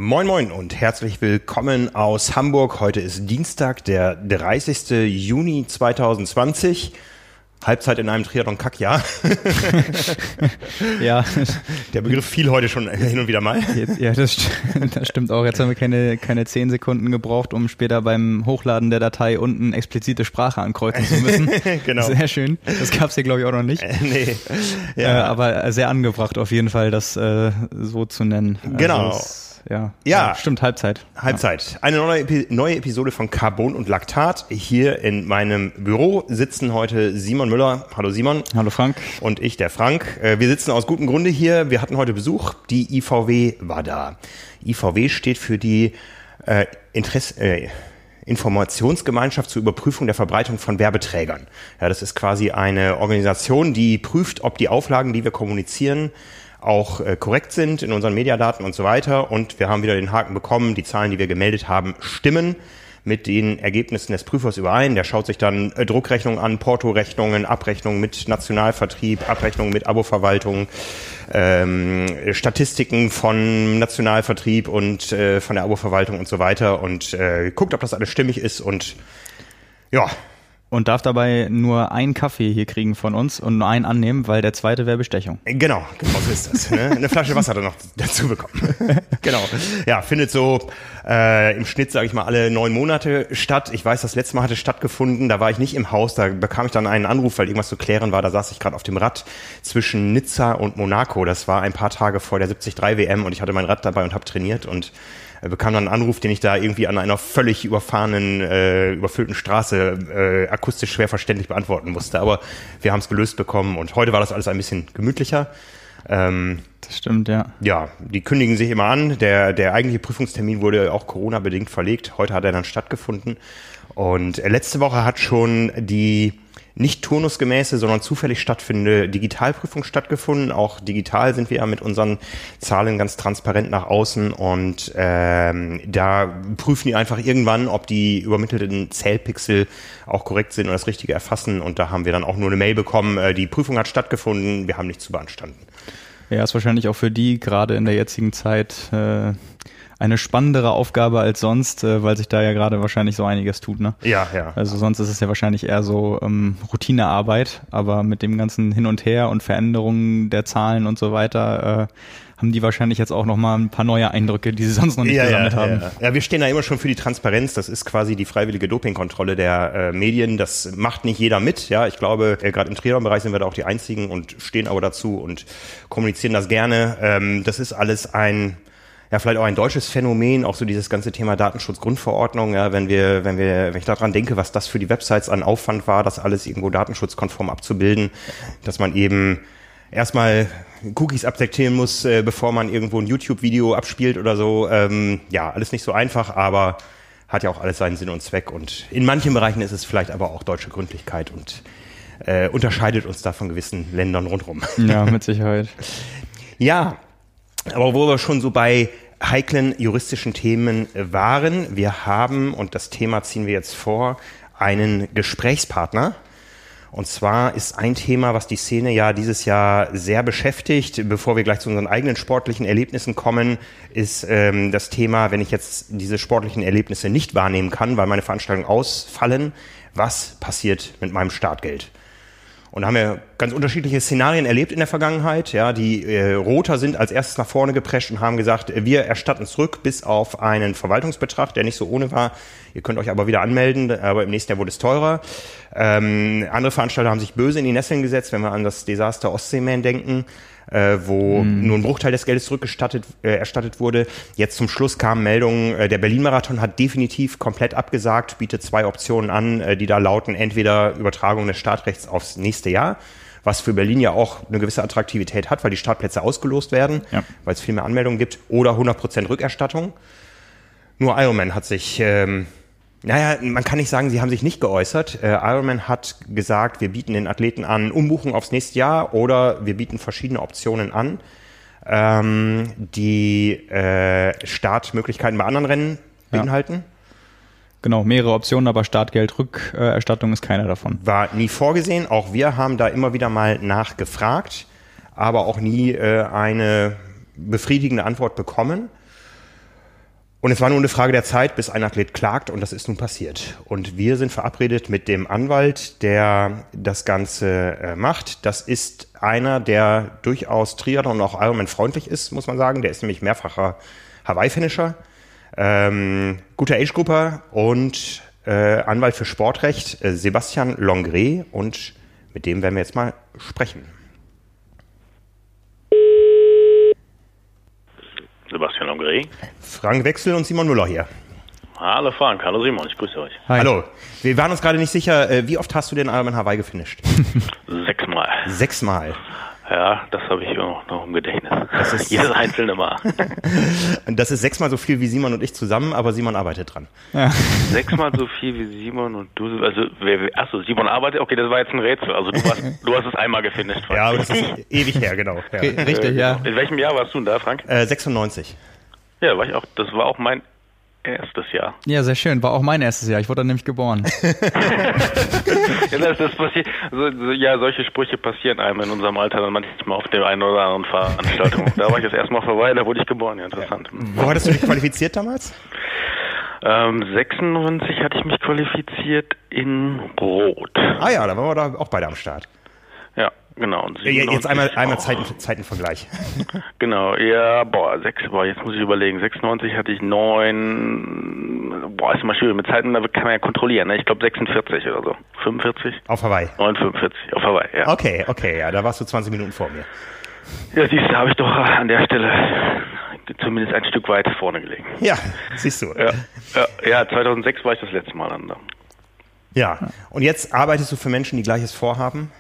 Moin Moin und herzlich willkommen aus Hamburg. Heute ist Dienstag, der 30. Juni 2020. Halbzeit in einem Triathlon-Kackjahr. Ja. Der Begriff fiel heute schon hin und wieder mal. Ja, das stimmt auch. Jetzt haben wir keine 10 Sekunden gebraucht, um später beim Hochladen der Datei unten explizite Sprache ankreuzen zu müssen. Genau. Sehr schön. Das gab es hier, glaube ich, auch noch nicht. Nee. Ja. Aber sehr angebracht auf jeden Fall, das so zu nennen. Genau. Also ja, stimmt, Halbzeit. Ja. Eine neue Episode von Carbon und Laktat. Hier in meinem Büro sitzen heute Simon Müller. Hallo Simon. Hallo Frank. Und ich, der Frank. Wir sitzen aus gutem Grunde hier. Wir hatten heute Besuch. Die IVW war da. IVW steht für die Informationsgemeinschaft zur Überprüfung der Verbreitung von Werbeträgern. Ja, das ist quasi eine Organisation, die prüft, ob die Auflagen, die wir kommunizieren, auch korrekt sind in unseren Mediadaten und so weiter. Und wir haben wieder den Haken bekommen, die Zahlen, die wir gemeldet haben, stimmen mit den Ergebnissen des Prüfers überein. Der schaut sich dann Druckrechnungen an, Portorechnungen, Abrechnungen mit Nationalvertrieb, Abrechnungen mit Abo-Verwaltung, Statistiken von Nationalvertrieb und von der Abo-Verwaltung und so weiter und guckt, ob das alles stimmig ist und ja. Und darf dabei nur einen Kaffee hier kriegen von uns und nur einen annehmen, weil der zweite wäre Bestechung. Genau so ist das. Ne? Eine Flasche Wasser hat er noch dazu bekommen. Genau. Ja, findet so im Schnitt, sage ich mal, alle 9 Monate statt. Ich weiß, das letzte Mal hatte stattgefunden, da war ich nicht im Haus, da bekam ich dann einen Anruf, weil irgendwas zu klären war. Da saß ich gerade auf dem Rad zwischen Nizza und Monaco. Das war ein paar Tage vor der 73 WM und ich hatte mein Rad dabei und habe trainiert und bekam dann einen Anruf, den ich da irgendwie an einer völlig überfüllten Straße akustisch schwer verständlich beantworten musste. Aber wir haben es gelöst bekommen und heute war das alles ein bisschen gemütlicher. Das stimmt, ja. Ja, die kündigen sich immer an. Der eigentliche Prüfungstermin wurde auch Corona-bedingt verlegt. Heute hat er dann stattgefunden. Und letzte Woche hat schon die nicht turnusgemäße, sondern zufällig stattfindende Digitalprüfung stattgefunden. Auch digital sind wir ja mit unseren Zahlen ganz transparent nach außen und da prüfen die einfach irgendwann, ob die übermittelten Zählpixel auch korrekt sind und das Richtige erfassen. Und da haben wir dann auch nur eine Mail bekommen, die Prüfung hat stattgefunden, wir haben nichts zu beanstanden. Ja, ist wahrscheinlich auch für die gerade in der jetzigen Zeit eine spannendere Aufgabe als sonst, weil sich da ja gerade wahrscheinlich so einiges tut, ne? Ja. Also sonst ist es ja wahrscheinlich eher so Routinearbeit, aber mit dem ganzen Hin und Her und Veränderungen der Zahlen und so weiter haben die wahrscheinlich jetzt auch nochmal ein paar neue Eindrücke, die sie sonst noch nicht gesammelt haben. Ja, wir stehen da immer schon für die Transparenz. Das ist quasi die freiwillige Dopingkontrolle der Medien. Das macht nicht jeder mit. Ja, ich glaube, gerade im Triathlon-Bereich sind wir da auch die Einzigen und stehen aber dazu und kommunizieren das gerne. Das ist alles vielleicht auch ein deutsches Phänomen, auch so dieses ganze Thema Datenschutzgrundverordnung, ja, wenn ich daran denke, was das für die Websites an Aufwand war, das alles irgendwo datenschutzkonform abzubilden, dass man eben erstmal Cookies absektieren muss, bevor man irgendwo ein YouTube-Video abspielt oder so. Alles nicht so einfach, aber hat ja auch alles seinen Sinn und Zweck und in manchen Bereichen ist es vielleicht aber auch deutsche Gründlichkeit und unterscheidet uns da von gewissen Ländern rundherum. Ja, mit Sicherheit. Ja, aber wo wir schon so bei heiklen juristischen Themen waren, wir haben, und das Thema ziehen wir jetzt vor, einen Gesprächspartner. Und zwar ist ein Thema, was die Szene ja dieses Jahr sehr beschäftigt, bevor wir gleich zu unseren eigenen sportlichen Erlebnissen kommen, ist das Thema, wenn ich jetzt diese sportlichen Erlebnisse nicht wahrnehmen kann, weil meine Veranstaltungen ausfallen, was passiert mit meinem Startgeld? Und da haben wir ganz unterschiedliche Szenarien erlebt in der Vergangenheit. Ja, die Roter sind als erstes nach vorne geprescht und haben gesagt, wir erstatten zurück bis auf einen Verwaltungsbetrag, der nicht so ohne war. Ihr könnt euch aber wieder anmelden, aber im nächsten Jahr wurde es teurer. Andere Veranstalter haben sich böse in die Nesseln gesetzt, wenn wir an das Desaster Ostseeman denken, wo nur ein Bruchteil des Geldes erstattet wurde. Jetzt zum Schluss kamen Meldungen, der Berlin-Marathon hat definitiv komplett abgesagt, bietet 2 Optionen an, die da lauten, entweder Übertragung des Startrechts aufs nächste Jahr, was für Berlin ja auch eine gewisse Attraktivität hat, weil die Startplätze ausgelost werden, weil es viel mehr Anmeldungen gibt, oder 100% Rückerstattung. Nur Ironman hat sich man kann nicht sagen, sie haben sich nicht geäußert. Ironman hat gesagt, wir bieten den Athleten an, Umbuchung aufs nächste Jahr oder wir bieten verschiedene Optionen an, die Startmöglichkeiten bei anderen Rennen beinhalten. Genau, mehrere Optionen, aber Startgeldrückerstattung ist keiner davon. War nie vorgesehen. Auch wir haben da immer wieder mal nachgefragt, aber auch nie eine befriedigende Antwort bekommen. Und es war nur eine Frage der Zeit, bis ein Athlet klagt, und das ist nun passiert. Und wir sind verabredet mit dem Anwalt, der das Ganze macht. Das ist einer, der durchaus Triathlon und auch Ironman freundlich ist, muss man sagen. Der ist nämlich mehrfacher Hawaii-Finisher, guter Age-Grupper und Anwalt für Sportrecht, Sebastian Longret. Und mit dem werden wir jetzt mal sprechen. Sebastian Longret. Frank Wechsel und Simon Müller hier. Hallo Frank, hallo Simon, ich grüße euch. Hi. Hallo. Wir waren uns gerade nicht sicher, wie oft hast du den Ironman Hawaii gefinisht? 6-mal. 6-mal? Ja, das habe ich noch im Gedächtnis. Das ist jedes einzelne Mal. Und das ist 6-mal so viel wie Simon und ich zusammen, aber Simon arbeitet dran. Ja. 6-mal so viel wie Simon und du, achso, Simon arbeitet, okay, das war jetzt ein Rätsel, also du hast es einmal gefinisht. Frank. Ja, aber das ist ewig her, genau. Ja. Richtig, ja. In welchem Jahr warst du denn da, Frank? 96. Ja, das war auch mein erstes Jahr. Ja, sehr schön. War auch mein erstes Jahr. Ich wurde dann nämlich geboren. Ja, das passiert. Solche Sprüche passieren einem in unserem Alter dann manchmal auf der einen oder anderen Veranstaltung. Da war ich das erste Mal vorbei, da wurde ich geboren. Ja, interessant. Wo hattest du dich qualifiziert damals? 96 hatte ich mich qualifiziert in Rot. Ah ja, da waren wir da auch beide am Start. Ja, genau. Und jetzt einmal Zeitenvergleich. Genau, ja, jetzt muss ich überlegen. 96 hatte ich 9, ist immer schwierig. Mit Zeiten, da kann man ja kontrollieren, ne? Ich glaube 46 oder so. 45? Auf Hawaii. 9,45 auf Hawaii, ja. Okay, ja, da warst du 20 Minuten vor mir. Ja, siehst du, habe ich doch an der Stelle zumindest ein Stück weit vorne gelegen. Ja, siehst du. Ja, 2006 war ich das letzte Mal da. Ja, und jetzt arbeitest du für Menschen, die Gleiches vorhaben?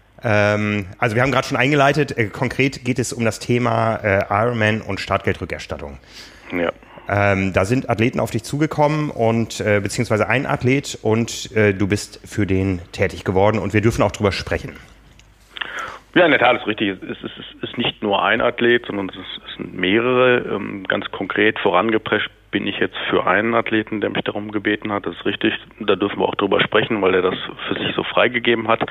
Also wir haben gerade schon eingeleitet, konkret geht es um das Thema Ironman und Startgeldrückerstattung. Ja. Da sind Athleten auf dich zugekommen und beziehungsweise ein Athlet und du bist für den tätig geworden und wir dürfen auch drüber sprechen. Ja, in der Tat ist richtig. Es ist nicht nur ein Athlet, sondern es sind mehrere. Ganz konkret vorangeprescht bin ich jetzt für einen Athleten, der mich darum gebeten hat. Das ist richtig. Da dürfen wir auch drüber sprechen, weil er das für sich so freigegeben hat.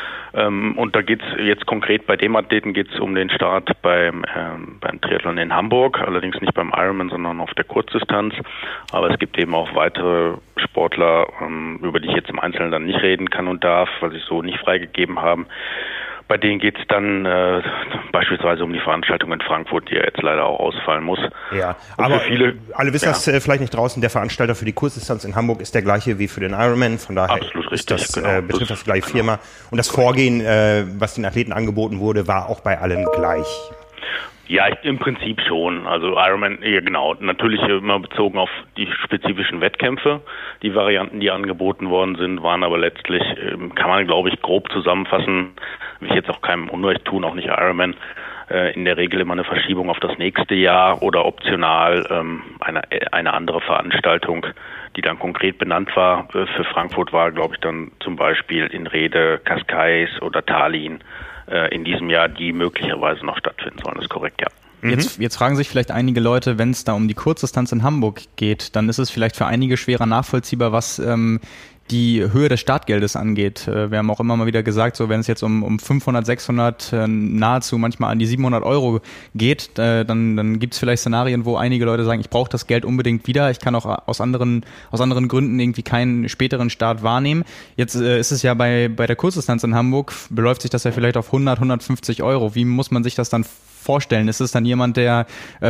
Und da geht's jetzt konkret bei dem Athleten geht's um den Start beim Triathlon in Hamburg, allerdings nicht beim Ironman, sondern auf der Kurzdistanz. Aber es gibt eben auch weitere Sportler, über die ich jetzt im Einzelnen dann nicht reden kann und darf, weil sie es so nicht freigegeben haben. Bei denen geht's dann beispielsweise um die Veranstaltung in Frankfurt, die ja jetzt leider auch ausfallen muss. Ja, aber alle wissen das vielleicht nicht draußen, der Veranstalter für die Kurzdistanz in Hamburg ist der gleiche wie für den Ironman, von daher betrifft das gleiche Firma. Und das Vorgehen, was den Athleten angeboten wurde, war auch bei allen gleich. Ja, im Prinzip schon. Also Ironman, ja genau, natürlich immer bezogen auf die spezifischen Wettkämpfe. Die Varianten, die angeboten worden sind, waren aber letztlich, kann man glaube ich grob zusammenfassen, will ich jetzt auch keinem Unrecht tun, auch nicht Ironman, in der Regel immer eine Verschiebung auf das nächste Jahr oder optional eine andere Veranstaltung, die dann konkret benannt war. Für Frankfurt war, glaube ich, dann zum Beispiel in Rede Cascais oder Tallinn in diesem Jahr, die möglicherweise noch stattfinden sollen. Das ist korrekt, ja. Jetzt fragen sich vielleicht einige Leute, wenn es da um die Kurzdistanz in Hamburg geht, dann ist es vielleicht für einige schwerer nachvollziehbar, was die Höhe des Startgeldes angeht. Wir haben auch immer mal wieder gesagt, so wenn es jetzt um 500, 600, nahezu manchmal an die 700 Euro geht, dann gibt es vielleicht Szenarien, wo einige Leute sagen, ich brauche das Geld unbedingt wieder, ich kann auch aus anderen Gründen irgendwie keinen späteren Start wahrnehmen. Jetzt ist es ja bei der Kurzdistanz in Hamburg, beläuft sich das ja vielleicht auf 100, 150 Euro. Wie muss man sich das dann vorstellen? Ist es dann jemand, der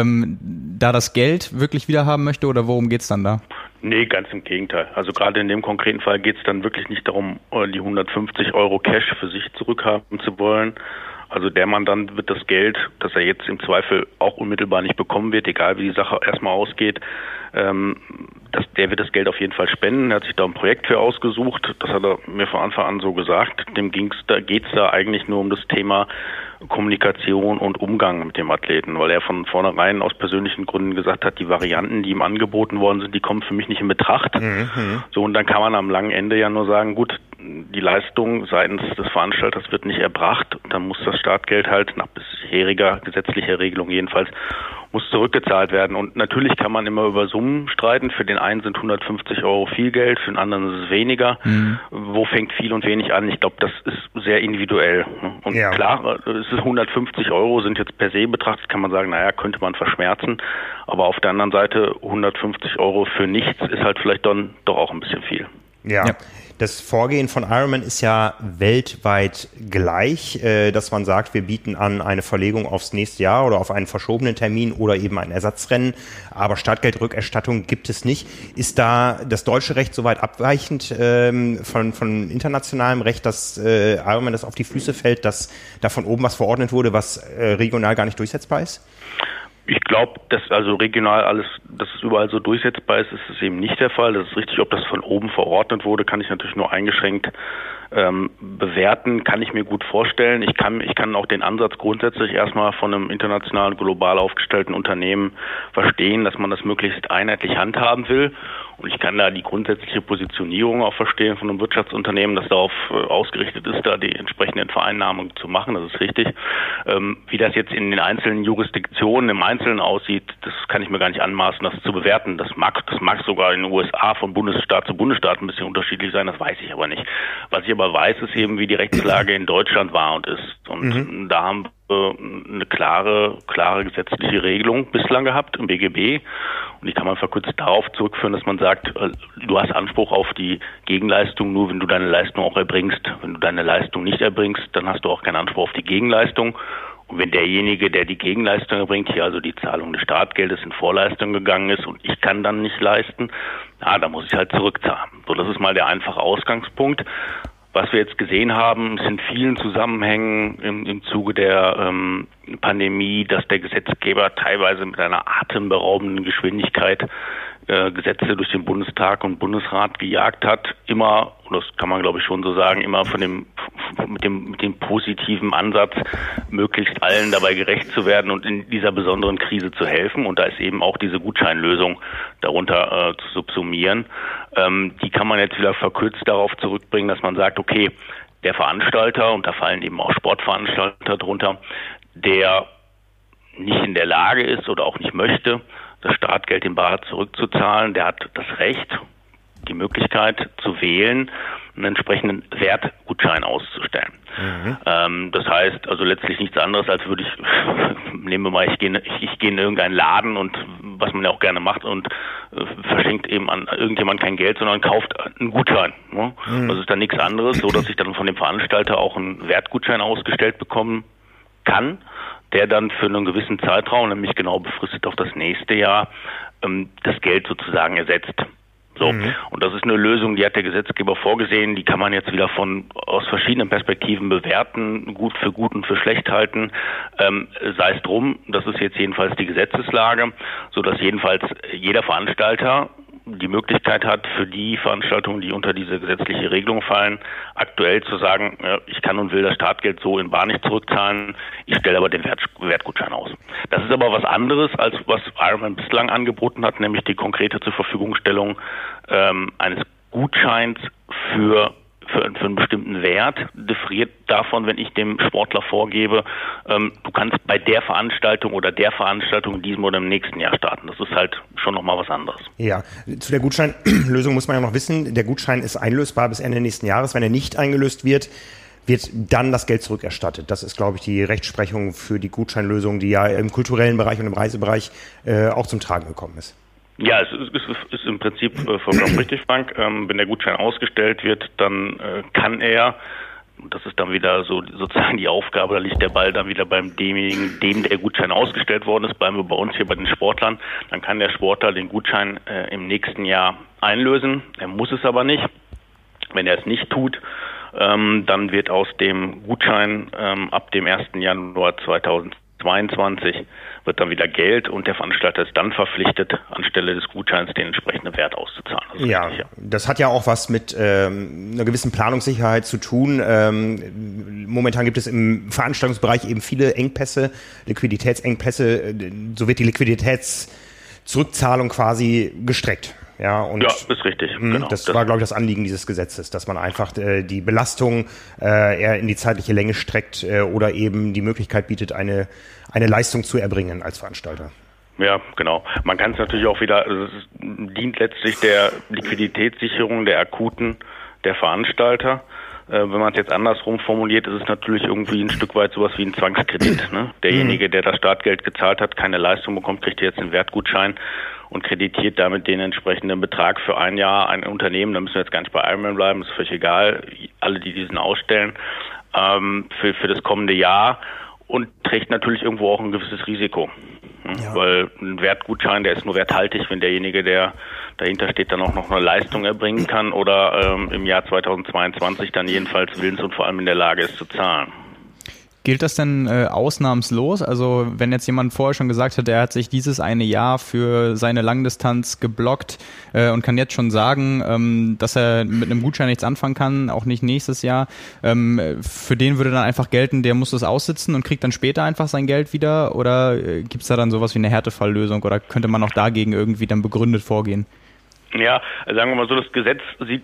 da das Geld wirklich wieder haben möchte oder worum geht's dann da? Nee, ganz im Gegenteil. Also gerade in dem konkreten Fall geht es dann wirklich nicht darum, die 150 Euro Cash für sich zurückhaben zu wollen. Also der Mandant wird das Geld, das er jetzt im Zweifel auch unmittelbar nicht bekommen wird, egal wie die Sache erstmal ausgeht, der wird das Geld auf jeden Fall spenden. Er hat sich da ein Projekt für ausgesucht. Das hat er mir von Anfang an so gesagt. Geht's da eigentlich nur um das Thema Kommunikation und Umgang mit dem Athleten, weil er von vornherein aus persönlichen Gründen gesagt hat, die Varianten, die ihm angeboten worden sind, die kommen für mich nicht in Betracht. So, und dann kann man am langen Ende ja nur sagen, gut, die Leistung seitens des Veranstalters wird nicht erbracht, dann muss das Startgeld halt nach bisheriger gesetzlicher Regelung jedenfalls, muss zurückgezahlt werden. Und natürlich kann man immer über Summen streiten. Für den einen sind 150 Euro viel Geld, für den anderen ist es weniger. Wo fängt viel und wenig an? Ich glaube, das ist sehr individuell. Und klar, es ist 150 Euro, sind jetzt per se betrachtet, kann man sagen, naja, könnte man verschmerzen. Aber auf der anderen Seite 150 Euro für nichts ist halt vielleicht dann doch auch ein bisschen viel. Ja. Das Vorgehen von Ironman ist ja weltweit gleich, dass man sagt, wir bieten an eine Verlegung aufs nächste Jahr oder auf einen verschobenen Termin oder eben ein Ersatzrennen, aber Startgeldrückerstattung gibt es nicht. Ist da das deutsche Recht soweit abweichend von internationalem Recht, dass Ironman das auf die Füße fällt, dass da von oben was verordnet wurde, was regional gar nicht durchsetzbar ist? Ich glaube, dass also regional alles, dass es überall so durchsetzbar ist, ist es eben nicht der Fall. Das ist richtig, ob das von oben verordnet wurde, kann ich natürlich nur eingeschränkt bewerten, kann ich mir gut vorstellen. Ich kann auch den Ansatz grundsätzlich erstmal von einem international global aufgestellten Unternehmen verstehen, dass man das möglichst einheitlich handhaben will. Und ich kann da die grundsätzliche Positionierung auch verstehen von einem Wirtschaftsunternehmen, das darauf ausgerichtet ist, da die entsprechenden Vereinnahmen zu machen. Das ist richtig. Wie das jetzt in den einzelnen Jurisdiktionen im Einzelnen aussieht, das kann ich mir gar nicht anmaßen, das zu bewerten. Das mag sogar in den USA von Bundesstaat zu Bundesstaat ein bisschen unterschiedlich sein, das weiß ich aber nicht. Was ich aber weiß, ist eben, wie die Rechtslage in Deutschland war und ist. Und da haben wir eine klare gesetzliche Regelung bislang gehabt im BGB. Und die kann man verkürzt darauf zurückführen, dass man sagt, du hast Anspruch auf die Gegenleistung nur, wenn du deine Leistung auch erbringst. Wenn du deine Leistung nicht erbringst, dann hast du auch keinen Anspruch auf die Gegenleistung. Und wenn derjenige, der die Gegenleistung erbringt, hier also die Zahlung des Startgeldes in Vorleistung gegangen ist und ich kann dann nicht leisten, dann muss ich halt zurückzahlen. So, das ist mal der einfache Ausgangspunkt. Was wir jetzt gesehen haben, ist in vielen Zusammenhängen im Zuge der Pandemie, dass der Gesetzgeber teilweise mit einer atemberaubenden Geschwindigkeit Gesetze durch den Bundestag und Bundesrat gejagt hat. Immer, und das kann man glaube ich schon so sagen, immer mit dem positiven Ansatz, möglichst allen dabei gerecht zu werden und in dieser besonderen Krise zu helfen. Und da ist eben auch diese Gutscheinlösung darunter zu subsumieren. Die kann man jetzt wieder verkürzt darauf zurückbringen, dass man sagt, okay, der Veranstalter, und da fallen eben auch Sportveranstalter drunter, der nicht in der Lage ist oder auch nicht möchte, das Startgeld in bar zurückzuzahlen, der hat das Recht, die Möglichkeit zu wählen, einen entsprechenden Wertgutschein auszustellen. Das heißt also letztlich nichts anderes, als würde nehmen wir mal, ich gehe in irgendeinen Laden und was man ja auch gerne macht und verschenkt eben an irgendjemand kein Geld, sondern kauft einen Gutschein. Ne? Das ist dann nichts anderes, so dass ich dann von dem Veranstalter auch einen Wertgutschein ausgestellt bekommen kann, der dann für einen gewissen Zeitraum, nämlich genau befristet auf das nächste Jahr, das Geld sozusagen ersetzt. So. Und das ist eine Lösung, die hat der Gesetzgeber vorgesehen, die kann man jetzt wieder aus verschiedenen Perspektiven bewerten, gut für gut und für schlecht halten, sei es drum, das ist jetzt jedenfalls die Gesetzeslage, so dass jedenfalls jeder Veranstalter die Möglichkeit hat, für die Veranstaltungen, die unter diese gesetzliche Regelung fallen, aktuell zu sagen, ich kann und will das Startgeld so in bar nicht zurückzahlen, ich stelle aber den Wertgutschein aus. Das ist aber was anderes, als was Ironman bislang angeboten hat, nämlich die konkrete Zurverfügungstellung eines Gutscheins für einen bestimmten Wert, differiert davon, wenn ich dem Sportler vorgebe, du kannst bei der Veranstaltung oder der Veranstaltung in diesem oder im nächsten Jahr starten. Das ist halt schon nochmal was anderes. Ja, zu der Gutscheinlösung muss man ja noch wissen, der Gutschein ist einlösbar bis Ende nächsten Jahres. Wenn er nicht eingelöst wird dann das Geld zurückerstattet. Das ist, glaube ich, die Rechtsprechung für die Gutscheinlösung, die ja im kulturellen Bereich und im Reisebereich auch zum Tragen gekommen ist. Ja, es ist im Prinzip vollkommen richtig, Frank. Wenn der Gutschein ausgestellt wird, dann kann er, und das ist dann wieder so sozusagen die Aufgabe, da liegt der Ball dann wieder beim demjenigen, dem der Gutschein ausgestellt worden ist, bleiben wir bei uns hier bei den Sportlern, dann kann der Sportler den Gutschein im nächsten Jahr einlösen. Er muss es aber nicht. Wenn er es nicht tut, dann wird aus dem Gutschein ab dem 1. Januar 2022 wird dann wieder Geld und der Veranstalter ist dann verpflichtet, anstelle des Gutscheins den entsprechenden Wert auszuzahlen. Ja, richtig, ja, das hat ja auch was mit einer gewissen Planungssicherheit zu tun. Momentan gibt es im Veranstaltungsbereich eben viele Engpässe, Liquiditätsengpässe. So wird die Liquiditätszurückzahlung quasi gestreckt. Ja, und ja, ist richtig. Genau. Das war, glaube ich, das Anliegen dieses Gesetzes, dass man einfach die Belastung eher in die zeitliche Länge streckt oder eben die Möglichkeit bietet, eine Leistung zu erbringen als Veranstalter. Ja, genau. Man kann es natürlich auch wieder, also es dient letztlich der Liquiditätssicherung der Akuten der Veranstalter. Wenn man es jetzt andersrum formuliert, ist es natürlich irgendwie ein Stück weit sowas wie ein Zwangskredit. Ne? Derjenige, der das Startgeld gezahlt hat, keine Leistung bekommt, kriegt jetzt einen Wertgutschein und kreditiert damit den entsprechenden Betrag für ein Jahr ein Unternehmen. Da müssen wir jetzt gar nicht bei Ironman bleiben, ist völlig egal. Alle, die diesen ausstellen, für das kommende Jahr und trägt natürlich irgendwo auch ein gewisses Risiko. Ja. Weil ein Wertgutschein, der ist nur werthaltig, wenn derjenige, der dahinter steht, dann auch noch eine Leistung erbringen kann oder im Jahr 2022 dann jedenfalls willens und vor allem in der Lage ist zu zahlen. Gilt das denn ausnahmslos? Also wenn jetzt jemand vorher schon gesagt hat, er hat sich dieses eine Jahr für seine Langdistanz geblockt und kann jetzt schon sagen, dass er mit einem Gutschein nichts anfangen kann, auch nicht nächstes Jahr, für den würde dann einfach gelten, der muss das aussitzen und kriegt dann später einfach sein Geld wieder? Oder gibt es da dann sowas wie eine Härtefalllösung oder könnte man auch dagegen irgendwie dann begründet vorgehen? Ja, sagen wir mal so, das Gesetz sieht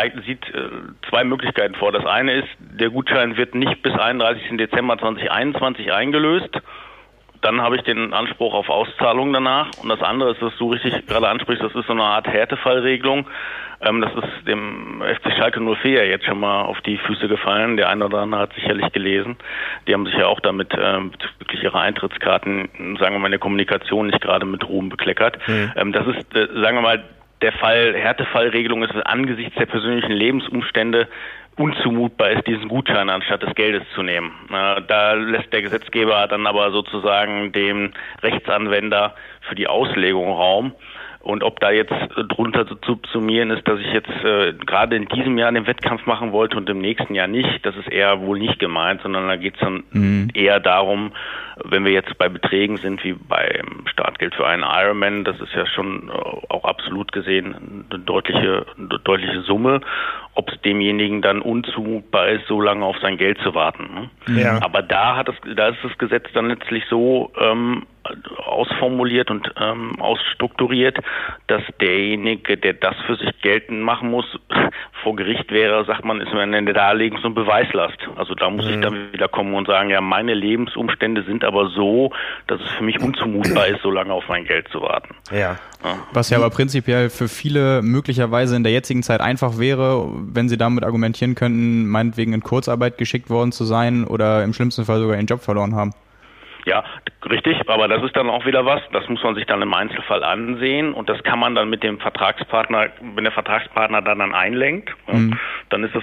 zwei Möglichkeiten vor. Das eine ist, der Gutschein wird nicht bis 31. Dezember 2021 eingelöst. Dann habe ich den Anspruch auf Auszahlung danach. Und das andere ist, was du richtig gerade ansprichst, das ist so eine Art Härtefallregelung. Das ist dem FC Schalke 04 jetzt schon mal auf die Füße gefallen. Der eine oder andere hat sicherlich gelesen. Die haben sich ja auch damit bezüglich ihrer Eintrittskarten, sagen wir mal, in der Kommunikation nicht gerade mit Ruhm bekleckert. Das ist, sagen wir mal, der Fall, Härtefallregelung ist, angesichts der persönlichen Lebensumstände unzumutbar ist, diesen Gutschein anstatt des Geldes zu nehmen. Da lässt der Gesetzgeber dann aber sozusagen dem Rechtsanwender für die Auslegung Raum. Und ob da jetzt drunter zu subsumieren ist, dass ich jetzt gerade in diesem Jahr den Wettkampf machen wollte und im nächsten Jahr nicht, das ist eher wohl nicht gemeint, sondern da geht es dann eher darum, wenn wir jetzt bei Beträgen sind wie beim Startgeld für einen Ironman, das ist ja schon auch absolut gesehen eine deutliche Summe, ob es demjenigen dann unzumutbar ist, so lange auf sein Geld zu warten. Ne? Ja. Aber da ist das Gesetz dann letztlich so ausformuliert und ausstrukturiert, dass derjenige, der das für sich geltend machen muss, vor Gericht wäre, sagt man, ist man in der Darlegungs- und Beweislast. Also da muss ich dann wieder kommen und sagen, ja, meine Lebensumstände sind aber so, dass es für mich unzumutbar ist, so lange auf mein Geld zu warten. Ja. Was ja aber prinzipiell für viele möglicherweise in der jetzigen Zeit einfach wäre, wenn sie damit argumentieren könnten, meinetwegen in Kurzarbeit geschickt worden zu sein oder im schlimmsten Fall sogar ihren Job verloren haben. Ja, richtig, aber das ist dann auch wieder was, das muss man sich dann im Einzelfall ansehen und das kann man dann mit dem Vertragspartner, wenn der Vertragspartner dann einlenkt, dann ist es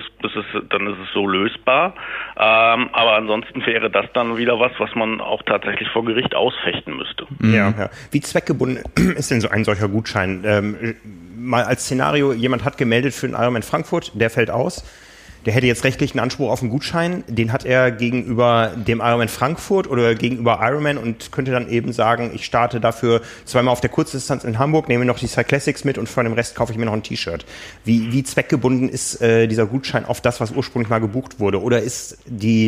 so lösbar, aber ansonsten wäre das dann wieder was man auch tatsächlich vor Gericht ausfechten müsste. Ja. Wie zweckgebunden ist denn so ein solcher Gutschein? Mal als Szenario, jemand hat gemeldet für den Ironman Frankfurt, der fällt aus. Der hätte jetzt rechtlich einen Anspruch auf einen Gutschein, den hat er gegenüber dem Ironman Frankfurt oder gegenüber Ironman und könnte dann eben sagen, ich starte dafür zweimal auf der Kurzdistanz in Hamburg, nehme noch die Cyclassics mit und von dem Rest kaufe ich mir noch ein T-Shirt. Wie zweckgebunden ist dieser Gutschein auf das, was ursprünglich mal gebucht wurde? Oder ist die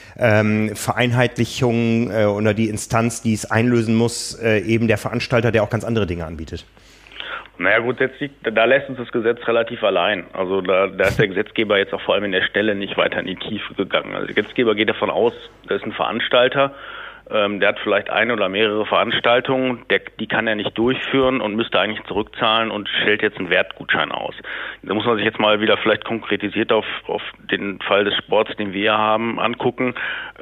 Vereinheitlichung oder die Instanz, die es einlösen muss, eben der Veranstalter, der auch ganz andere Dinge anbietet? Naja gut, da lässt uns das Gesetz relativ allein. Also da ist der Gesetzgeber jetzt auch vor allem in der Stelle nicht weiter in die Tiefe gegangen. Also der Gesetzgeber geht davon aus, da ist ein Veranstalter, der hat vielleicht eine oder mehrere Veranstaltungen, die kann er nicht durchführen und müsste eigentlich zurückzahlen und stellt jetzt einen Wertgutschein aus. Da muss man sich jetzt mal wieder vielleicht konkretisiert auf den Fall des Sports, den wir haben, angucken.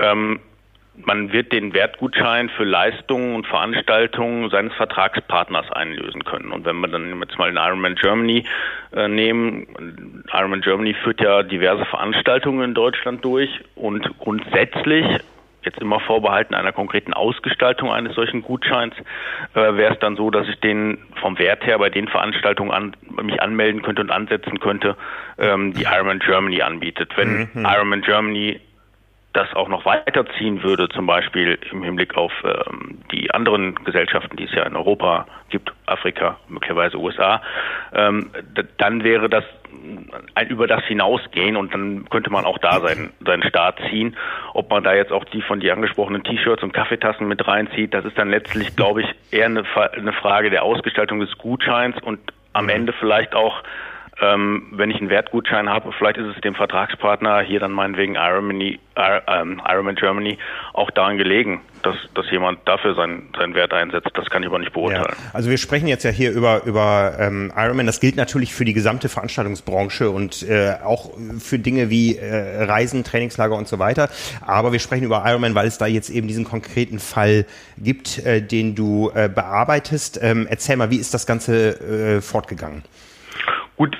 Man wird den Wertgutschein für Leistungen und Veranstaltungen seines Vertragspartners einlösen können. Und wenn wir dann jetzt mal den Ironman Germany nehmen, Ironman Germany führt ja diverse Veranstaltungen in Deutschland durch und grundsätzlich, jetzt immer vorbehalten einer konkreten Ausgestaltung eines solchen Gutscheins, wäre es dann so, dass ich den vom Wert her bei den Veranstaltungen mich anmelden könnte und ansetzen könnte, die Ironman Germany anbietet. Wenn Ironman Germany das auch noch weiterziehen würde, zum Beispiel im Hinblick auf die anderen Gesellschaften, die es ja in Europa gibt, Afrika, möglicherweise USA, dann wäre das über das hinausgehen und dann könnte man auch da seinen Start ziehen. Ob man da jetzt auch die von dir angesprochenen T-Shirts und Kaffeetassen mit reinzieht, das ist dann letztlich, glaube ich, eher eine Frage der Ausgestaltung des Gutscheins und am Ende vielleicht auch, wenn ich einen Wertgutschein habe, vielleicht ist es dem Vertragspartner, hier dann meinetwegen Ironman Germany, auch daran gelegen, dass jemand dafür seinen Wert einsetzt. Das kann ich aber nicht beurteilen. Ja. Also wir sprechen jetzt ja hier über Ironman. Das gilt natürlich für die gesamte Veranstaltungsbranche und auch für Dinge wie Reisen, Trainingslager und so weiter. Aber wir sprechen über Ironman, weil es da jetzt eben diesen konkreten Fall gibt, den du bearbeitest. Erzähl mal, wie ist das Ganze fortgegangen? Gut,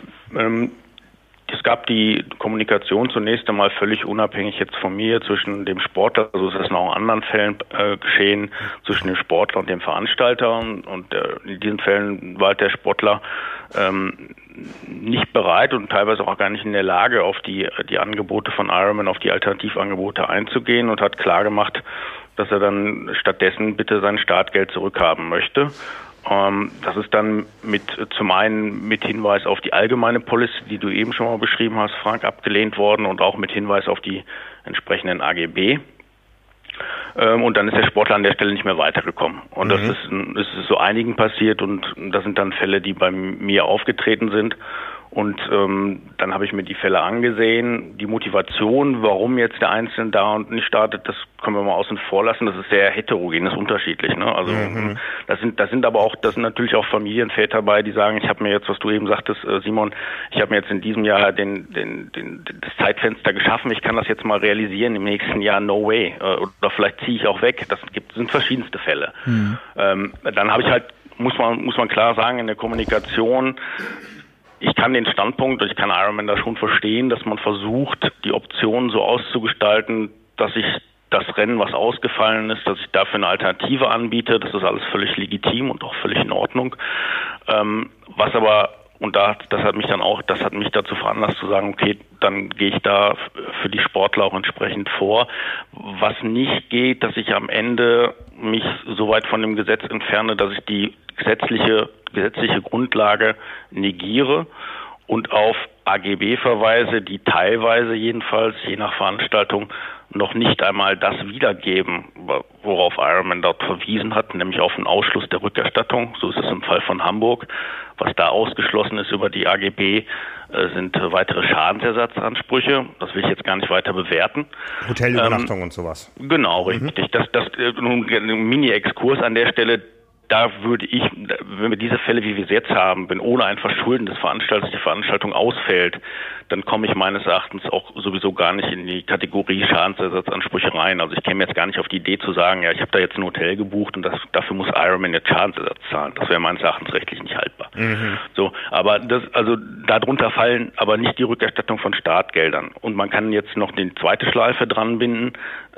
es gab die Kommunikation zunächst einmal völlig unabhängig jetzt von mir zwischen dem Sportler, also es ist noch in anderen Fällen geschehen, zwischen dem Sportler und dem Veranstalter und in diesen Fällen war der Sportler nicht bereit und teilweise auch gar nicht in der Lage, auf die Angebote von Ironman, auf die Alternativangebote einzugehen und hat klargemacht, dass er dann stattdessen bitte sein Startgeld zurückhaben möchte. Das ist dann zum einen mit Hinweis auf die allgemeine Policy, die du eben schon mal beschrieben hast, Frank, abgelehnt worden und auch mit Hinweis auf die entsprechenden AGB. Und dann ist der Sportler an der Stelle nicht mehr weitergekommen. Und das ist so einigen passiert und das sind dann Fälle, die bei mir aufgetreten sind. Und dann habe ich mir die Fälle angesehen. Die Motivation, warum jetzt der Einzelne da und nicht startet, das können wir mal außen vor lassen. Das ist sehr heterogen, das ist unterschiedlich. Ne? Also das sind natürlich auch Familienväter bei, die sagen, ich habe mir jetzt, was du eben sagtest, Simon, ich habe mir jetzt in diesem Jahr das Zeitfenster geschaffen. Ich kann das jetzt mal realisieren im nächsten Jahr. No way. Oder vielleicht ziehe ich auch weg. Sind verschiedenste Fälle. Dann habe ich halt, muss man klar sagen, in der Kommunikation. Ich kann den Standpunkt, ich kann Ironman da schon verstehen, dass man versucht, die Optionen so auszugestalten, dass ich das Rennen, was ausgefallen ist, dass ich dafür eine Alternative anbiete. Das ist alles völlig legitim und auch völlig in Ordnung. Was aber, und das hat mich dazu veranlasst zu sagen, okay, dann gehe ich da für die Sportler auch entsprechend vor. Was nicht geht, dass ich am Ende mich so weit von dem Gesetz entferne, dass ich die gesetzliche Grundlage negiere und auf AGB verweise, die teilweise jedenfalls, je nach Veranstaltung, noch nicht einmal das wiedergeben, worauf Ironman dort verwiesen hat, nämlich auf einen Ausschluss der Rückerstattung. So ist es im Fall von Hamburg. Was da ausgeschlossen ist über die AGB, sind weitere Schadensersatzansprüche. Das will ich jetzt gar nicht weiter bewerten. Hotelübernachtung und sowas. Genau, richtig. Das nun ein Mini-Exkurs an der Stelle. Da würde ich, wenn wir diese Fälle, wie wir es jetzt haben, wenn ohne ein Verschulden des Veranstalters die Veranstaltung ausfällt, dann komme ich meines Erachtens auch sowieso gar nicht in die Kategorie Schadensersatzansprüche rein. Also ich käme jetzt gar nicht auf die Idee zu sagen, ja, ich habe da jetzt ein Hotel gebucht und dafür muss Ironman jetzt Schadensersatz zahlen. Das wäre meines Erachtens rechtlich nicht haltbar. So, aber darunter fallen aber nicht die Rückerstattung von Startgeldern. Und man kann jetzt noch die zweite Schleife dran binden.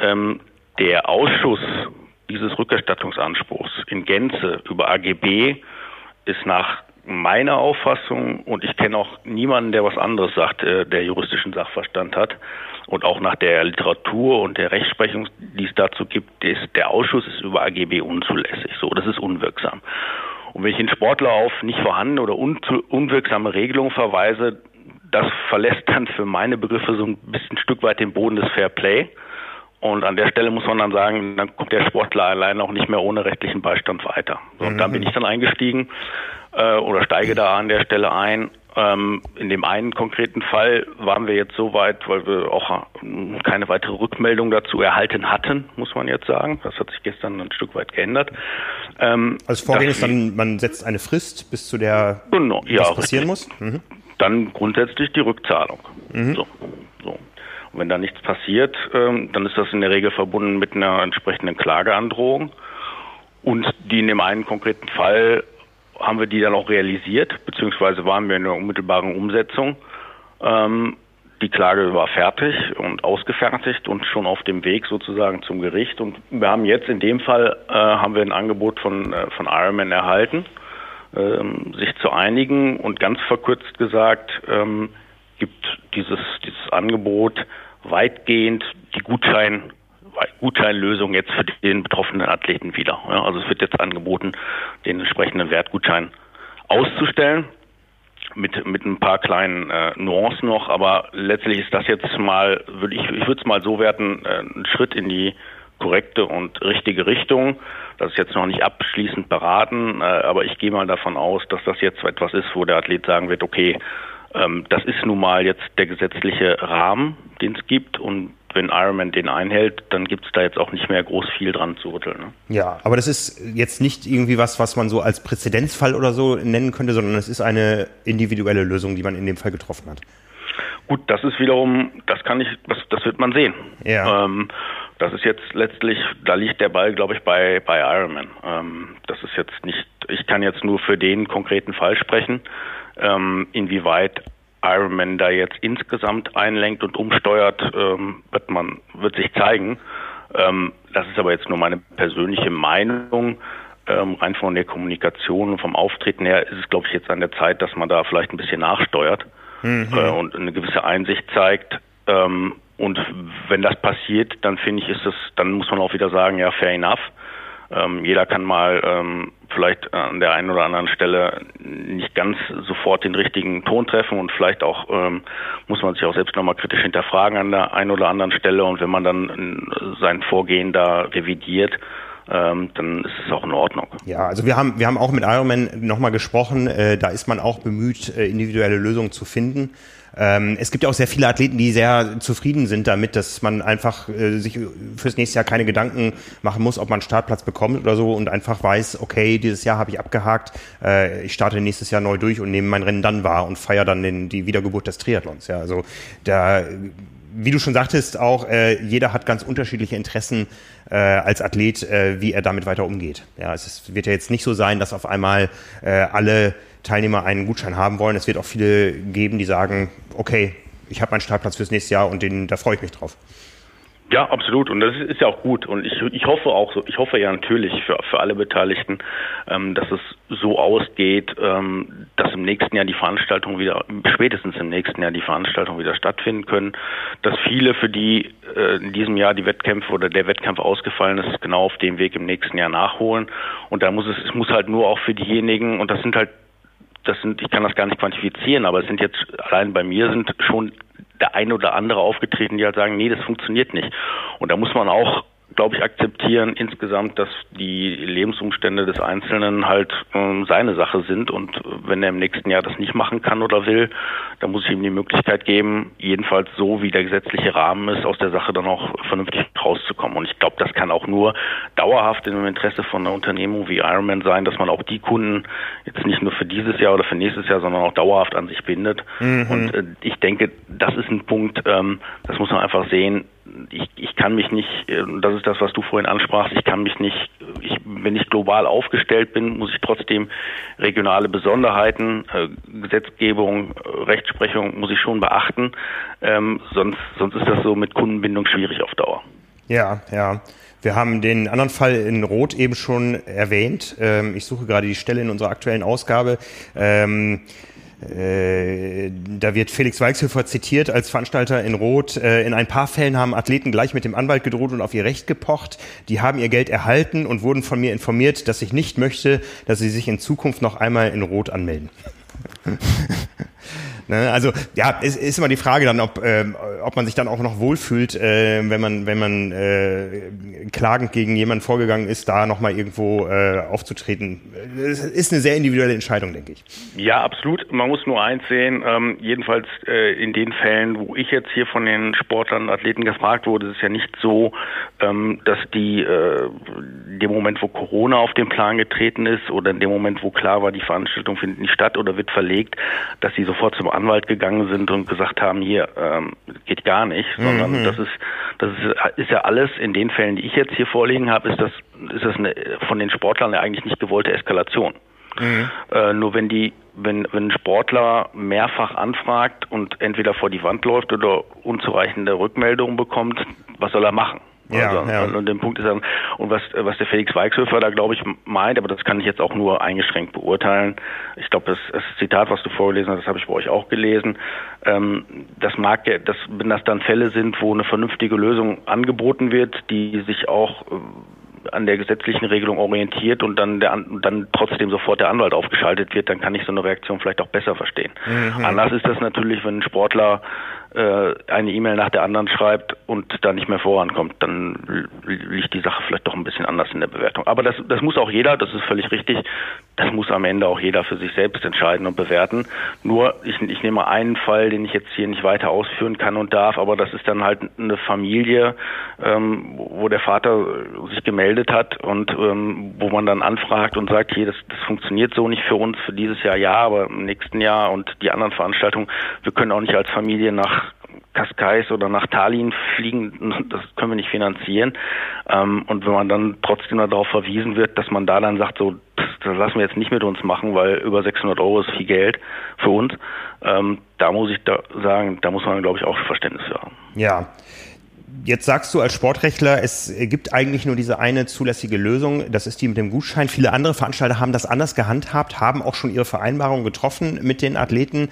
Der Ausschuss dieses Rückerstattungsanspruchs in Gänze über AGB ist nach meiner Auffassung, und ich kenne auch niemanden, der was anderes sagt, der juristischen Sachverstand hat, und auch nach der Literatur und der Rechtsprechung, die es dazu gibt, der Ausschuss ist über AGB unzulässig. So, das ist unwirksam. Und wenn ich den Sportler auf nicht vorhandene oder unwirksame Regelungen verweise, das verlässt dann für meine Begriffe so ein bisschen ein Stück weit den Boden des Fair Play. Und an der Stelle muss man dann sagen, dann kommt der Sportler allein auch nicht mehr ohne rechtlichen Beistand weiter. So, und da bin ich dann eingestiegen oder steige da an der Stelle ein. In dem einen konkreten Fall waren wir jetzt so weit, weil wir auch keine weitere Rückmeldung dazu erhalten hatten, muss man jetzt sagen. Das hat sich gestern ein Stück weit geändert. Also Vorgehen ist dann, man setzt eine Frist, bis zu der was passieren muss? Dann grundsätzlich die Rückzahlung. So. Und wenn da nichts passiert, dann ist das in der Regel verbunden mit einer entsprechenden Klageandrohung. Und die in dem einen konkreten Fall haben wir die dann auch realisiert, beziehungsweise waren wir in der unmittelbaren Umsetzung. Die Klage war fertig und ausgefertigt und schon auf dem Weg sozusagen zum Gericht. Und wir haben jetzt in dem Fall haben wir ein Angebot von Ironman erhalten, sich zu einigen, und ganz verkürzt gesagt gibt dieses Angebot weitgehend die Gutscheinlösung jetzt für den betroffenen Athleten wieder. Ja, also es wird jetzt angeboten, den entsprechenden Wertgutschein auszustellen mit ein paar kleinen Nuancen noch, aber letztlich ist das jetzt mal, ich würde es mal so werten, ein Schritt in die korrekte und richtige Richtung. Das ist jetzt noch nicht abschließend beraten, aber ich gehe mal davon aus, dass das jetzt etwas ist, wo der Athlet sagen wird, okay, das ist nun mal jetzt der gesetzliche Rahmen, den es gibt, und wenn Ironman den einhält, dann gibt es da jetzt auch nicht mehr groß viel dran zu rütteln. Ne? Ja, aber das ist jetzt nicht irgendwie was man so als Präzedenzfall oder so nennen könnte, sondern es ist eine individuelle Lösung, die man in dem Fall getroffen hat. Gut, das ist wiederum, das wird man sehen. Ja. Das ist jetzt letztlich, da liegt der Ball, glaube ich, bei Ironman. Das ist jetzt nicht, ich kann jetzt nur für den konkreten Fall sprechen, inwieweit Ironman da jetzt insgesamt einlenkt und umsteuert, wird sich zeigen. Das ist aber jetzt nur meine persönliche Meinung. Rein von der Kommunikation und vom Auftreten her ist es, glaube ich, jetzt an der Zeit, dass man da vielleicht ein bisschen nachsteuert und eine gewisse Einsicht zeigt. Und wenn das passiert, dann finde ich, dann muss man auch wieder sagen, ja, fair enough. Jeder kann mal vielleicht an der einen oder anderen Stelle nicht ganz sofort den richtigen Ton treffen und vielleicht auch muss man sich auch selbst nochmal kritisch hinterfragen an der einen oder anderen Stelle, und wenn man dann sein Vorgehen da revidiert, dann ist es auch in Ordnung. Ja, also wir haben auch mit Ironman nochmal gesprochen, da ist man auch bemüht, individuelle Lösungen zu finden. Es gibt ja auch sehr viele Athleten, die sehr zufrieden sind damit, dass man einfach sich fürs nächste Jahr keine Gedanken machen muss, ob man einen Startplatz bekommt oder so, und einfach weiß, okay, dieses Jahr habe ich abgehakt, ich starte nächstes Jahr neu durch und nehme mein Rennen dann wahr und feiere dann die Wiedergeburt des Triathlons. Ja, also da, wie du schon sagtest, auch jeder hat ganz unterschiedliche Interessen als Athlet, wie er damit weiter umgeht. Ja, es wird ja jetzt nicht so sein, dass auf einmal alle Teilnehmer einen Gutschein haben wollen. Es wird auch viele geben, die sagen, okay, ich habe meinen Startplatz fürs nächste Jahr und da freue ich mich drauf. Ja, absolut. Und das ist ja auch gut. Und ich hoffe auch so, ich hoffe ja natürlich für alle Beteiligten, dass es so ausgeht, dass im nächsten Jahr spätestens im nächsten Jahr die Veranstaltungen wieder stattfinden können. Dass viele, für die in diesem Jahr die Wettkämpfe oder der Wettkampf ausgefallen ist, genau auf dem Weg im nächsten Jahr nachholen. Und da es muss halt nur auch für diejenigen, und ich kann das gar nicht quantifizieren, aber es sind jetzt, allein bei mir sind schon der eine oder andere aufgetreten, die halt sagen, nee, das funktioniert nicht. Und da muss man auch, glaube ich, akzeptieren insgesamt, dass die Lebensumstände des Einzelnen halt seine Sache sind, und wenn er im nächsten Jahr das nicht machen kann oder will, dann muss ich ihm die Möglichkeit geben, jedenfalls so, wie der gesetzliche Rahmen ist, aus der Sache dann auch vernünftig rauszukommen. Und ich glaube, das kann auch nur dauerhaft im Interesse von einer Unternehmung wie Ironman sein, dass man auch die Kunden jetzt nicht nur für dieses Jahr oder für nächstes Jahr, sondern auch dauerhaft an sich bindet. Und ich denke, das ist ein Punkt, das muss man einfach sehen. Ich kann mich nicht, das ist das, was du vorhin ansprachst, wenn ich global aufgestellt bin, muss ich trotzdem regionale Besonderheiten, Gesetzgebung, Rechtsprechung muss ich schon beachten, sonst ist das so mit Kundenbindung schwierig auf Dauer. Ja. Wir haben den anderen Fall in Rot eben schon erwähnt. Ich suche gerade die Stelle in unserer aktuellen Ausgabe. Da wird Felix Walkshöfer zitiert als Veranstalter in Rot. In ein paar Fällen haben Athleten gleich mit dem Anwalt gedroht und auf ihr Recht gepocht. Die haben ihr Geld erhalten und wurden von mir informiert, dass ich nicht möchte, dass sie sich in Zukunft noch einmal in Rot anmelden. Also ja, es ist immer die Frage dann, ob man sich dann auch noch wohlfühlt, wenn man klagend gegen jemanden vorgegangen ist, da nochmal irgendwo aufzutreten. Es ist eine sehr individuelle Entscheidung, denke ich. Ja, absolut. Man muss nur eins sehen, jedenfalls in den Fällen, wo ich jetzt hier von den Sportlern und Athleten gefragt wurde, ist es ja nicht so, dass die in dem Moment, wo Corona auf den Plan getreten ist, oder in dem Moment, wo klar war, die Veranstaltung findet nicht statt oder wird verlegt, dass sie sofort zum Anwalt gegangen sind und gesagt haben, hier, geht gar nicht, sondern das ist ja alles in den Fällen, die ich jetzt hier vorliegen habe, ist das von den Sportlern eine eigentlich nicht gewollte Eskalation. Nur wenn ein Sportler mehrfach anfragt und entweder vor die Wand läuft oder unzureichende Rückmeldungen bekommt, was soll er machen? Und der Punkt ist dann, und was der Felix Walkshöfer da, glaube ich, meint, aber das kann ich jetzt auch nur eingeschränkt beurteilen. Ich glaube, das Zitat, was du vorgelesen hast, das habe ich bei euch auch gelesen. Wenn das dann Fälle sind, wo eine vernünftige Lösung angeboten wird, die sich auch an der gesetzlichen Regelung orientiert und dann trotzdem sofort der Anwalt aufgeschaltet wird, dann kann ich so eine Reaktion vielleicht auch besser verstehen. Anders ist das natürlich, wenn ein Sportler eine E-Mail nach der anderen schreibt und da nicht mehr vorankommt, dann liegt die Sache vielleicht doch ein bisschen anders in der Bewertung. Aber das muss auch jeder, das ist völlig richtig, das muss am Ende auch jeder für sich selbst entscheiden und bewerten. Nur, ich nehme einen Fall, den ich jetzt hier nicht weiter ausführen kann und darf, aber das ist dann halt eine Familie, wo der Vater sich gemeldet hat und wo man dann anfragt und sagt, hier, das funktioniert so nicht für uns, für dieses Jahr ja, aber im nächsten Jahr und die anderen Veranstaltungen, wir können auch nicht als Familie nach Cascais oder nach Tallinn fliegen, das können wir nicht finanzieren. Und wenn man dann trotzdem darauf verwiesen wird, dass man da dann sagt, so, das lassen wir jetzt nicht mit uns machen, weil über 600 € ist viel Geld für uns, da muss ich sagen, da muss man, glaube ich, auch Verständnis für haben. Ja. Jetzt sagst du als Sportrechtler, es gibt eigentlich nur diese eine zulässige Lösung, das ist die mit dem Gutschein. Viele andere Veranstalter haben das anders gehandhabt, haben auch schon ihre Vereinbarungen getroffen mit den Athleten.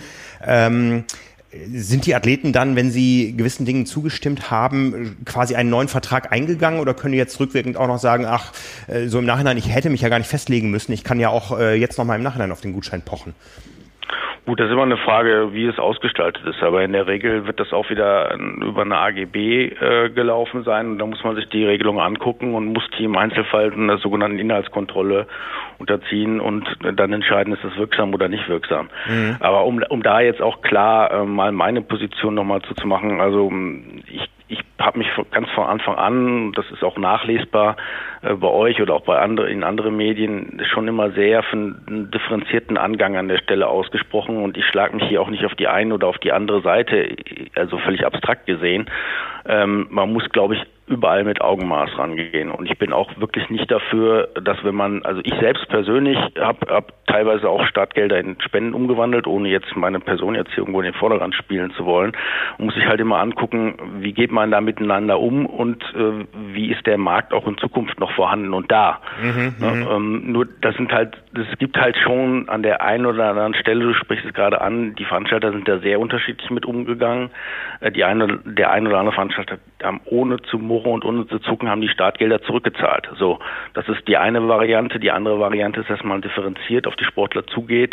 Sind die Athleten dann, wenn sie gewissen Dingen zugestimmt haben, quasi einen neuen Vertrag eingegangen oder können die jetzt rückwirkend auch noch sagen, ach, so im Nachhinein, ich hätte mich ja gar nicht festlegen müssen, ich kann ja auch jetzt noch mal im Nachhinein auf den Gutschein pochen? Gut, das ist immer eine Frage, wie es ausgestaltet ist, aber in der Regel wird das auch wieder über eine AGB gelaufen sein und da muss man sich die Regelung angucken und muss die im Einzelfall einer sogenannten Inhaltskontrolle unterziehen und dann entscheiden, ist es wirksam oder nicht wirksam. Mhm. Aber um da jetzt auch klar mal meine Position nochmal zu machen, also ich habe mich ganz von Anfang an, das ist auch nachlesbar bei euch oder auch in anderen Medien, schon immer sehr für einen differenzierten Angang an der Stelle ausgesprochen und ich schlage mich hier auch nicht auf die eine oder auf die andere Seite, also völlig abstrakt gesehen. Man muss, glaube ich, überall mit Augenmaß rangehen. Und ich bin auch wirklich nicht dafür, dass wenn man, also ich selbst persönlich habe teilweise auch Startgelder in Spenden umgewandelt, ohne jetzt meine Person jetzt hier irgendwo in den Vordergrund spielen zu wollen. Man muss sich halt immer angucken, wie geht man da miteinander um und wie ist der Markt auch in Zukunft noch vorhanden und da. Nur es gibt halt schon an der einen oder anderen Stelle, du sprichst es gerade an, die Veranstalter sind da sehr unterschiedlich mit umgegangen. Der ein oder andere Veranstalter haben ohne zu murren und ohne zu zucken, haben die Startgelder zurückgezahlt. So, das ist die eine Variante. Die andere Variante ist, dass man differenziert auf die Sportler zugeht,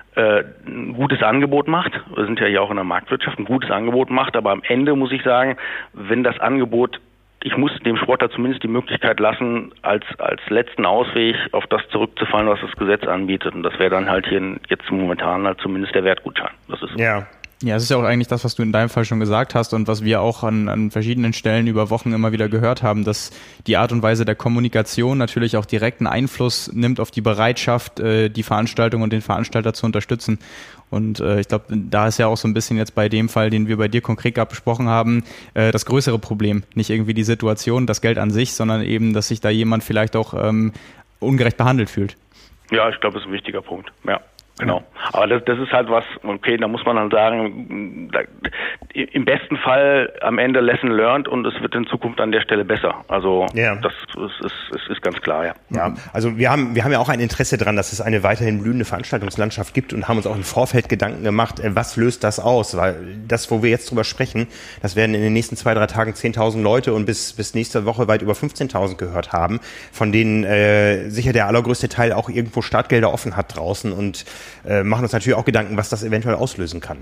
ein gutes Angebot macht. Wir sind ja hier auch in der Marktwirtschaft, ein gutes Angebot macht. Aber am Ende muss ich sagen, wenn das Angebot, ich muss dem Sportler zumindest die Möglichkeit lassen, als letzten Ausweg auf das zurückzufallen, was das Gesetz anbietet. Und das wäre dann halt hier jetzt momentan halt zumindest der Wertgutschein. Das ist Ja, es ist ja auch eigentlich das, was du in deinem Fall schon gesagt hast und was wir auch an verschiedenen Stellen über Wochen immer wieder gehört haben, dass die Art und Weise der Kommunikation natürlich auch direkten Einfluss nimmt auf die Bereitschaft, die Veranstaltung und den Veranstalter zu unterstützen. Und ich glaube, da ist ja auch so ein bisschen jetzt bei dem Fall, den wir bei dir konkret gerade besprochen haben, das größere Problem. Nicht irgendwie die Situation, das Geld an sich, sondern eben, dass sich da jemand vielleicht auch ungerecht behandelt fühlt. Ja, ich glaube, das ist ein wichtiger Punkt, ja. Genau. Aber das ist halt was, okay, da muss man dann sagen, im besten Fall am Ende Lesson learned und es wird in Zukunft an der Stelle besser. Also das ist ganz klar, ja. Ja, also wir haben ja auch ein Interesse daran, dass es eine weiterhin blühende Veranstaltungslandschaft gibt und haben uns auch im Vorfeld Gedanken gemacht, was löst das aus? Weil das, wo wir jetzt drüber sprechen, das werden in den nächsten 2-3 Tagen 10.000 Leute und bis nächste Woche weit über 15.000 gehört haben, von denen sicher der allergrößte Teil auch irgendwo Startgelder offen hat draußen und machen uns natürlich auch Gedanken, was das eventuell auslösen kann.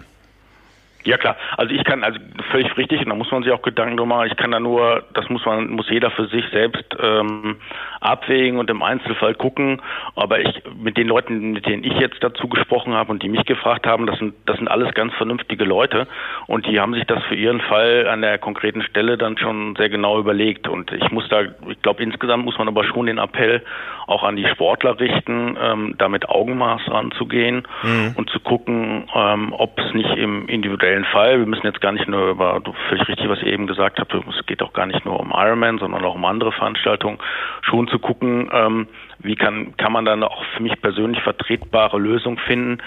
Ja klar, also völlig richtig und da muss man sich auch Gedanken drüber machen. Ich kann da nur, muss jeder für sich selbst abwägen und im Einzelfall gucken. Aber mit den Leuten, mit denen ich jetzt dazu gesprochen habe und die mich gefragt haben, das sind alles ganz vernünftige Leute und die haben sich das für ihren Fall an der konkreten Stelle dann schon sehr genau überlegt. Und ich glaube insgesamt muss man aber schon den Appell auch an die Sportler richten, da mit Augenmaß ranzugehen und zu gucken, ob es nicht im individuellen Fall, wir müssen jetzt gar nicht nur völlig richtig, was ihr eben gesagt habt, es geht auch gar nicht nur um Ironman, sondern auch um andere Veranstaltungen, schon zu gucken, wie kann man dann auch für mich persönlich vertretbare Lösungen finden.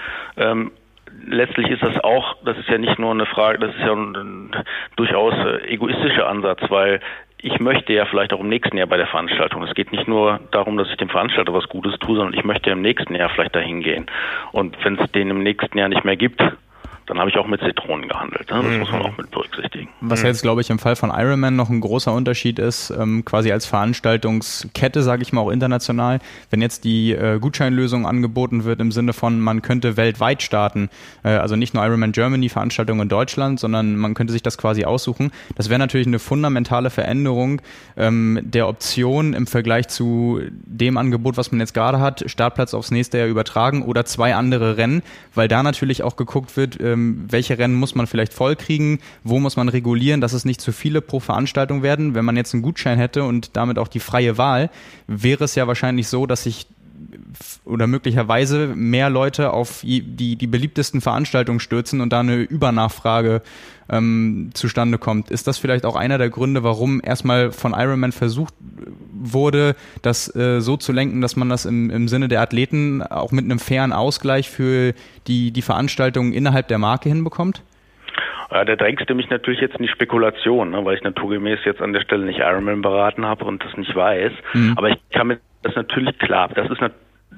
Letztlich ist das ist ja nicht nur eine Frage, das ist ja ein durchaus egoistischer Ansatz, weil ich möchte ja vielleicht auch im nächsten Jahr bei der Veranstaltung. Es geht nicht nur darum, dass ich dem Veranstalter was Gutes tue, sondern ich möchte im nächsten Jahr vielleicht dahin gehen. Und wenn es den im nächsten Jahr nicht mehr gibt, dann habe ich auch mit Zitronen gehandelt. Ne? Das muss man auch mit berücksichtigen. Was jetzt, glaube ich, im Fall von Ironman noch ein großer Unterschied ist, quasi als Veranstaltungskette, sage ich mal auch international, wenn jetzt die Gutscheinlösung angeboten wird im Sinne von, man könnte weltweit starten, also nicht nur Ironman Germany Veranstaltungen in Deutschland, sondern man könnte sich das quasi aussuchen. Das wäre natürlich eine fundamentale Veränderung der Option im Vergleich zu dem Angebot, was man jetzt gerade hat, Startplatz aufs nächste Jahr übertragen oder 2 andere Rennen, weil da natürlich auch geguckt wird, welche Rennen muss man vielleicht voll kriegen, wo muss man regulieren, dass es nicht zu viele pro Veranstaltung werden. Wenn man jetzt einen Gutschein hätte und damit auch die freie Wahl, wäre es ja wahrscheinlich so, dass sich oder möglicherweise mehr Leute auf die beliebtesten Veranstaltungen stürzen und da eine Übernachfrage zustande kommt. Ist das vielleicht auch einer der Gründe, warum erstmal von Ironman versucht wurde, das so zu lenken, dass man das im Sinne der Athleten auch mit einem fairen Ausgleich für die Veranstaltungen innerhalb der Marke hinbekommt? Da drängst du mich natürlich jetzt in die Spekulation, ne, weil ich naturgemäß jetzt an der Stelle nicht Ironman beraten habe und das nicht weiß. Aber ich kann mir das natürlich klar, das ist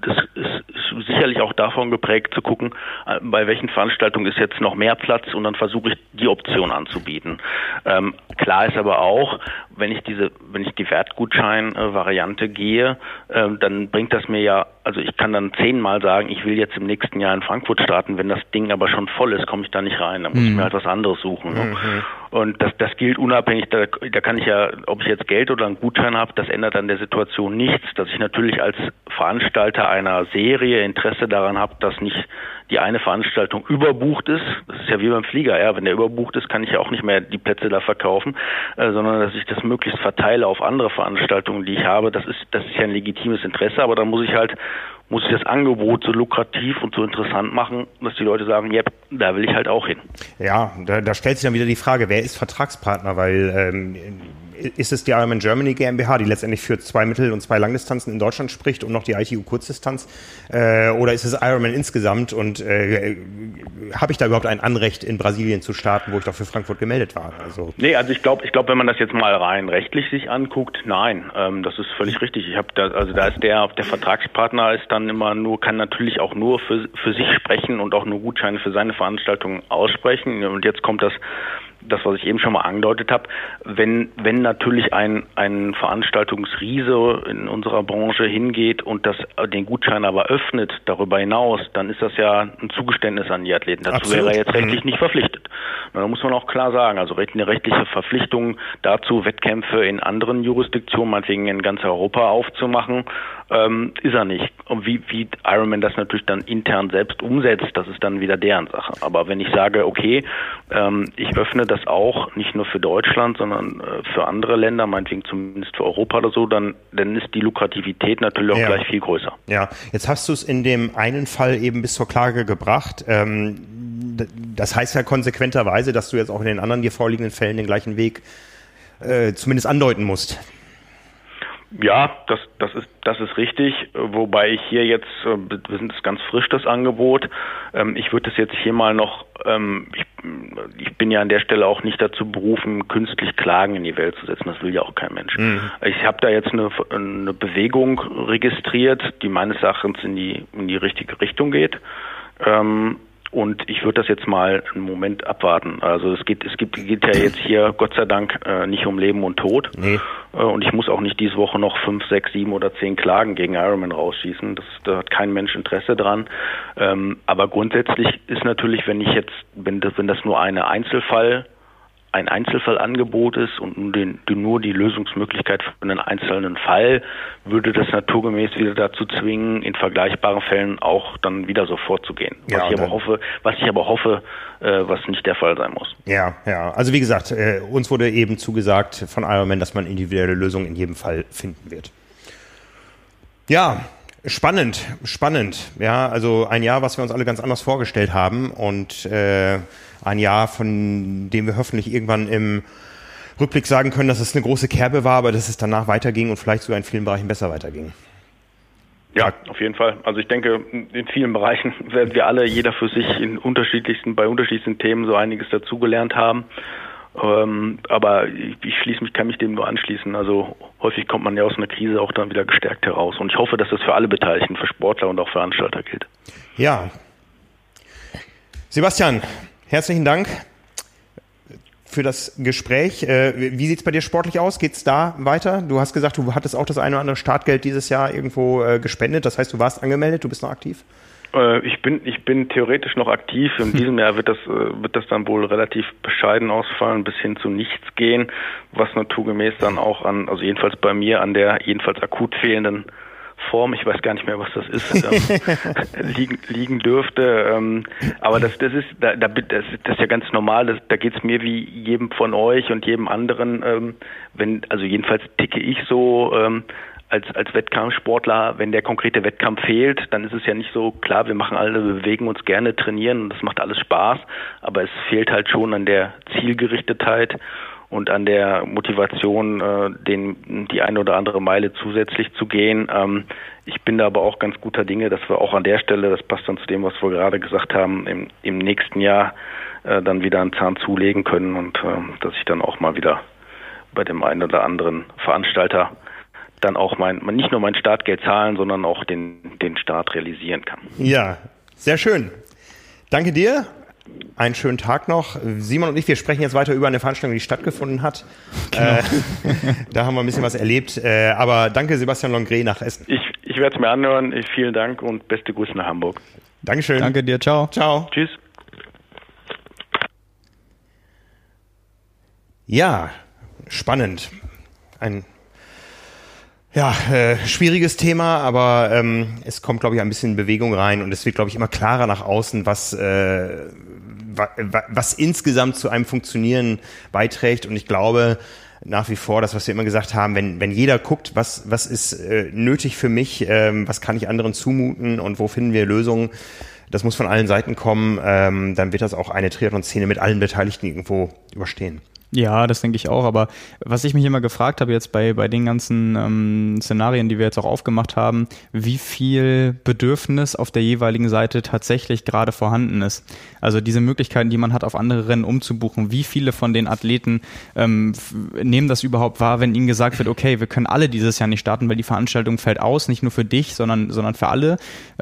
sicherlich auch davon geprägt zu gucken, bei welchen Veranstaltungen ist jetzt noch mehr Platz und dann versuche ich die Option anzubieten. Klar ist aber auch, wenn ich die Wertgutschein-Variante gehe, dann bringt das mir ja, also ich kann dann 10-mal sagen, ich will jetzt im nächsten Jahr in Frankfurt starten, wenn das Ding aber schon voll ist, komme ich da nicht rein, dann muss ich mir halt was anderes suchen. Ne? Und das gilt unabhängig, da kann ich ja, ob ich jetzt Geld oder einen Gutschein habe, das ändert an der Situation nichts, dass ich natürlich als Veranstalter einer Serie Interesse daran habe, dass nicht die eine Veranstaltung überbucht ist. Das ist ja wie beim Flieger, ja. Wenn der überbucht ist, kann ich ja auch nicht mehr die Plätze da verkaufen, sondern dass ich das möglichst verteile auf andere Veranstaltungen, die ich habe. Das ist ja ein legitimes Interesse, aber dann muss ich das Angebot so lukrativ und so interessant machen, dass die Leute sagen, ja, da will ich halt auch hin. Ja, da stellt sich dann wieder die Frage, wer ist Vertragspartner, weil ist es die Ironman Germany GmbH, die letztendlich für 2 Mittel- und 2 Langdistanzen in Deutschland spricht und noch die ITU Kurzdistanz? Oder ist es Ironman insgesamt und habe ich da überhaupt ein Anrecht, in Brasilien zu starten, wo ich doch für Frankfurt gemeldet war? Also ich glaube, wenn man das jetzt mal rein rechtlich sich anguckt, nein, das ist völlig richtig. Da ist der Vertragspartner ist dann kann natürlich auch nur für sich sprechen und auch nur Gutscheine für seine Veranstaltungen aussprechen. Und jetzt kommt das, was ich eben schon mal angedeutet habe, wenn natürlich ein Veranstaltungsriese in unserer Branche hingeht und den Gutschein aber öffnet darüber hinaus, dann ist das ja ein Zugeständnis an die Athleten. Dazu Absolut. Wäre er jetzt rechtlich nicht verpflichtet. Da muss man auch klar sagen, also eine rechtliche Verpflichtung dazu, Wettkämpfe in anderen Jurisdiktionen, meinetwegen in ganz Europa aufzumachen, ist er nicht. Und wie Ironman das natürlich dann intern selbst umsetzt, das ist dann wieder deren Sache. Aber wenn ich sage, okay, ich öffne das auch nicht nur für Deutschland, sondern für andere Länder, meinetwegen zumindest für Europa oder so, dann ist die Lukrativität natürlich auch gleich viel größer. Ja, jetzt hast du es in dem einen Fall eben bis zur Klage gebracht. Das heißt ja konsequenterweise, dass du jetzt auch in den anderen dir vorliegenden Fällen den gleichen Weg zumindest andeuten musst. Ja, das ist richtig, wobei ich hier jetzt, wir sind das ganz frisch, das Angebot, ich würde das jetzt hier mal noch, ich bin ja an der Stelle auch nicht dazu berufen, künstlich Klagen in die Welt zu setzen, das will ja auch kein Mensch. Ich habe da jetzt eine Bewegung registriert, die meines Erachtens in die richtige Richtung geht. Und ich würde das jetzt mal einen Moment abwarten. Also es geht ja jetzt hier Gott sei Dank nicht um Leben und Tod. Nee. Und ich muss auch nicht diese Woche noch 5, 6, 7 oder 10 Klagen gegen Ironman rausschießen. Da hat kein Mensch Interesse dran. Aber grundsätzlich ist natürlich, wenn das nur ein Einzelfallangebot ist und nur die Lösungsmöglichkeit für einen einzelnen Fall, würde das naturgemäß wieder dazu zwingen, in vergleichbaren Fällen auch dann wieder so vorzugehen. Was ich aber hoffe, was nicht der Fall sein muss. Ja. Also wie gesagt, uns wurde eben zugesagt von Ironman, dass man individuelle Lösungen in jedem Fall finden wird. Ja, spannend. Ja, also ein Jahr, was wir uns alle ganz anders vorgestellt haben und ein Jahr, von dem wir hoffentlich irgendwann im Rückblick sagen können, dass es eine große Kerbe war, aber dass es danach weiterging und vielleicht sogar in vielen Bereichen besser weiterging. Ja, auf jeden Fall. Also ich denke, in vielen Bereichen werden wir alle, jeder für sich bei unterschiedlichsten Themen so einiges dazugelernt haben. Aber kann mich dem nur anschließen. Also häufig kommt man ja aus einer Krise auch dann wieder gestärkt heraus. Und ich hoffe, dass das für alle Beteiligten, für Sportler und auch Veranstalter gilt. Ja. Sebastian, herzlichen Dank für das Gespräch. Wie sieht's bei dir sportlich aus? Geht's da weiter? Du hast gesagt, du hattest auch das eine oder andere Startgeld dieses Jahr irgendwo gespendet. Das heißt, du warst angemeldet, du bist noch aktiv? Ich bin theoretisch noch aktiv. In diesem Jahr wird das dann wohl relativ bescheiden ausfallen, bis hin zu nichts gehen, was naturgemäß dann auch also jedenfalls bei mir an der jedenfalls akut fehlenden Form, ich weiß gar nicht mehr, was das ist, liegen dürfte. Aber das ist ja ganz normal. Da geht's mir wie jedem von euch und jedem anderen. Also jedenfalls ticke ich so als Wettkampfsportler. Wenn der konkrete Wettkampf fehlt, dann ist es ja nicht so klar. Wir bewegen uns gerne, trainieren und das macht alles Spaß. Aber es fehlt halt schon an der Zielgerichtetheit und an der Motivation, die eine oder andere Meile zusätzlich zu gehen. Ich bin da aber auch ganz guter Dinge, dass wir auch an der Stelle, das passt dann zu dem, was wir gerade gesagt haben, im nächsten Jahr dann wieder einen Zahn zulegen können und dass ich dann auch mal wieder bei dem einen oder anderen Veranstalter dann auch nicht nur mein Startgeld zahlen, sondern auch den Start realisieren kann. Ja, sehr schön. Danke dir. Einen schönen Tag noch. Simon und ich, wir sprechen jetzt weiter über eine Veranstaltung, die stattgefunden hat. Genau. Da haben wir ein bisschen was erlebt. Aber danke, Sebastian Longré nach Essen. Ich werde es mir anhören. Vielen Dank und beste Grüße nach Hamburg. Dankeschön. Danke dir. Ciao. Ciao. Tschüss. Ja, spannend. Ein schwieriges Thema, aber es kommt, glaube ich, ein bisschen in Bewegung rein und es wird, glaube ich, immer klarer nach außen, was insgesamt zu einem Funktionieren beiträgt. Und ich glaube nach wie vor, das, was wir immer gesagt haben, wenn jeder guckt, was ist nötig für mich, was kann ich anderen zumuten und wo finden wir Lösungen, das muss von allen Seiten kommen, dann wird das auch eine Triathlon-Szene mit allen Beteiligten irgendwo überstehen. Ja, das denke ich auch, aber was ich mich immer gefragt habe jetzt bei den ganzen Szenarien, die wir jetzt auch aufgemacht haben, wie viel Bedürfnis auf der jeweiligen Seite tatsächlich gerade vorhanden ist. Also diese Möglichkeiten, die man hat, auf andere Rennen umzubuchen, wie viele von den Athleten nehmen das überhaupt wahr, wenn ihnen gesagt wird, okay, wir können alle dieses Jahr nicht starten, weil die Veranstaltung fällt aus, nicht nur für dich, sondern für alle.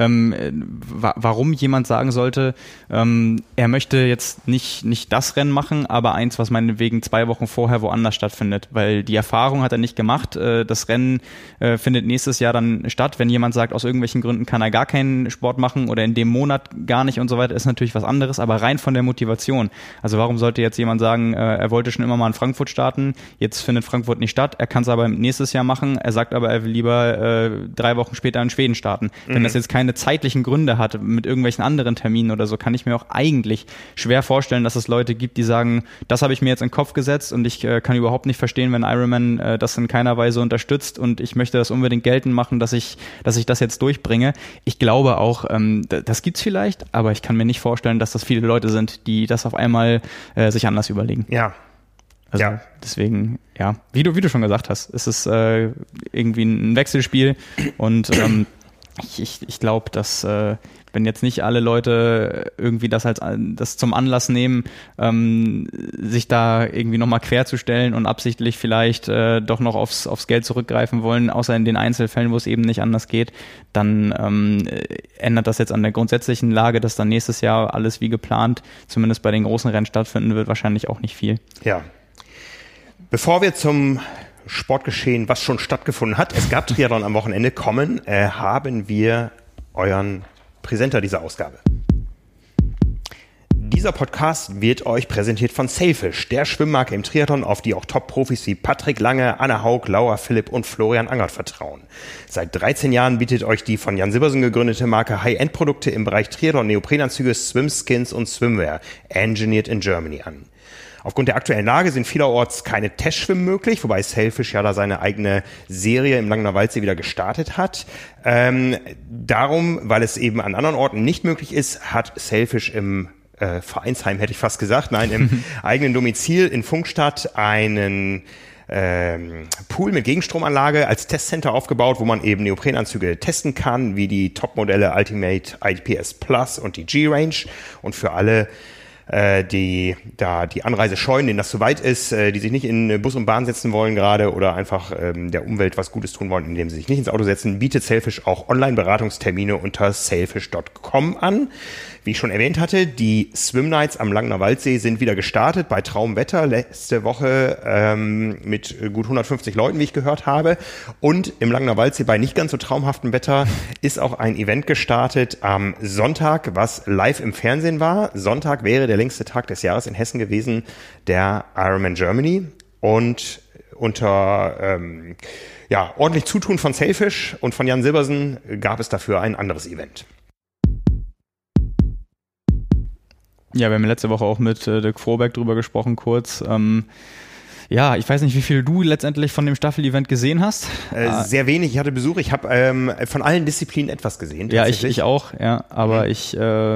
Warum jemand sagen sollte, er möchte jetzt nicht das Rennen machen, aber eins, was meinetwegen 2 Wochen vorher woanders stattfindet, weil die Erfahrung hat er nicht gemacht. Das Rennen findet nächstes Jahr dann statt. Wenn jemand sagt, aus irgendwelchen Gründen kann er gar keinen Sport machen oder in dem Monat gar nicht und so weiter, ist natürlich was anderes, aber rein von der Motivation. Also warum sollte jetzt jemand sagen, er wollte schon immer mal in Frankfurt starten, jetzt findet Frankfurt nicht statt, er kann es aber nächstes Jahr machen, er sagt aber, er will lieber 3 Wochen später in Schweden starten. Wenn das jetzt keine zeitlichen Gründe hat mit irgendwelchen anderen Terminen oder so, kann ich mir auch eigentlich schwer vorstellen, dass es Leute gibt, die sagen, das habe ich mir jetzt in den Kopf gesetzt und ich kann überhaupt nicht verstehen, wenn Ironman das in keiner Weise unterstützt und ich möchte das unbedingt geltend machen, dass ich das jetzt durchbringe. Ich glaube auch, das gibt's vielleicht, aber ich kann mir nicht vorstellen, dass das viele Leute sind, die das auf einmal sich anders überlegen. Ja. Also deswegen, ja, wie du schon gesagt hast, es ist irgendwie ein Wechselspiel und ich glaube, dass wenn jetzt nicht alle Leute irgendwie das zum Anlass nehmen, sich da irgendwie nochmal querzustellen und absichtlich vielleicht doch noch aufs Geld zurückgreifen wollen, außer in den Einzelfällen, wo es eben nicht anders geht, dann ändert das jetzt an der grundsätzlichen Lage, dass dann nächstes Jahr alles wie geplant, zumindest bei den großen Rennen stattfinden wird, wahrscheinlich auch nicht viel. Ja. Bevor wir zum Sportgeschehen, was schon stattgefunden hat, es gab Triathlon am Wochenende, haben wir euren Präsenter dieser Ausgabe. Dieser Podcast wird euch präsentiert von Sailfish, der Schwimmmarke im Triathlon, auf die auch Top-Profis wie Patrick Lange, Anna Haug, Laura Philipp und Florian Angert vertrauen. Seit 13 Jahren bietet euch die von Jan Sibbersen gegründete Marke High-End-Produkte im Bereich Triathlon, Neoprenanzüge, Swimskins und Swimwear, engineered in Germany an. Aufgrund der aktuellen Lage sind vielerorts keine Testschwimmen möglich, wobei Sailfish ja da seine eigene Serie im Langener Waldsee wieder gestartet hat. Darum, weil es eben an anderen Orten nicht möglich ist, hat Sailfish im Vereinsheim, hätte ich fast gesagt, nein, im eigenen Domizil in Funkstadt einen Pool mit Gegenstromanlage als Testcenter aufgebaut, wo man eben Neoprenanzüge testen kann, wie die Topmodelle Ultimate IPS Plus und die G-Range, und für alle die Anreise scheuen, denen das zu weit ist, die sich nicht in Bus und Bahn setzen wollen gerade oder einfach der Umwelt was Gutes tun wollen, indem sie sich nicht ins Auto setzen, bietet Sailfish auch Online-Beratungstermine unter sailfish.com an. Wie ich schon erwähnt hatte, die Swim Nights am Langener Waldsee sind wieder gestartet bei Traumwetter letzte Woche mit gut 150 Leuten, wie ich gehört habe. Und im Langener Waldsee bei nicht ganz so traumhaftem Wetter ist auch ein Event gestartet am Sonntag, was live im Fernsehen war. Sonntag wäre der längste Tag des Jahres in Hessen gewesen, der Ironman Germany. Und unter ordentlich Zutun von Sailfish und von Jan Silbersen gab es dafür ein anderes Event. Ja, wir haben letzte Woche auch mit Dirk Froberg drüber gesprochen, kurz. Ja, ich weiß nicht, wie viel du letztendlich von dem Staffel-Event gesehen hast. Sehr wenig, ich hatte Besuch. Ich habe von allen Disziplinen etwas gesehen. Ja, ich auch, ja. Aber ich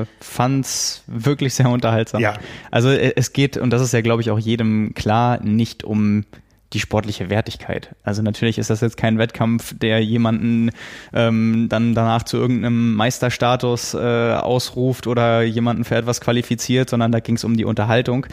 fand's wirklich sehr unterhaltsam. Ja. Also es geht, und das ist ja, glaube ich, auch jedem klar, nicht um die sportliche Wertigkeit. Also natürlich ist das jetzt kein Wettkampf, der jemanden dann danach zu irgendeinem Meisterstatus ausruft oder jemanden für etwas qualifiziert, sondern da ging es um die Unterhaltung.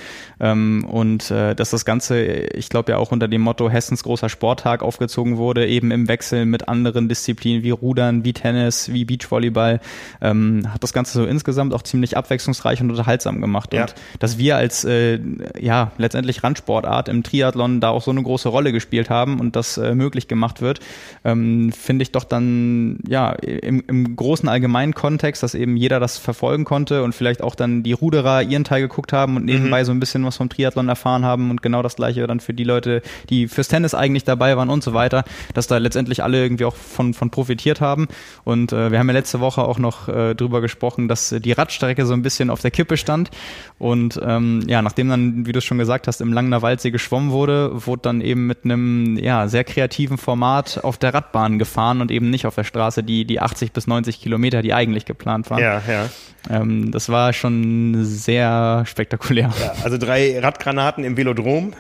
Und dass das Ganze, ich glaube ja auch unter dem Motto Hessens großer Sporttag aufgezogen wurde, eben im Wechsel mit anderen Disziplinen wie Rudern, wie Tennis, wie Beachvolleyball, hat das Ganze so insgesamt auch ziemlich abwechslungsreich und unterhaltsam gemacht. Ja. Und dass wir als letztendlich Randsportart im Triathlon da auch so eine große Rolle gespielt haben und das möglich gemacht wird, finde ich doch dann im großen allgemeinen Kontext, dass eben jeder das verfolgen konnte und vielleicht auch dann die Ruderer ihren Teil geguckt haben und nebenbei so ein bisschen was vom Triathlon erfahren haben und genau das Gleiche dann für die Leute, die fürs Tennis eigentlich dabei waren und so weiter, dass da letztendlich alle irgendwie auch von profitiert haben. Und wir haben ja letzte Woche auch noch drüber gesprochen, dass die Radstrecke so ein bisschen auf der Kippe stand und nachdem dann, wie du es schon gesagt hast, im Langener Waldsee geschwommen wurde dann eben mit einem sehr kreativen Format auf der Radbahn gefahren und eben nicht auf der Straße die 80 bis 90 Kilometer, die eigentlich geplant waren. Ja. Das war schon sehr spektakulär. Ja, also 3 Radgranaten im Velodrom,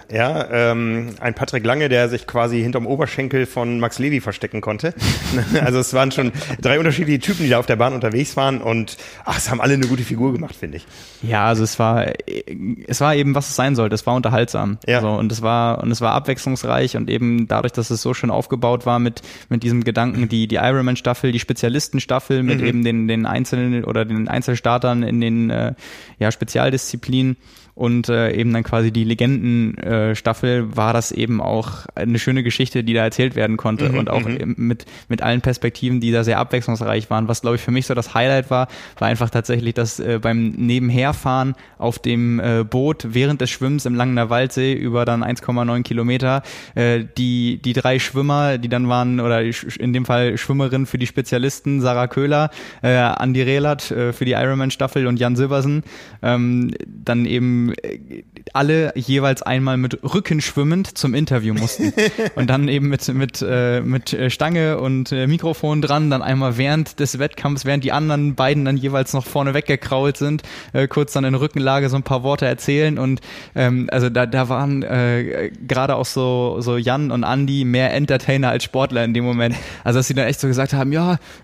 ein Patrick Lange, der sich quasi hinterm Oberschenkel von Max Levy verstecken konnte. Also es waren schon 3 unterschiedliche Typen, die da auf der Bahn unterwegs waren und es haben alle eine gute Figur gemacht, finde ich. Ja, also es war eben, was es sein sollte. Es war unterhaltsam. Ja. So, und es war abwechslungsreich und eben dadurch, dass es so schön aufgebaut war mit diesem Gedanken, die Ironman-Staffel, die Spezialistenstaffel mit eben den Einzelnen oder den Einzelstartern in den Spezialdisziplinen und eben dann quasi die Legendenstaffel war das eben auch eine schöne Geschichte, die da erzählt werden konnte und auch mit allen Perspektiven, die da sehr abwechslungsreich waren. Was, glaube ich, für mich so das Highlight war einfach tatsächlich, dass beim Nebenherfahren auf dem Boot während des Schwimmens im Langener Waldsee über dann 1,9 Kilometer die 3 Schwimmer, die dann waren, oder in dem Fall Schwimmerin für die Spezialisten, Sarah Köhler, Andi Rehlert für die Ironman-Staffel und Jan Silbersen, dann eben alle jeweils einmal mit Rücken schwimmend zum Interview mussten und dann eben mit Stange und Mikrofon dran, dann einmal während des Wettkampfs, während die anderen beiden dann jeweils noch vorne weggekrault sind, kurz dann in Rückenlage so ein paar Worte erzählen und also da waren gerade auch so Jan und Andi mehr Entertainer als Sportler in dem Moment, also dass sie dann echt so gesagt haben,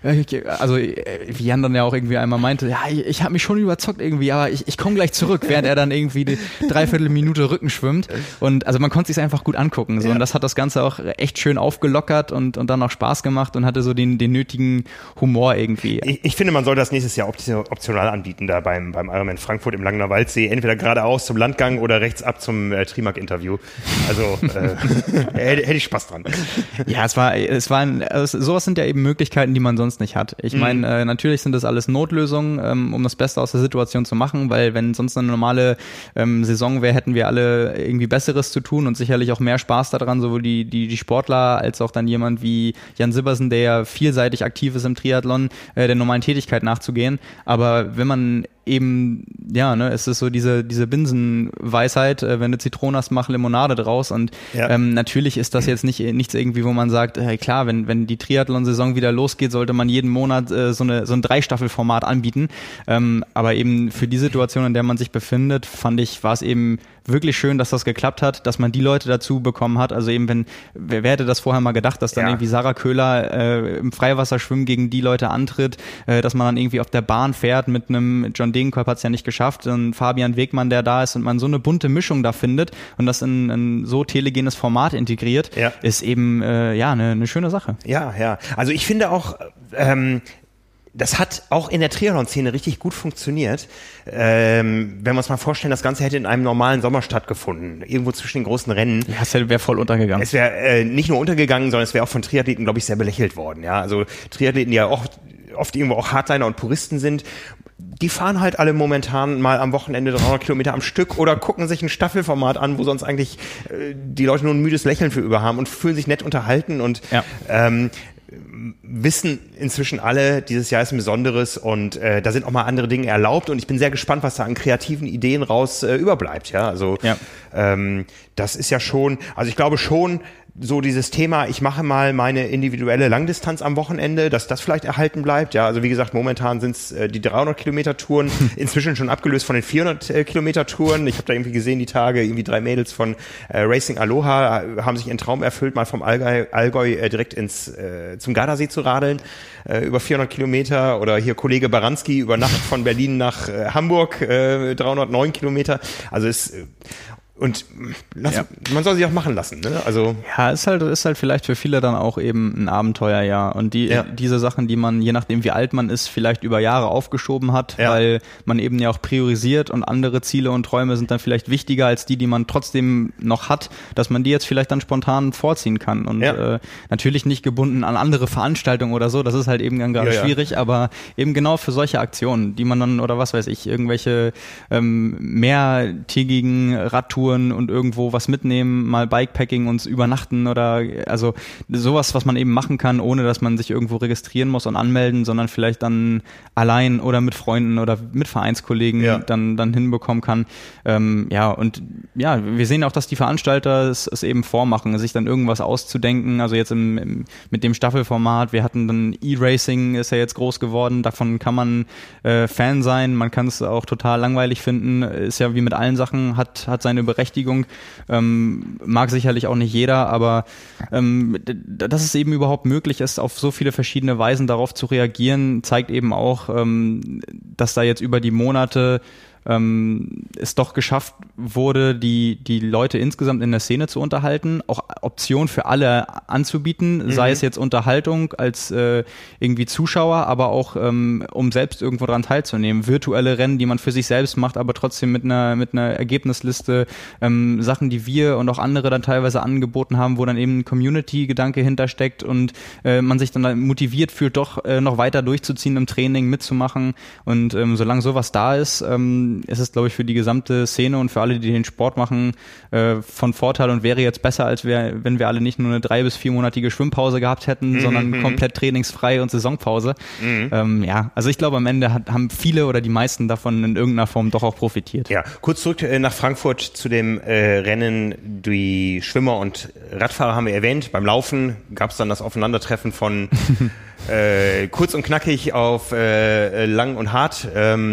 wie Jan dann ja auch irgendwie einmal meinte, ich habe mich schon überzockt irgendwie, aber ich komme gleich zurück, während er dann irgendwie die 3/4 Minute Rücken schwimmt und also man konnte es sich einfach gut angucken so und das hat das Ganze auch echt schön aufgelockert und dann auch Spaß gemacht und hatte so den nötigen Humor irgendwie. Ich finde, man soll das nächstes Jahr optional anbieten da beim Ironman Frankfurt im Langener Waldsee, entweder geradeaus zum Landgang oder rechts ab zum Trimark-Interview. Also hätte ich Spaß dran. Ja, sowas sind ja eben Möglichkeiten, die man sonst nicht hat. Ich meine, natürlich sind das alles Notlösungen, um das Beste aus der Situation zu machen, weil wenn sonst eine normale Saison wäre, hätten wir alle irgendwie Besseres zu tun und sicherlich auch mehr Spaß daran, sowohl die Sportler als auch dann jemand wie Jan Silbersen, der ja vielseitig aktiv ist im Triathlon, der normalen Tätigkeit nachzugehen. Aber wenn man eben, es ist so diese Binsenweisheit, wenn du Zitrone hast, mach Limonade draus und natürlich ist das jetzt nichts irgendwie, wo man sagt, klar, wenn die Triathlon-Saison wieder losgeht, sollte man jeden Monat so ein 3-Staffel-Format anbieten, aber eben für die Situation, in der man sich befindet, fand ich, war es eben wirklich schön, dass das geklappt hat, dass man die Leute dazu bekommen hat, also eben wer hätte das vorher mal gedacht, dass dann irgendwie Sarah Köhler im Freiwasserschwimmen gegen die Leute antritt, dass man dann irgendwie auf der Bahn fährt mit einem John Degenkolb hat es ja nicht geschafft, und Fabian Wegmann, der da ist und man so eine bunte Mischung da findet und das in ein so telegenes Format integriert, ist eben eine schöne Sache. Ja. Also ich finde auch, das hat auch in der Triathlon-Szene richtig gut funktioniert. Wenn wir uns mal vorstellen, das Ganze hätte in einem normalen Sommer stattgefunden, irgendwo zwischen den großen Rennen. Ja, es wäre voll untergegangen. Es wäre nicht nur untergegangen, sondern es wäre auch von Triathleten, glaube ich, sehr belächelt worden. Ja, also Triathleten, die ja auch oft irgendwo auch Hardliner und Puristen sind, die fahren halt alle momentan mal am Wochenende 300 Kilometer am Stück oder gucken sich ein Staffelformat an, wo sonst eigentlich die Leute nur ein müdes Lächeln für über haben und fühlen sich nett unterhalten und wissen inzwischen alle, dieses Jahr ist ein besonderes und da sind auch mal andere Dinge erlaubt und ich bin sehr gespannt, was da an kreativen Ideen raus überbleibt. Ja, also das ist ja schon, also ich glaube schon, so dieses Thema, ich mache mal meine individuelle Langdistanz am Wochenende, dass das vielleicht erhalten bleibt. Ja, also wie gesagt, momentan sind es die 300 Kilometer Touren, inzwischen schon abgelöst von den 400 Kilometer Touren. Ich habe da irgendwie gesehen, die Tage, irgendwie 3 Mädels von Racing Aloha haben sich ihren Traum erfüllt, mal vom Allgäu direkt zum Gardasee zu radeln, über 400 Kilometer. Oder hier Kollege Baranski über Nacht von Berlin nach Hamburg, 309 Kilometer. Also und man soll sich auch machen lassen, ne? Also ja, ist halt vielleicht für viele dann auch eben ein Abenteuer, ja. Und diese Sachen, die man, je nachdem wie alt man ist, vielleicht über Jahre aufgeschoben hat, weil man eben ja auch priorisiert und andere Ziele und Träume sind dann vielleicht wichtiger als die man trotzdem noch hat, dass man die jetzt vielleicht dann spontan vorziehen kann. Und natürlich nicht gebunden an andere Veranstaltungen oder so, das ist halt eben dann gerade schwierig, aber eben genau für solche Aktionen, die man dann, oder was weiß ich, irgendwelche mehrtägigen Radtouren und irgendwo was mitnehmen, mal Bikepacking und übernachten oder also sowas, was man eben machen kann, ohne dass man sich irgendwo registrieren muss und anmelden, sondern vielleicht dann allein oder mit Freunden oder mit Vereinskollegen dann hinbekommen kann. Wir sehen auch, dass die Veranstalter es eben vormachen, sich dann irgendwas auszudenken. Also jetzt mit dem Staffelformat, wir hatten dann E-Racing, ist ja jetzt groß geworden, davon kann man Fan sein, man kann es auch total langweilig finden, ist ja wie mit allen Sachen, hat seine Berechtigung, mag sicherlich auch nicht jeder, aber dass es eben überhaupt möglich ist, auf so viele verschiedene Weisen darauf zu reagieren, zeigt eben auch, dass da jetzt über die Monate es doch geschafft wurde, die Leute insgesamt in der Szene zu unterhalten, auch Optionen für alle anzubieten, sei es jetzt Unterhaltung als irgendwie Zuschauer, aber auch um selbst irgendwo dran teilzunehmen. Virtuelle Rennen, die man für sich selbst macht, aber trotzdem mit einer Ergebnisliste, Sachen, die wir und auch andere dann teilweise angeboten haben, wo dann eben ein Community-Gedanke hintersteckt und man sich dann motiviert fühlt, doch noch weiter durchzuziehen im Training, mitzumachen und solange sowas da ist, es ist, glaube ich, für die gesamte Szene und für alle, die den Sport machen, von Vorteil und wäre jetzt besser, als wenn wir alle nicht nur eine 3- bis 4-monatige Schwimmpause gehabt hätten, sondern komplett trainingsfrei und Saisonpause. Also ich glaube, am Ende haben viele oder die meisten davon in irgendeiner Form doch auch profitiert. Ja, kurz zurück nach Frankfurt zu dem Rennen. Die Schwimmer und Radfahrer haben wir erwähnt. Beim Laufen gab es dann das Aufeinandertreffen von kurz und knackig auf lang und hart.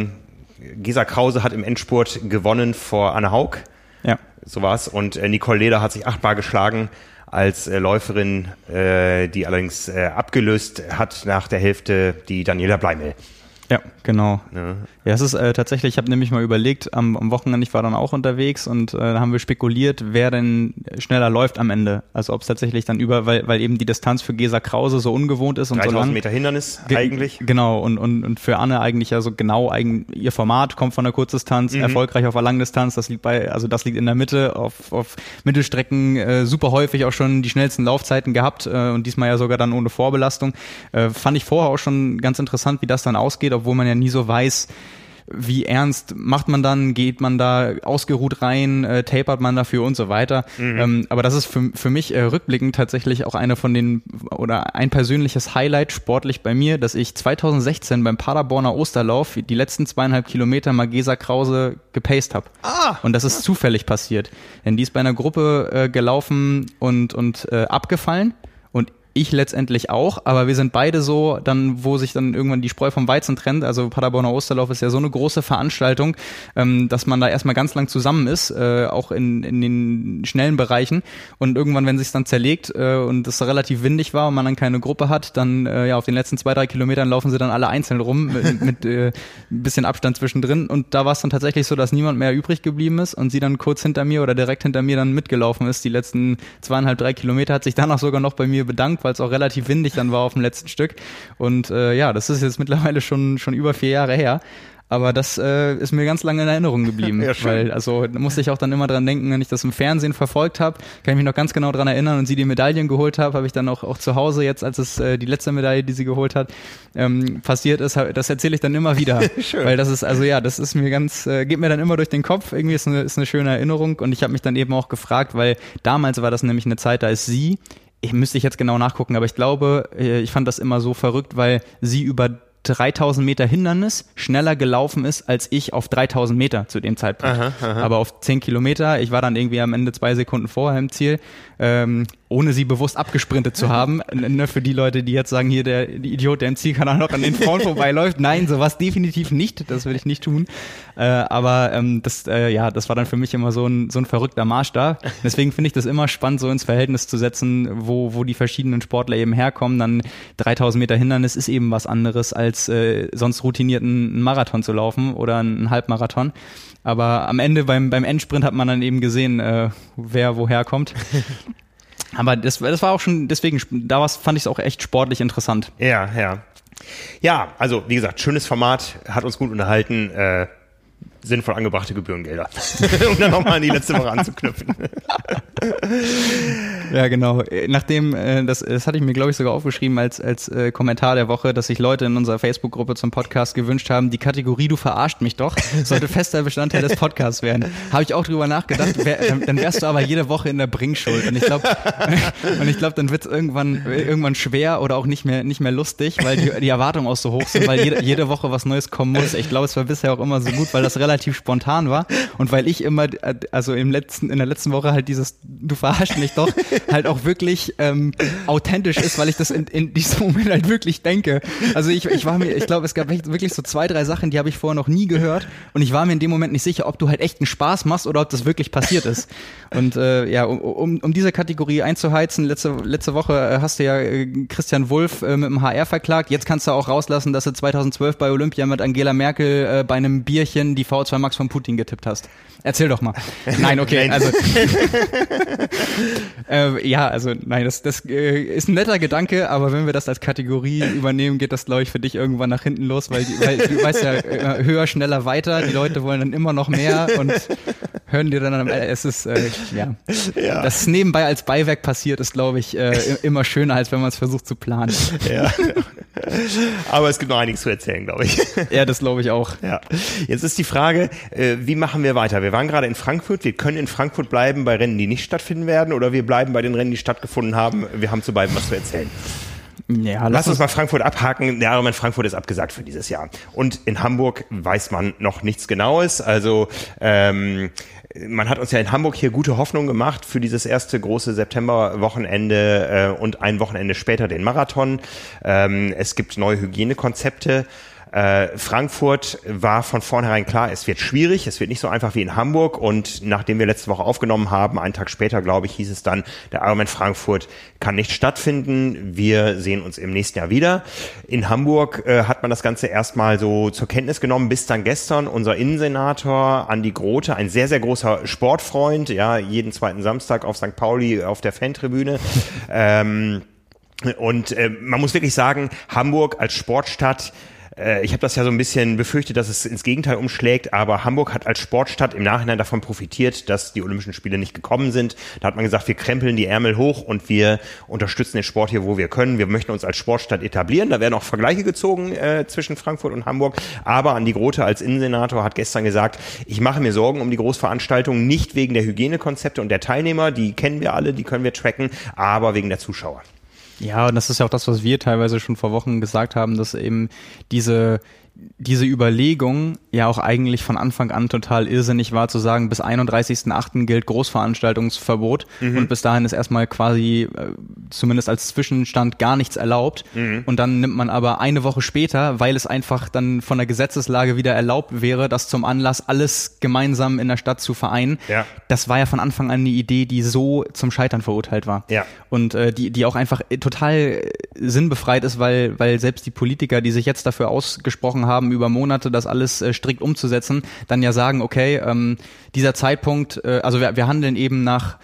Gesa Krause hat im Endspurt gewonnen vor Anne Haug. Ja. So war's. Und Nicole Leder hat sich 8-bar geschlagen als Läuferin, die allerdings abgelöst hat nach der Hälfte die Daniela Bleimel. Ja, genau. Ja, es ist tatsächlich, ich habe nämlich mal überlegt, am Wochenende, ich war dann auch unterwegs und da haben wir spekuliert, wer denn schneller läuft am Ende. Also ob es tatsächlich dann weil eben die Distanz für Gesa Krause so ungewohnt ist und 3000 so lang. Meter Hindernis eigentlich. Genau, und für Anne eigentlich ja so genau ihr Format, kommt von der Kurzdistanz, erfolgreich auf der Langdistanz, das liegt in der Mitte, auf Mittelstrecken super häufig auch schon die schnellsten Laufzeiten gehabt und diesmal ja sogar dann ohne Vorbelastung. Fand ich vorher auch schon ganz interessant, wie das dann ausgeht, obwohl man ja nie so weiß, wie ernst macht man dann, geht man da ausgeruht rein, tapert man dafür und so weiter. Aber das ist für mich rückblickend tatsächlich auch ein persönliches Highlight sportlich bei mir, dass ich 2016 beim Paderborner Osterlauf die letzten 2,5 Kilometer mal Gesa Krause gepaced habe. Und das ist zufällig passiert. Denn die ist bei einer Gruppe gelaufen und abgefallen. Und ich letztendlich auch, aber wir sind beide so, dann, wo sich dann irgendwann die Spreu vom Weizen trennt, also Paderborner Osterlauf ist ja so eine große Veranstaltung, dass man da erstmal ganz lang zusammen ist, auch in den schnellen Bereichen und irgendwann, wenn es sich dann zerlegt und es relativ windig war und man dann keine Gruppe hat, dann auf den letzten 2-3 Kilometern laufen sie dann alle einzeln rum mit ein bisschen Abstand zwischendrin und da war es dann tatsächlich so, dass niemand mehr übrig geblieben ist und sie dann kurz hinter mir oder direkt hinter mir dann mitgelaufen ist, die letzten 2,5-3 Kilometer, hat sich dann auch sogar noch bei mir bedankt, weil es auch relativ windig dann war auf dem letzten Stück. Und das ist jetzt mittlerweile schon über 4 Jahre her. Aber das ist mir ganz lange in Erinnerung geblieben, ja, weil da musste ich auch dann immer dran denken, wenn ich das im Fernsehen verfolgt habe, kann ich mich noch ganz genau dran erinnern und sie die Medaillen geholt habe ich dann auch zu Hause jetzt, als es die letzte Medaille, die sie geholt hat, passiert ist, das erzähle ich dann immer wieder, weil das ist das ist mir geht mir dann immer durch den Kopf, irgendwie ist eine schöne Erinnerung und ich habe mich dann eben auch gefragt, weil damals war das nämlich eine Zeit, da ist sie, müsste ich jetzt genau nachgucken, aber ich glaube, ich fand das immer so verrückt, weil sie über 3000 Meter Hindernis schneller gelaufen ist als ich auf 3000 Meter zu dem Zeitpunkt. Aha. Aber auf 10 Kilometer, ich war dann irgendwie am Ende 2 Sekunden vorher im Ziel, ohne sie bewusst abgesprintet zu haben. Für die Leute, die jetzt sagen, hier der Idiot, der im Zielkanal noch an den Frauen vorbeiläuft. Nein, sowas definitiv nicht. Das will ich nicht tun. Aber das war dann für mich immer so ein verrückter Maßstab. Deswegen finde ich das immer spannend, so ins Verhältnis zu setzen, wo die verschiedenen Sportler eben herkommen. Dann 3000 Meter Hindernis ist eben was anderes, als sonst routinierten Marathon zu laufen oder einen Halbmarathon. Aber am Ende beim Endsprint hat man dann eben gesehen, wer woher kommt. Aber das war auch schon, deswegen, fand ich es auch echt sportlich interessant. Ja. Ja, also wie gesagt, schönes Format, hat uns gut unterhalten, sinnvoll angebrachte Gebührengelder. Um dann nochmal an die letzte Woche anzuknüpfen. Ja, genau. Nachdem, das hatte ich mir, glaube ich, sogar aufgeschrieben als Kommentar der Woche, dass sich Leute in unserer Facebook-Gruppe zum Podcast gewünscht haben, die Kategorie "Du verarscht mich doch" sollte fester Bestandteil des Podcasts werden. Habe ich auch drüber nachgedacht, dann wärst du aber jede Woche in der Bringschuld. Und ich glaube, dann wird es irgendwann schwer oder auch nicht mehr lustig, weil die Erwartungen auch so hoch sind, weil jede Woche was Neues kommen muss. Ich glaube, es war bisher auch immer so gut, weil das relativ spontan war und weil ich immer, also in der letzten Woche halt dieses "Du verarschst mich doch" halt auch wirklich authentisch ist, weil ich das in diesem Moment halt wirklich denke. Also ich glaube, es gab wirklich so 2, 3 Sachen, die habe ich vorher noch nie gehört und ich war mir in dem Moment nicht sicher, ob du halt echt einen Spaß machst oder ob das wirklich passiert ist. Und um diese Kategorie einzuheizen, letzte Woche hast du ja Christian Wulff mit dem HR verklagt. Jetzt kannst du auch rauslassen, dass du 2012 bei Olympia mit Angela Merkel bei einem Bierchen die V2 Max von Putin getippt hast. Erzähl doch mal. Nein, okay, also das ist ein netter Gedanke, aber wenn wir das als Kategorie übernehmen, geht das, glaube ich, für dich irgendwann nach hinten los, weil du weißt ja, höher, schneller, weiter, die Leute wollen dann immer noch mehr und hören dir dann es ist, das nebenbei als Beiwerk passiert, ist, glaube ich, immer schöner, als wenn man es versucht zu planen. Ja. Aber es gibt noch einiges zu erzählen, glaube ich. Ja, das glaube ich auch. Ja. Jetzt ist die Frage, wie machen wir weiter? Wir waren gerade in Frankfurt, wir können in Frankfurt bleiben bei Rennen, die nicht stattfinden werden, oder wir bleiben bei den Rennen, die stattgefunden haben. Wir haben zu beidem was zu erzählen. Ja, lass uns mal Frankfurt abhaken. Der Ironman Frankfurt ist abgesagt für dieses Jahr. Und in Hamburg weiß man noch nichts Genaues. Also man hat uns ja in Hamburg hier gute Hoffnung gemacht für dieses erste große September-Wochenende und ein Wochenende später den Marathon. Es gibt neue Hygienekonzepte. Frankfurt war von vornherein klar, es wird schwierig, es wird nicht so einfach wie in Hamburg, und nachdem wir letzte Woche aufgenommen haben, einen Tag später, glaube ich, hieß es dann, der Ironman Frankfurt kann nicht stattfinden, wir sehen uns im nächsten Jahr wieder. In Hamburg hat man das Ganze erstmal so zur Kenntnis genommen, bis dann gestern unser Innensenator Andi Grote, ein sehr, sehr großer Sportfreund, ja, jeden zweiten Samstag auf St. Pauli auf der Fantribüne, und man muss wirklich sagen, Hamburg als Sportstadt, ich habe das ja so ein bisschen befürchtet, dass es ins Gegenteil umschlägt, aber Hamburg hat als Sportstadt im Nachhinein davon profitiert, dass die Olympischen Spiele nicht gekommen sind. Da hat man gesagt, wir krempeln die Ärmel hoch und wir unterstützen den Sport hier, wo wir können. Wir möchten uns als Sportstadt etablieren. Da werden auch Vergleiche gezogen zwischen Frankfurt und Hamburg. Aber Andi Grote als Innensenator hat gestern gesagt, ich mache mir Sorgen um die Großveranstaltungen, nicht wegen der Hygienekonzepte und der Teilnehmer, die kennen wir alle, die können wir tracken, aber wegen der Zuschauer. Ja, und das ist ja auch das, was wir teilweise schon vor Wochen gesagt haben, dass eben diese Überlegung ja auch eigentlich von Anfang an total irrsinnig war, zu sagen, bis 31.08. gilt Großveranstaltungsverbot und bis dahin ist erstmal quasi zumindest als Zwischenstand gar nichts erlaubt. Und dann nimmt man aber eine Woche später, weil es einfach dann von der Gesetzeslage wieder erlaubt wäre, das zum Anlass, alles gemeinsam in der Stadt zu vereinen. Ja. Das war ja von Anfang an eine Idee, die so zum Scheitern verurteilt war. Ja. Und die auch einfach total sinnbefreit ist, weil selbst die Politiker, die sich jetzt dafür ausgesprochen versprochen haben, über Monate das alles strikt umzusetzen, dann ja sagen, okay, dieser Zeitpunkt, also wir handeln eben nach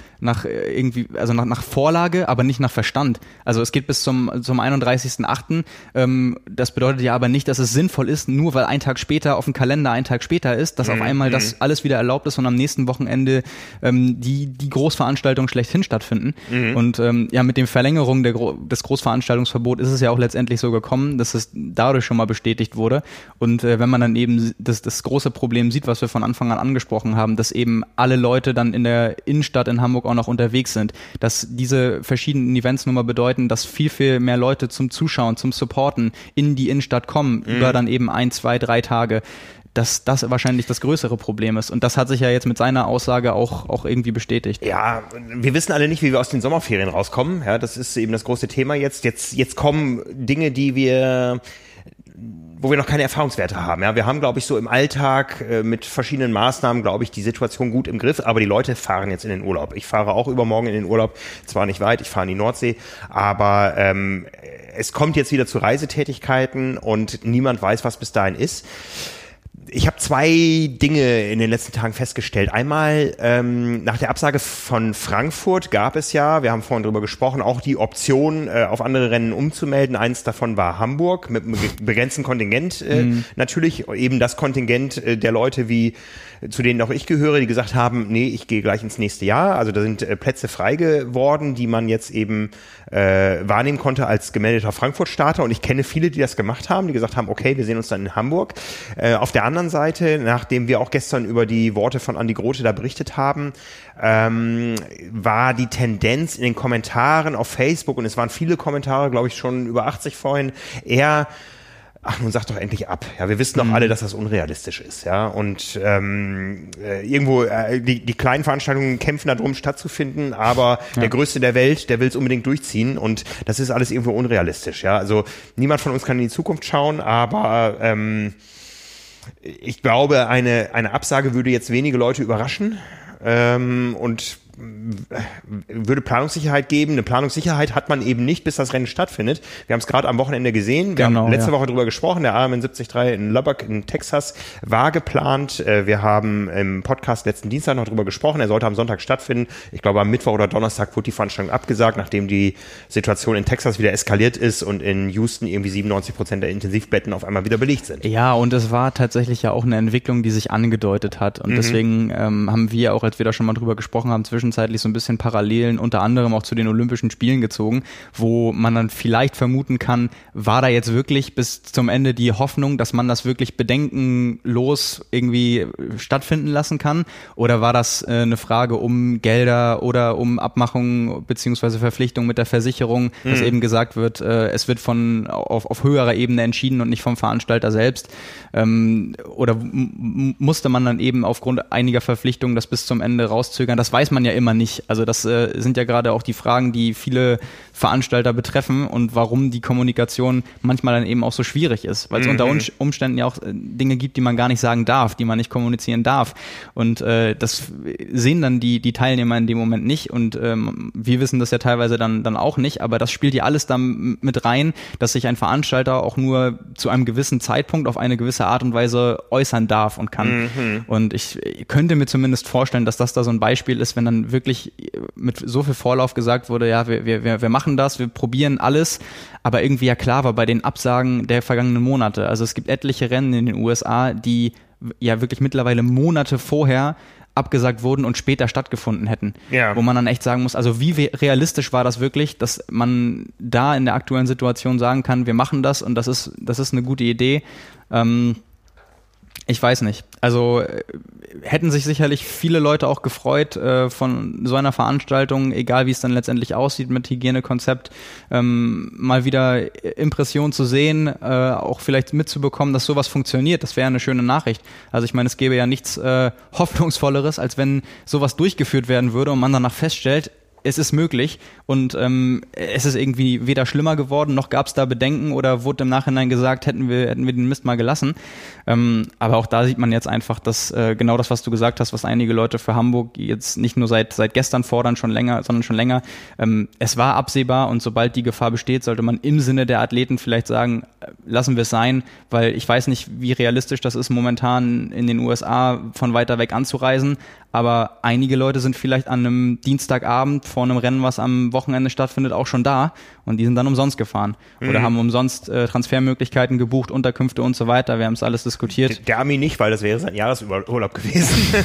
Vorlage, aber nicht nach Verstand. Also es geht bis zum 31.8. Das bedeutet ja aber nicht, dass es sinnvoll ist, nur weil ein Tag später auf dem Kalender ein Tag später ist, dass auf einmal das alles wieder erlaubt ist und am nächsten Wochenende die Großveranstaltungen schlechthin stattfinden. Und mit dem Verlängerung des Großveranstaltungsverbots ist es ja auch letztendlich so gekommen, dass es dadurch schon mal bestätigt wurde. Und wenn man dann eben das große Problem sieht, was wir von Anfang an angesprochen haben, dass eben alle Leute dann in der Innenstadt in Hamburg auch noch unterwegs sind, dass diese verschiedenen Events nun mal bedeuten, dass viel, viel mehr Leute zum Zuschauen, zum Supporten in die Innenstadt kommen, über dann eben 1, 2, 3 Tage, dass das wahrscheinlich das größere Problem ist. Und das hat sich ja jetzt mit seiner Aussage auch irgendwie bestätigt. Ja, wir wissen alle nicht, wie wir aus den Sommerferien rauskommen. Ja, das ist eben das große Thema jetzt. Jetzt kommen Dinge, wo wir noch keine Erfahrungswerte haben. Ja, wir haben, glaube ich, so im Alltag mit verschiedenen Maßnahmen, glaube ich, die Situation gut im Griff, aber die Leute fahren jetzt in den Urlaub. Ich fahre auch übermorgen in den Urlaub, zwar nicht weit, ich fahre in die Nordsee, aber es kommt jetzt wieder zu Reisetätigkeiten und niemand weiß, was bis dahin ist. Ich habe 2 Dinge in den letzten Tagen festgestellt. Einmal, nach der Absage von Frankfurt gab es ja, wir haben vorhin drüber gesprochen, auch die Option, auf andere Rennen umzumelden. Eins davon war Hamburg mit einem begrenzten Kontingent. Natürlich eben das Kontingent der Leute, zu denen auch ich gehöre, die gesagt haben, nee, ich gehe gleich ins nächste Jahr. Also da sind Plätze frei geworden, die man jetzt eben wahrnehmen konnte als gemeldeter Frankfurt-Starter. Und ich kenne viele, die das gemacht haben, die gesagt haben, okay, wir sehen uns dann in Hamburg. Auf der anderen Seite, nachdem wir auch gestern über die Worte von Andi Grote da berichtet haben, war die Tendenz in den Kommentaren auf Facebook, und es waren viele Kommentare, glaube ich schon über 80 vorhin, eher: Ach, nun sag doch endlich ab. Ja, wir wissen doch alle, dass das unrealistisch ist. Ja, und irgendwo die kleinen Veranstaltungen kämpfen darum, stattzufinden, aber der Größte der Welt, der will es unbedingt durchziehen, und das ist alles irgendwo unrealistisch. Ja, also niemand von uns kann in die Zukunft schauen, aber ich glaube, eine Absage würde jetzt wenige Leute überraschen und würde Planungssicherheit geben. Eine Planungssicherheit hat man eben nicht, bis das Rennen stattfindet. Wir haben es gerade am Wochenende gesehen. Wir haben letzte Woche drüber gesprochen. Der Ironman 73 in Lubbock in Texas war geplant. Wir haben im Podcast letzten Dienstag noch drüber gesprochen. Er sollte am Sonntag stattfinden. Ich glaube, am Mittwoch oder Donnerstag wurde die Veranstaltung abgesagt, nachdem die Situation in Texas wieder eskaliert ist und in Houston irgendwie 97% der Intensivbetten auf einmal wieder belegt sind. Ja, und es war tatsächlich ja auch eine Entwicklung, die sich angedeutet hat. Und deswegen haben wir auch, als wir da schon mal drüber gesprochen haben, zwischenzeitlich so ein bisschen Parallelen unter anderem auch zu den Olympischen Spielen gezogen, wo man dann vielleicht vermuten kann, war da jetzt wirklich bis zum Ende die Hoffnung, dass man das wirklich bedenkenlos irgendwie stattfinden lassen kann, oder war das eine Frage um Gelder oder um Abmachungen beziehungsweise Verpflichtungen mit der Versicherung, dass eben gesagt wird, es wird auf höherer Ebene entschieden und nicht vom Veranstalter selbst, oder musste man dann eben aufgrund einiger Verpflichtungen das bis zum Ende rauszögern? Das weiß man ja immer nicht. Also das sind ja gerade auch die Fragen, die viele Veranstalter betreffen und warum die Kommunikation manchmal dann eben auch so schwierig ist, weil es unter Umständen ja auch Dinge gibt, die man gar nicht sagen darf, die man nicht kommunizieren darf, und das sehen dann die Teilnehmer in dem Moment nicht, und wir wissen das ja teilweise dann auch nicht, aber das spielt ja alles dann mit rein, dass sich ein Veranstalter auch nur zu einem gewissen Zeitpunkt auf eine gewisse Art und Weise äußern darf und kann. Und ich könnte mir zumindest vorstellen, dass das da so ein Beispiel ist, wenn dann wirklich mit so viel Vorlauf gesagt wurde, ja, wir machen das, wir probieren alles, aber irgendwie ja klar war bei den Absagen der vergangenen Monate. Also es gibt etliche Rennen in den USA, die ja wirklich mittlerweile Monate vorher abgesagt wurden und später stattgefunden hätten. Ja. Wo man dann echt sagen muss, also wie realistisch war das wirklich, dass man da in der aktuellen Situation sagen kann, wir machen das und das ist eine gute Idee. Ich weiß nicht. Also hätten sich sicherlich viele Leute auch gefreut von so einer Veranstaltung, egal wie es dann letztendlich aussieht mit Hygienekonzept, mal wieder Impressionen zu sehen, auch vielleicht mitzubekommen, dass sowas funktioniert. Das wäre eine schöne Nachricht. Also ich meine, es gäbe ja nichts Hoffnungsvolleres, als wenn sowas durchgeführt werden würde und man danach feststellt, es ist möglich und es ist irgendwie weder schlimmer geworden, noch gab es da Bedenken oder wurde im Nachhinein gesagt, hätten wir den Mist mal gelassen. Aber auch da sieht man jetzt einfach, dass genau das, was du gesagt hast, was einige Leute für Hamburg jetzt nicht nur seit gestern fordern, sondern schon länger. Es war absehbar und sobald die Gefahr besteht, sollte man im Sinne der Athleten vielleicht sagen, lassen wir es sein, weil ich weiß nicht, wie realistisch das ist, momentan in den USA von weiter weg anzureisen. Aber einige Leute sind vielleicht an einem Dienstagabend vor einem Rennen, was am Wochenende stattfindet, auch schon da und die sind dann umsonst gefahren oder haben umsonst Transfermöglichkeiten gebucht, Unterkünfte und so weiter. Wir haben es alles diskutiert. Der Ami nicht, weil das wäre sein Jahresurlaub gewesen.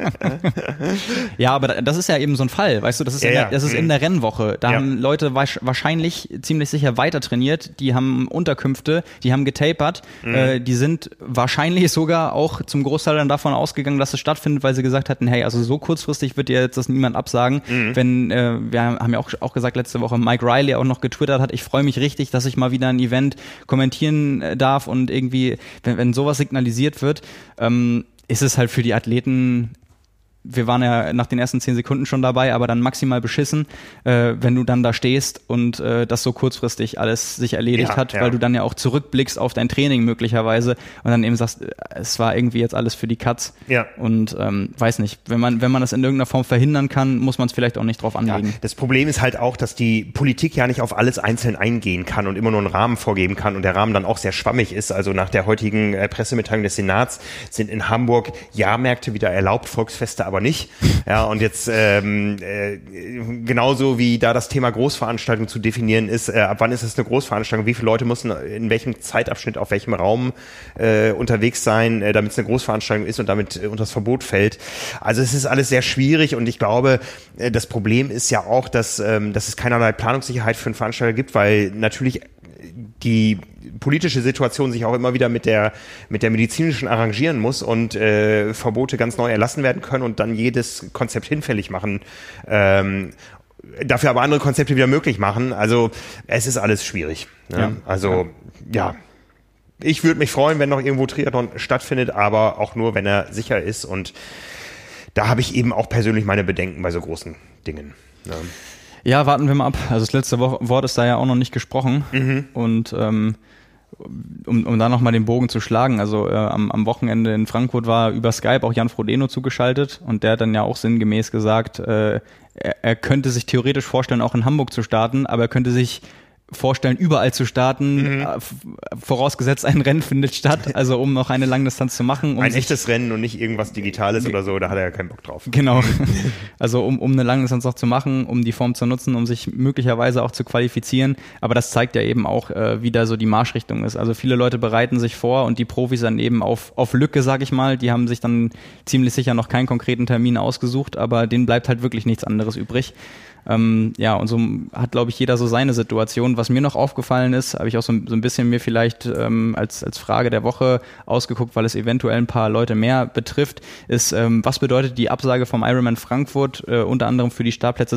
Ja, aber das ist ja eben so ein Fall, weißt du, das ist, das ist in der Rennwoche. Da haben Leute wahrscheinlich ziemlich sicher weiter trainiert, die haben Unterkünfte, die haben getapert, die sind wahrscheinlich sogar auch zum Großteil dann davon ausgegangen, dass es stattfindet, weil sie gesagt hatten, hey, also so kurzfristig wird dir jetzt das niemand absagen. Wenn, wir haben ja auch gesagt letzte Woche, Mike Riley auch noch getwittert hat, ich freue mich richtig, dass ich mal wieder ein Event kommentieren darf und irgendwie, wenn sowas signalisiert wird, ist es halt für die Athleten, wir waren ja nach den ersten 10 Sekunden schon dabei, aber dann maximal beschissen, wenn du dann da stehst und das so kurzfristig alles sich erledigt hat, weil du dann ja auch zurückblickst auf dein Training möglicherweise und dann eben sagst, es war irgendwie jetzt alles für die Katz. Ja. Und weiß nicht, wenn man das in irgendeiner Form verhindern kann, muss man es vielleicht auch nicht drauf anlegen. Ja, das Problem ist halt auch, dass die Politik ja nicht auf alles einzeln eingehen kann und immer nur einen Rahmen vorgeben kann und der Rahmen dann auch sehr schwammig ist. Also nach der heutigen Pressemitteilung des Senats sind in Hamburg Jahrmärkte wieder erlaubt, Volksfeste aber nicht. Ja, und jetzt genauso wie da das Thema Großveranstaltung zu definieren ist, ab wann ist es eine Großveranstaltung, wie viele Leute müssen in welchem Zeitabschnitt, auf welchem Raum unterwegs sein, damit es eine Großveranstaltung ist und damit unter das Verbot fällt. Also es ist alles sehr schwierig und ich glaube, das Problem ist ja auch, dass es keinerlei Planungssicherheit für einen Veranstalter gibt, weil natürlich die politische Situation sich auch immer wieder mit der medizinischen arrangieren muss und Verbote ganz neu erlassen werden können und dann jedes Konzept hinfällig machen, dafür aber andere Konzepte wieder möglich machen. Also es ist alles schwierig. Ne? Ja. Also ja, ich würde mich freuen, wenn noch irgendwo Triathlon stattfindet, aber auch nur, wenn er sicher ist und da habe ich eben auch persönlich meine Bedenken bei so großen Dingen. Ne? Ja, warten wir mal ab. Also das letzte Wort ist da ja auch noch nicht gesprochen. Und um da nochmal den Bogen zu schlagen, also am Wochenende in Frankfurt war über Skype auch Jan Frodeno zugeschaltet und der hat dann ja auch sinngemäß gesagt, er könnte sich theoretisch vorstellen, auch in Hamburg zu starten, aber er könnte sich vorstellen, überall zu starten, vorausgesetzt ein Rennen findet statt, also um noch eine Langdistanz zu machen. Ein echtes Rennen und nicht irgendwas Digitales oder so, da hat er ja keinen Bock drauf. Genau, also um eine Langdistanz noch zu machen, um die Form zu nutzen, um sich möglicherweise auch zu qualifizieren, aber das zeigt ja eben auch, wie da so die Marschrichtung ist. Also viele Leute bereiten sich vor und die Profis dann eben auf Lücke, sag ich mal, die haben sich dann ziemlich sicher noch keinen konkreten Termin ausgesucht, aber denen bleibt halt wirklich nichts anderes übrig. Ja, und so hat, glaube ich, jeder so seine Situation. Was mir noch aufgefallen ist, habe ich auch so ein bisschen mir vielleicht als Frage der Woche ausgeguckt, weil es eventuell ein paar Leute mehr betrifft, ist, was bedeutet die Absage vom Ironman Frankfurt unter anderem für die Startplätze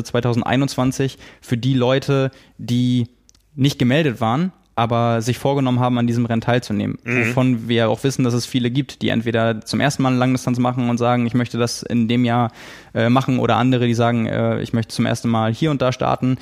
2021 für die Leute, die nicht gemeldet waren, aber sich vorgenommen haben, an diesem Rennen teilzunehmen. Wovon wir auch wissen, dass es viele gibt, die entweder zum ersten Mal eine Langdistanz machen und sagen, ich möchte das in dem Jahr machen, oder andere, die sagen, ich möchte zum ersten Mal hier und da starten,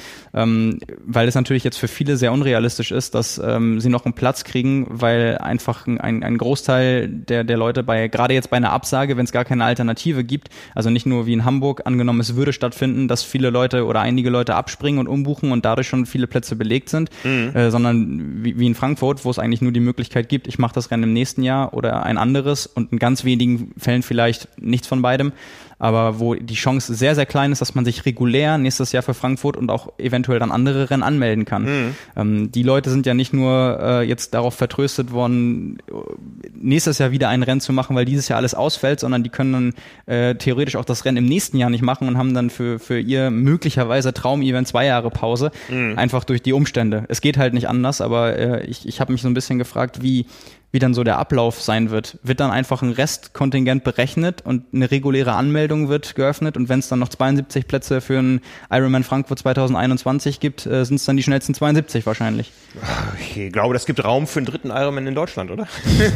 weil es natürlich jetzt für viele sehr unrealistisch ist, dass sie noch einen Platz kriegen, weil einfach ein Großteil der Leute gerade jetzt bei einer Absage, wenn es gar keine Alternative gibt, also nicht nur wie in Hamburg, angenommen es würde stattfinden, dass viele Leute oder einige Leute abspringen und umbuchen und dadurch schon viele Plätze belegt sind, sondern wie in Frankfurt, wo es eigentlich nur die Möglichkeit gibt, ich mache das Rennen im nächsten Jahr oder ein anderes und in ganz wenigen Fällen vielleicht nichts von beidem, aber wo die Chance sehr, sehr klein ist, dass man sich regulär nächstes Jahr für Frankfurt und auch eventuell dann andere Rennen anmelden kann. Die Leute sind ja nicht nur jetzt darauf vertröstet worden, nächstes Jahr wieder ein Rennen zu machen, weil dieses Jahr alles ausfällt, sondern die können dann theoretisch auch das Rennen im nächsten Jahr nicht machen und haben dann für ihr möglicherweise Traumevent 2 Jahre Pause, einfach durch die Umstände. Es geht halt nicht anders, aber ich habe mich so ein bisschen gefragt, wie dann so der Ablauf sein wird. Wird dann einfach ein Restkontingent berechnet und eine reguläre Anmeldung wird geöffnet und wenn es dann noch 72 Plätze für einen Ironman Frankfurt 2021 gibt, sind es dann die schnellsten 72 wahrscheinlich. Ich glaube, das gibt Raum für einen dritten Ironman in Deutschland, oder?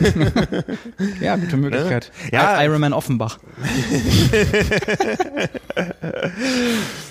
Ja, gute Möglichkeit. Ja. Ironman Offenbach.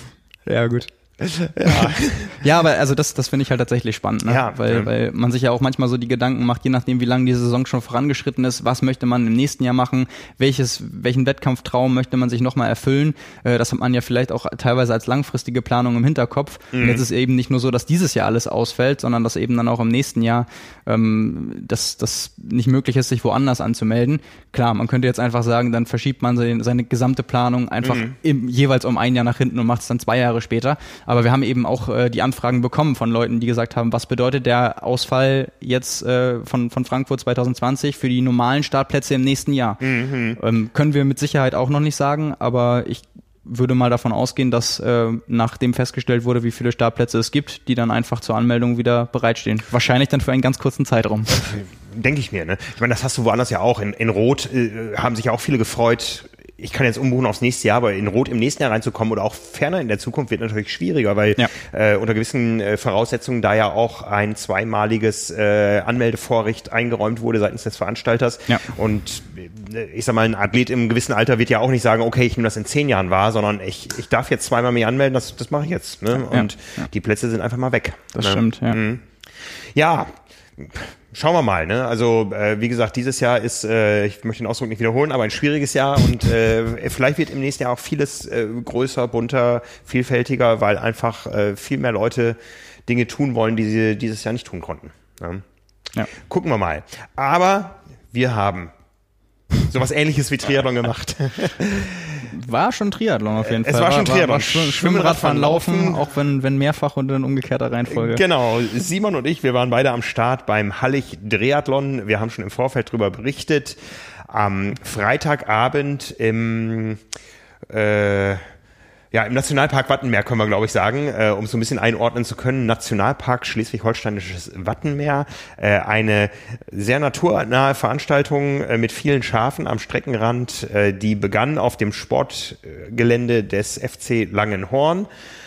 Ja, gut. Ja, aber also das finde ich halt tatsächlich spannend, ne? Ja, weil man sich ja auch manchmal so die Gedanken macht, je nachdem wie lange die Saison schon vorangeschritten ist, was möchte man im nächsten Jahr machen, welchen Wettkampftraum möchte man sich nochmal erfüllen, das hat man ja vielleicht auch teilweise als langfristige Planung im Hinterkopf. Und jetzt ist eben nicht nur so, dass dieses Jahr alles ausfällt, sondern dass eben dann auch im nächsten Jahr das nicht möglich ist, sich woanders anzumelden. Klar, man könnte jetzt einfach sagen, dann verschiebt man seine gesamte Planung einfach jeweils um ein Jahr nach hinten und macht es dann 2 Jahre später. Aber wir haben eben auch die Anfragen bekommen von Leuten, die gesagt haben, was bedeutet der Ausfall jetzt von Frankfurt 2020 für die normalen Startplätze im nächsten Jahr? Können wir mit Sicherheit auch noch nicht sagen, aber ich würde mal davon ausgehen, dass nachdem festgestellt wurde, wie viele Startplätze es gibt, die dann einfach zur Anmeldung wieder bereitstehen. Wahrscheinlich dann für einen ganz kurzen Zeitraum. Denke ich mir, ne? Ich meine, das hast du woanders ja auch. In Rot haben sich ja auch viele gefreut. Ich kann jetzt umbuchen aufs nächste Jahr, aber in Rot im nächsten Jahr reinzukommen oder auch ferner in der Zukunft wird natürlich schwieriger, weil unter gewissen Voraussetzungen da ja auch ein zweimaliges Anmeldevorrecht eingeräumt wurde seitens des Veranstalters. Ja. Und ich sag mal, ein Athlet im gewissen Alter wird ja auch nicht sagen, okay, ich nehme das in 10 Jahren wahr, sondern ich darf jetzt zweimal mich anmelden, das mache ich jetzt. Ne? Und die Plätze sind einfach mal weg. Das stimmt, ja. Ja, schauen wir mal, ne? Also wie gesagt, dieses Jahr ist, ich möchte den Ausdruck nicht wiederholen, aber ein schwieriges Jahr und vielleicht wird im nächsten Jahr auch vieles größer, bunter, vielfältiger, weil einfach viel mehr Leute Dinge tun wollen, die sie dieses Jahr nicht tun konnten. Ne? Ja. Gucken wir mal. Aber wir haben sowas Ähnliches wie Triathlon gemacht. War schon Triathlon auf jeden Fall. Es war schon Triathlon. War Schwimmen, Radfahren, Laufen, auch wenn mehrfach und in umgekehrter Reihenfolge. Genau. Simon und ich, wir waren beide am Start beim Hallig Triathlon. Wir haben schon im Vorfeld drüber berichtet. Am Freitagabend im Nationalpark Wattenmeer können wir, glaube ich, sagen, um so ein bisschen einordnen zu können. Nationalpark Schleswig-Holsteinisches Wattenmeer. Eine sehr naturnahe Veranstaltung mit vielen Schafen am Streckenrand. Die begann auf dem Sportgelände des FC Langenhorn,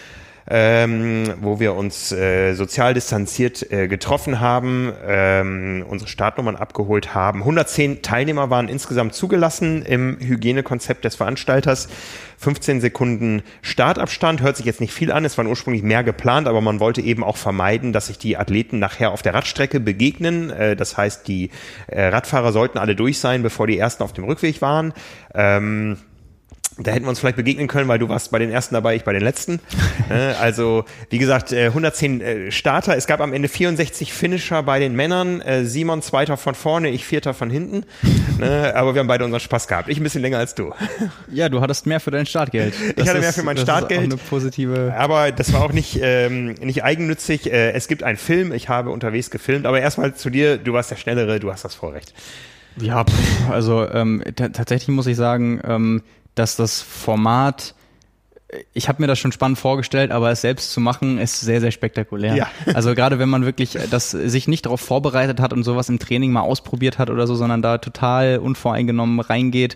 wo wir uns sozial distanziert getroffen haben, unsere Startnummern abgeholt haben. 110 Teilnehmer waren insgesamt zugelassen im Hygienekonzept des Veranstalters. 15 Sekunden Startabstand, hört sich jetzt nicht viel an, es waren ursprünglich mehr geplant, aber man wollte eben auch vermeiden, dass sich die Athleten nachher auf der Radstrecke begegnen. Das heißt, die Radfahrer sollten alle durch sein, bevor die Ersten auf dem Rückweg waren. Da hätten wir uns vielleicht begegnen können, weil du warst bei den Ersten dabei, ich bei den Letzten. Also, wie gesagt, 110 Starter. Es gab am Ende 64 Finisher bei den Männern. Simon Zweiter von vorne, ich Vierter von hinten. Aber wir haben beide unseren Spaß gehabt. Ich ein bisschen länger als du. Ja, du hattest mehr für dein Startgeld. Ich hatte mehr für mein Startgeld. Das ist auch eine positive. Aber das war auch nicht eigennützig. Es gibt einen Film, ich habe unterwegs gefilmt. Aber erstmal zu dir, du warst der Schnellere, du hast das Vorrecht. Ja, also tatsächlich muss ich sagen, dass das Format, ich habe mir das schon spannend vorgestellt, aber es selbst zu machen, ist sehr, sehr spektakulär. Ja. Also gerade wenn man wirklich sich nicht darauf vorbereitet hat und sowas im Training mal ausprobiert hat oder so, sondern da total unvoreingenommen reingeht,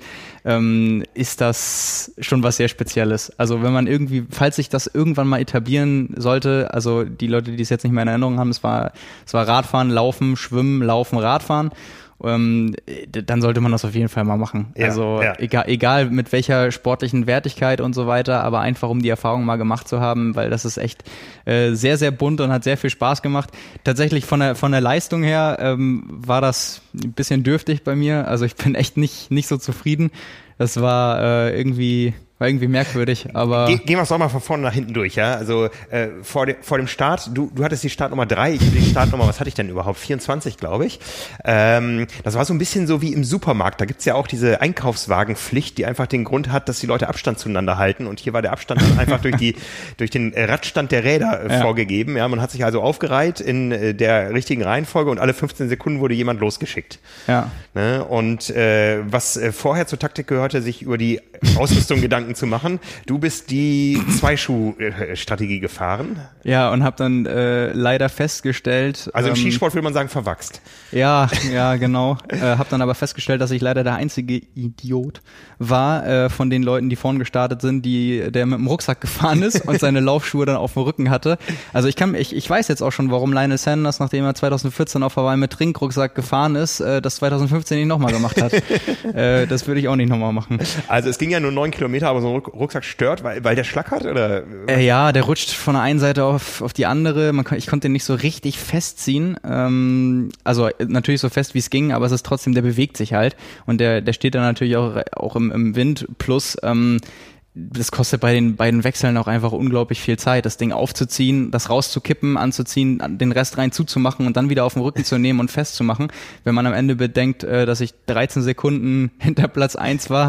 ist das schon was sehr Spezielles. Also wenn man irgendwie, falls sich das irgendwann mal etablieren sollte, also die Leute, die es jetzt nicht mehr in Erinnerung haben, es war Radfahren, Laufen, Schwimmen, Laufen, Radfahren. Dann sollte man das auf jeden Fall mal machen. Ja, also egal mit welcher sportlichen Wertigkeit und so weiter, aber einfach um die Erfahrung mal gemacht zu haben, weil das ist echt sehr, sehr bunt und hat sehr viel Spaß gemacht. Tatsächlich von der Leistung her war das ein bisschen dürftig bei mir. Also ich bin echt nicht so zufrieden. Das war irgendwie merkwürdig, aber... Gehen wir es doch mal von vorne nach hinten durch, ja? Also vor dem Start, du hattest die Startnummer 3, ich hatte die Startnummer, was hatte ich denn überhaupt? 24, glaube ich. Das war so ein bisschen so wie im Supermarkt. Da gibt's ja auch diese Einkaufswagenpflicht, die einfach den Grund hat, dass die Leute Abstand zueinander halten. Und hier war der Abstand dann einfach durch den Radstand der Räder vorgegeben. Ja, man hat sich also aufgereiht in der richtigen Reihenfolge und alle 15 Sekunden wurde jemand losgeschickt. Ja. Ne? Und was vorher zur Taktik gehörte, sich über die Ausrüstung Gedanken zu machen. Du bist die Zweischuh-Strategie gefahren. Ja, und habe dann leider festgestellt... Also im Skisport würde man sagen, verwachst. Ja, genau. Habe dann aber festgestellt, dass ich leider der einzige Idiot war von den Leuten, die vorn gestartet sind, der mit dem Rucksack gefahren ist und seine Laufschuhe dann auf dem Rücken hatte. Also ich weiß jetzt auch schon, warum Lionel Sanders, nachdem er 2014 auf Hawaii mit Trinkrucksack gefahren ist, das 2015 nicht nochmal gemacht hat. Das würde ich auch nicht nochmal machen. Also es ging ja nur 9 Kilometer, aber so ein Rucksack stört, weil der schlackert, oder? Ja, der rutscht von der einen Seite auf die andere. Ich konnte den nicht so richtig festziehen. Also natürlich so fest, wie es ging, aber es ist trotzdem, der bewegt sich halt. Und der steht dann natürlich auch im Wind. Plus, das kostet bei den beiden Wechseln auch einfach unglaublich viel Zeit, das Ding aufzuziehen, das rauszukippen, anzuziehen, den Rest rein zuzumachen und dann wieder auf den Rücken zu nehmen und festzumachen. Wenn man am Ende bedenkt, dass ich 13 Sekunden hinter Platz 1 war,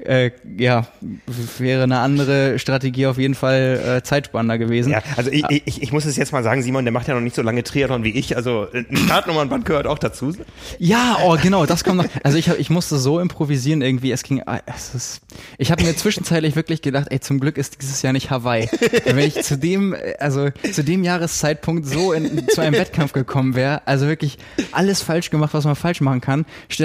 wäre eine andere Strategie auf jeden Fall zeitspannender gewesen. Ja, also ich muss es jetzt mal sagen, Simon, der macht ja noch nicht so lange Triathlon wie ich, also ein Startnummernband gehört auch dazu. Ja, genau, das kommt noch. Also ich musste so improvisieren irgendwie, ich habe mir zwischenzeitlich wirklich gedacht, ey, zum Glück ist dieses Jahr nicht Hawaii. Wenn ich zu dem Jahreszeitpunkt so zu einem Wettkampf gekommen wäre, also wirklich alles falsch gemacht, was man falsch machen kann,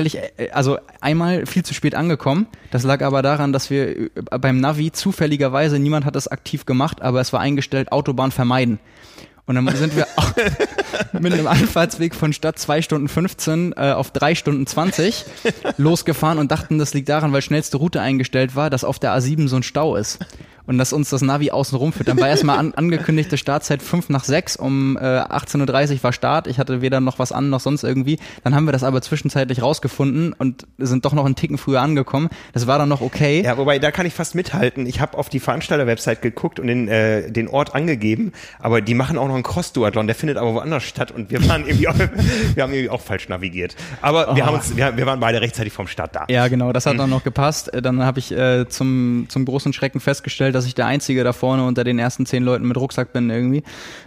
also einmal viel zu spät angekommen. Das lag aber daran, dass wir beim Navi zufälligerweise, niemand hat das aktiv gemacht, aber es war eingestellt, Autobahn vermeiden. Und dann sind wir auch mit einem Anfahrtsweg von statt 2 Stunden 15 auf 3 Stunden 20 losgefahren und dachten, das liegt daran, weil schnellste Route eingestellt war, dass auf der A7 so ein Stau ist. Und dass uns das Navi außen rum führt. Dann war erstmal angekündigte Startzeit 5 nach 6, um 18.30 Uhr war Start. Ich hatte weder noch was an, noch sonst irgendwie. Dann haben wir das aber zwischenzeitlich rausgefunden und sind doch noch einen Ticken früher angekommen. Das war dann noch okay. Ja, wobei, da kann ich fast mithalten. Ich habe auf die Veranstalter-Website geguckt und den Ort angegeben, aber die machen auch noch einen Cross-Duathlon, der findet aber woanders statt und wir haben irgendwie auch falsch navigiert. Aber wir waren beide rechtzeitig vom Start da. Ja, genau, das hat dann noch gepasst. Dann habe ich zum großen Schrecken festgestellt, dass ich der Einzige da vorne unter den ersten 10 Leuten mit Rucksack bin irgendwie,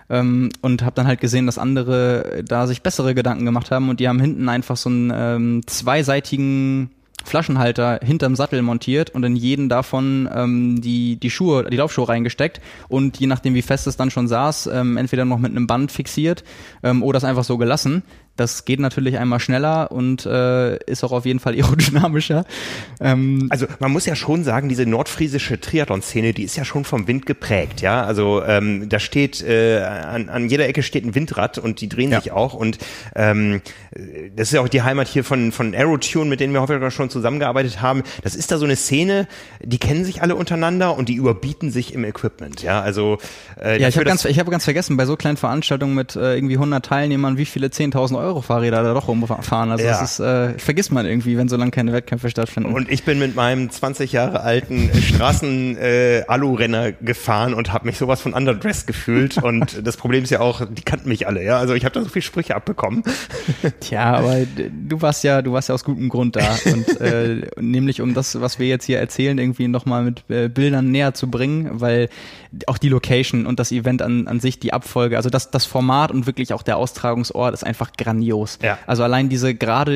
und habe dann halt gesehen, dass andere da sich bessere Gedanken gemacht haben und die haben hinten einfach so einen zweiseitigen Flaschenhalter hinterm Sattel montiert und in jeden davon die Laufschuhe reingesteckt und je nachdem wie fest es dann schon saß, entweder noch mit einem Band fixiert oder es einfach so gelassen. Das geht natürlich einmal schneller und ist auch auf jeden Fall aerodynamischer. Also man muss ja schon sagen, diese nordfriesische Triathlon-Szene, die ist ja schon vom Wind geprägt, ja. Also da steht an jeder Ecke steht ein Windrad und die drehen sich auch und das ist ja auch die Heimat hier von Aerotune, mit denen wir häufiger schon zusammengearbeitet haben. Das ist da so eine Szene, die kennen sich alle untereinander und die überbieten sich im Equipment, ja. Also ich habe ganz vergessen, bei so kleinen Veranstaltungen mit irgendwie 100 Teilnehmern, wie viele 10.000 Euro Fahrräder da doch rumfahren. Also das ist, vergisst man irgendwie, wenn so lange keine Wettkämpfe stattfinden. Und ich bin mit meinem 20 Jahre alten Straßen-Alu-Renner gefahren und habe mich sowas von underdressed gefühlt. Und das Problem ist ja auch, die kannten mich alle, ja. Also ich habe da so viele Sprüche abbekommen. Tja, aber du warst ja aus gutem Grund da. Und nämlich um das, was wir jetzt hier erzählen, irgendwie nochmal mit Bildern näher zu bringen, weil auch die Location und das Event an sich, die Abfolge, also das Format und wirklich auch der Austragungsort ist einfach grandios. Ja. Also allein diese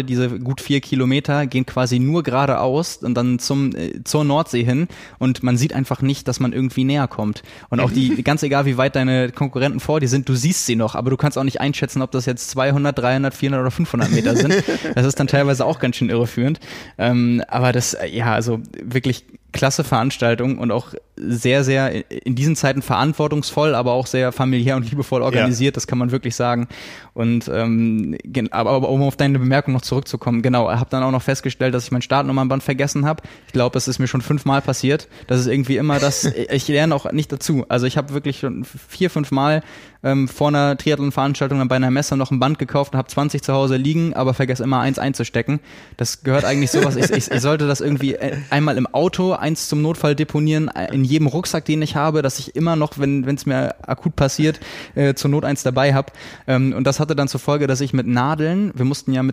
gut 4 Kilometer gehen quasi nur geradeaus und dann zur Nordsee hin und man sieht einfach nicht, dass man irgendwie näher kommt. Und auch ganz egal, wie weit deine Konkurrenten vor dir sind, du siehst sie noch, aber du kannst auch nicht einschätzen, ob das jetzt 200, 300, 400 oder 500 Meter sind. Das ist dann teilweise auch ganz schön irreführend. Aber das, also wirklich klasse Veranstaltung und auch sehr, sehr in diesen Zeiten verantwortungsvoll, aber auch sehr familiär und liebevoll organisiert, das kann man wirklich sagen. Und aber um auf deine Bemerkung noch zurückzukommen, genau, habe dann auch noch festgestellt, dass ich mein Startnummernband vergessen habe. Ich glaube, es ist mir schon 5-mal passiert. Das ist irgendwie immer ich lerne auch nicht dazu. Also ich habe wirklich schon 4-5 Mal vor einer Triathlon-Veranstaltung dann bei einer Messe noch ein Band gekauft und habe 20 zu Hause liegen, aber vergesse immer 1 einzustecken. Das gehört eigentlich sowas. Ich sollte das irgendwie einmal im Auto, 1 zum Notfall deponieren, in jedem Rucksack, den ich habe, dass ich immer noch, wenn es mir akut passiert, zur Not 1 dabei habe. Und das hatte dann zur Folge, dass ich mit Nadeln, wir mussten ja mit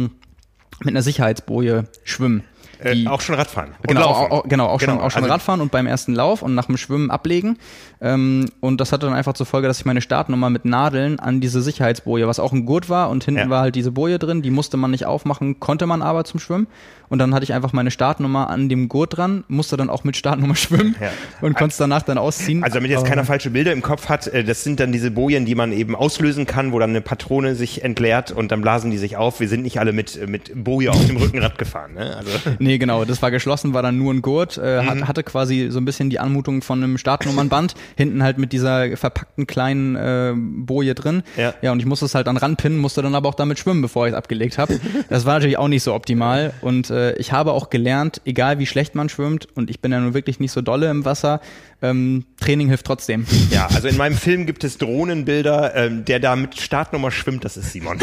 einer Sicherheitsboje schwimmen. Auch schon Radfahren. Auch schon Radfahren und beim ersten Lauf und nach dem Schwimmen ablegen. Und das hatte dann einfach zur Folge, dass ich meine Startnummer mit Nadeln an diese Sicherheitsboje, was auch ein Gurt war und hinten war halt diese Boje drin, die musste man nicht aufmachen, konnte man aber zum Schwimmen. Und dann hatte ich einfach meine Startnummer an dem Gurt dran, musste dann auch mit Startnummer schwimmen und konnte es danach dann ausziehen. Also damit jetzt keiner falsche Bilder im Kopf hat, das sind dann diese Bojen, die man eben auslösen kann, wo dann eine Patrone sich entleert und dann blasen die sich auf. Wir sind nicht alle mit Boje auf dem Rückenrad gefahren, ne? Also Nee, genau, das war geschlossen, war dann nur ein Gurt, hatte quasi so ein bisschen die Anmutung von einem Startnummernband, hinten halt mit dieser verpackten kleinen Boje drin. Ja, und ich musste es halt dann ranpinnen, musste dann aber auch damit schwimmen, bevor ich es abgelegt habe. Das war natürlich auch nicht so optimal und ich habe auch gelernt, egal wie schlecht man schwimmt, und ich bin ja nun wirklich nicht so dolle im Wasser, Training hilft trotzdem. Ja, also in meinem Film gibt es Drohnenbilder, der da mit Startnummer schwimmt, das ist Simon.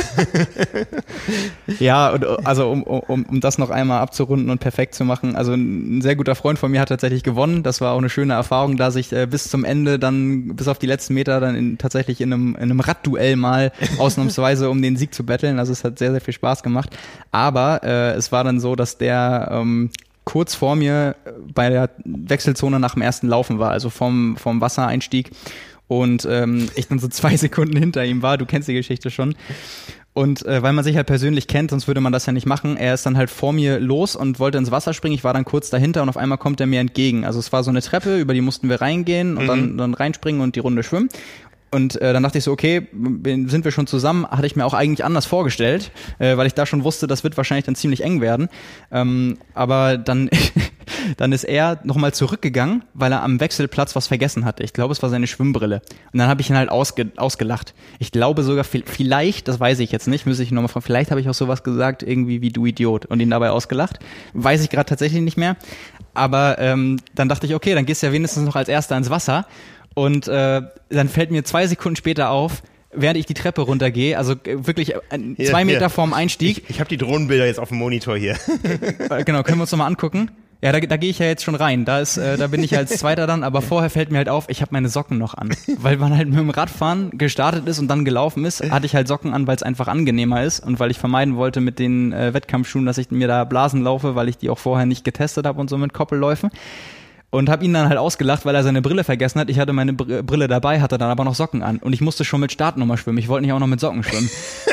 Ja, und also um das noch einmal abzurunden und perfekt zu machen, also ein sehr guter Freund von mir hat tatsächlich gewonnen, das war auch eine schöne Erfahrung, da sich bis zum Ende dann, bis auf die letzten Meter dann tatsächlich in einem Radduell mal ausnahmsweise um den Sieg zu betteln, also es hat sehr, sehr viel Spaß gemacht, aber es war dann so, dass der kurz vor mir bei der Wechselzone nach dem ersten Laufen war, also vom Wassereinstieg und ich dann so 2 Sekunden hinter ihm war, du kennst die Geschichte schon. Und weil man sich halt persönlich kennt, sonst würde man das ja nicht machen, er ist dann halt vor mir los und wollte ins Wasser springen, ich war dann kurz dahinter und auf einmal kommt er mir entgegen. Also es war so eine Treppe, über die mussten wir reingehen und dann reinspringen und die Runde schwimmen. Und dann dachte ich so, okay, sind wir schon zusammen, hatte ich mir auch eigentlich anders vorgestellt, weil ich da schon wusste, das wird wahrscheinlich dann ziemlich eng werden. Aber dann ist er nochmal zurückgegangen, weil er am Wechselplatz was vergessen hatte. Ich glaube, es war seine Schwimmbrille. Und dann habe ich ihn halt ausgelacht. Ich glaube sogar, vielleicht, das weiß ich jetzt nicht, müsste ich nochmal fragen, vielleicht habe ich auch sowas gesagt, irgendwie wie du Idiot, und ihn dabei ausgelacht. Weiß ich gerade tatsächlich nicht mehr. Aber dann dachte ich, okay, dann gehst du ja wenigstens noch als Erster ins Wasser. Und dann fällt mir 2 Sekunden später auf, während ich die Treppe runtergehe, also wirklich 2 Meter vorm Einstieg. Ich habe die Drohnenbilder jetzt auf dem Monitor hier. Genau, können wir uns nochmal angucken. Ja, da gehe ich ja jetzt schon rein. Da bin ich als Zweiter dann, aber vorher fällt mir halt auf, ich habe meine Socken noch an. Weil man halt mit dem Radfahren gestartet ist und dann gelaufen ist, hatte ich halt Socken an, weil es einfach angenehmer ist und weil ich vermeiden wollte mit den Wettkampfschuhen, dass ich mir da Blasen laufe, weil ich die auch vorher nicht getestet habe und so mit Koppelläufen. Und habe ihn dann halt ausgelacht, weil er seine Brille vergessen hat. Ich hatte meine Brille dabei, hatte dann aber noch Socken an. Und ich musste schon mit Startnummer schwimmen. Ich wollte nicht auch noch mit Socken schwimmen.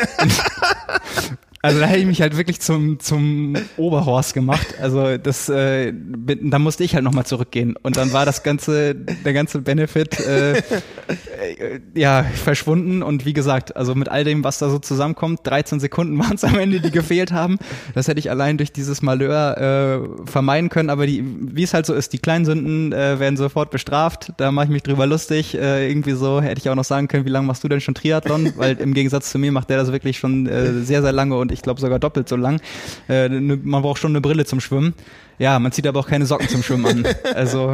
Also da hätte ich mich halt wirklich zum Oberhorst gemacht. Also da musste ich halt nochmal zurückgehen. Und dann war der ganze Benefit verschwunden. Und wie gesagt, also mit all dem, was da so zusammenkommt, 13 Sekunden waren es am Ende, die gefehlt haben. Das hätte ich allein durch dieses Malheur vermeiden können. Aber wie es halt so ist, die kleinen Sünden werden sofort bestraft. Da mache ich mich drüber lustig. Irgendwie so hätte ich auch noch sagen können, wie lange machst du denn schon Triathlon? Weil im Gegensatz zu mir macht der das wirklich schon sehr, sehr lange und ich glaube sogar doppelt so lang. Man braucht schon eine Brille zum Schwimmen. Ja, man zieht aber auch keine Socken zum Schwimmen an. Also,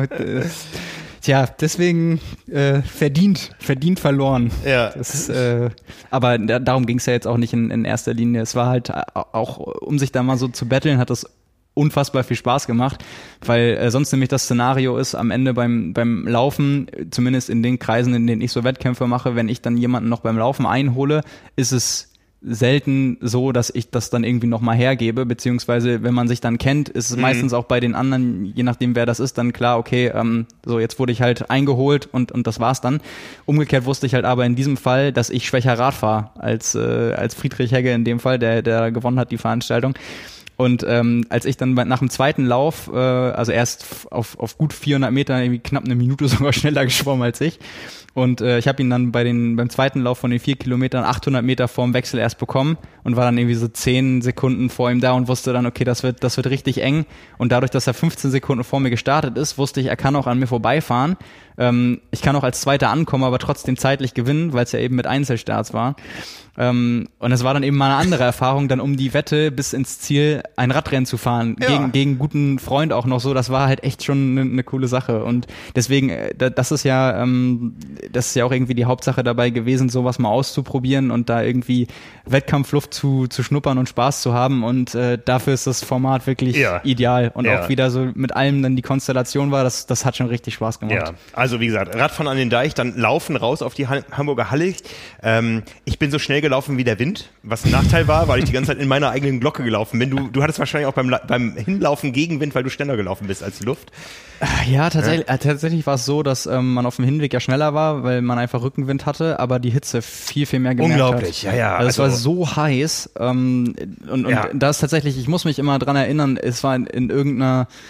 deswegen verdient verloren. Ja. Aber darum ging es ja jetzt auch nicht in erster Linie. Es war halt auch, um sich da mal so zu betteln, hat das unfassbar viel Spaß gemacht, weil sonst nämlich das Szenario ist, am Ende beim Laufen, zumindest in den Kreisen, in denen ich so Wettkämpfe mache, wenn ich dann jemanden noch beim Laufen einhole, ist es selten so, dass ich das dann irgendwie nochmal hergebe, beziehungsweise wenn man sich dann kennt, ist es meistens auch bei den anderen, je nachdem wer das ist, dann klar, okay, so jetzt wurde ich halt eingeholt und das war's dann. Umgekehrt wusste ich halt aber in diesem Fall, dass ich schwächer Rad fahre als Friedrich Hegge in dem Fall, der gewonnen hat die Veranstaltung. Und als ich dann nach dem zweiten Lauf, also erst auf gut 400 Meter, irgendwie knapp eine Minute sogar schneller geschwommen als ich. Und ich habe ihn dann beim zweiten Lauf von den 4 Kilometern 800 Meter vorm Wechsel erst bekommen und war dann irgendwie so 10 Sekunden vor ihm da und wusste dann, okay, das wird richtig eng. Und dadurch, dass er 15 Sekunden vor mir gestartet ist, wusste ich, er kann auch an mir vorbeifahren. Ich kann auch als Zweiter ankommen, aber trotzdem zeitlich gewinnen, weil es ja eben mit Einzelstarts war. Und es war dann eben mal eine andere Erfahrung, dann um die Wette bis ins Ziel ein Radrennen zu fahren, gegen einen guten Freund auch noch so, das war halt echt schon eine coole Sache und deswegen, das ist ja auch irgendwie die Hauptsache dabei gewesen, sowas mal auszuprobieren und da irgendwie Wettkampfluft zu schnuppern und Spaß zu haben und dafür ist das Format wirklich ideal und auch wieder so mit allem dann die Konstellation war, das hat schon richtig Spaß gemacht. Ja, also wie gesagt, Radfahren an den Deich, dann Laufen raus auf die Hamburger Halle. Ich bin so schnell gelaufen wie der Wind, was ein Nachteil war, weil ich die ganze Zeit in meiner eigenen Glocke gelaufen bin. Du hattest wahrscheinlich auch beim Hinlaufen Gegenwind, weil du schneller gelaufen bist als die Luft. Ja, tatsächlich war es so, dass man auf dem Hinweg ja schneller war, weil man einfach Rückenwind hatte, aber die Hitze viel, viel mehr gemerkt Unglaublich, hat. ja. Also es war so heiß und da ist tatsächlich, ich muss mich immer dran erinnern, es war in irgendeiner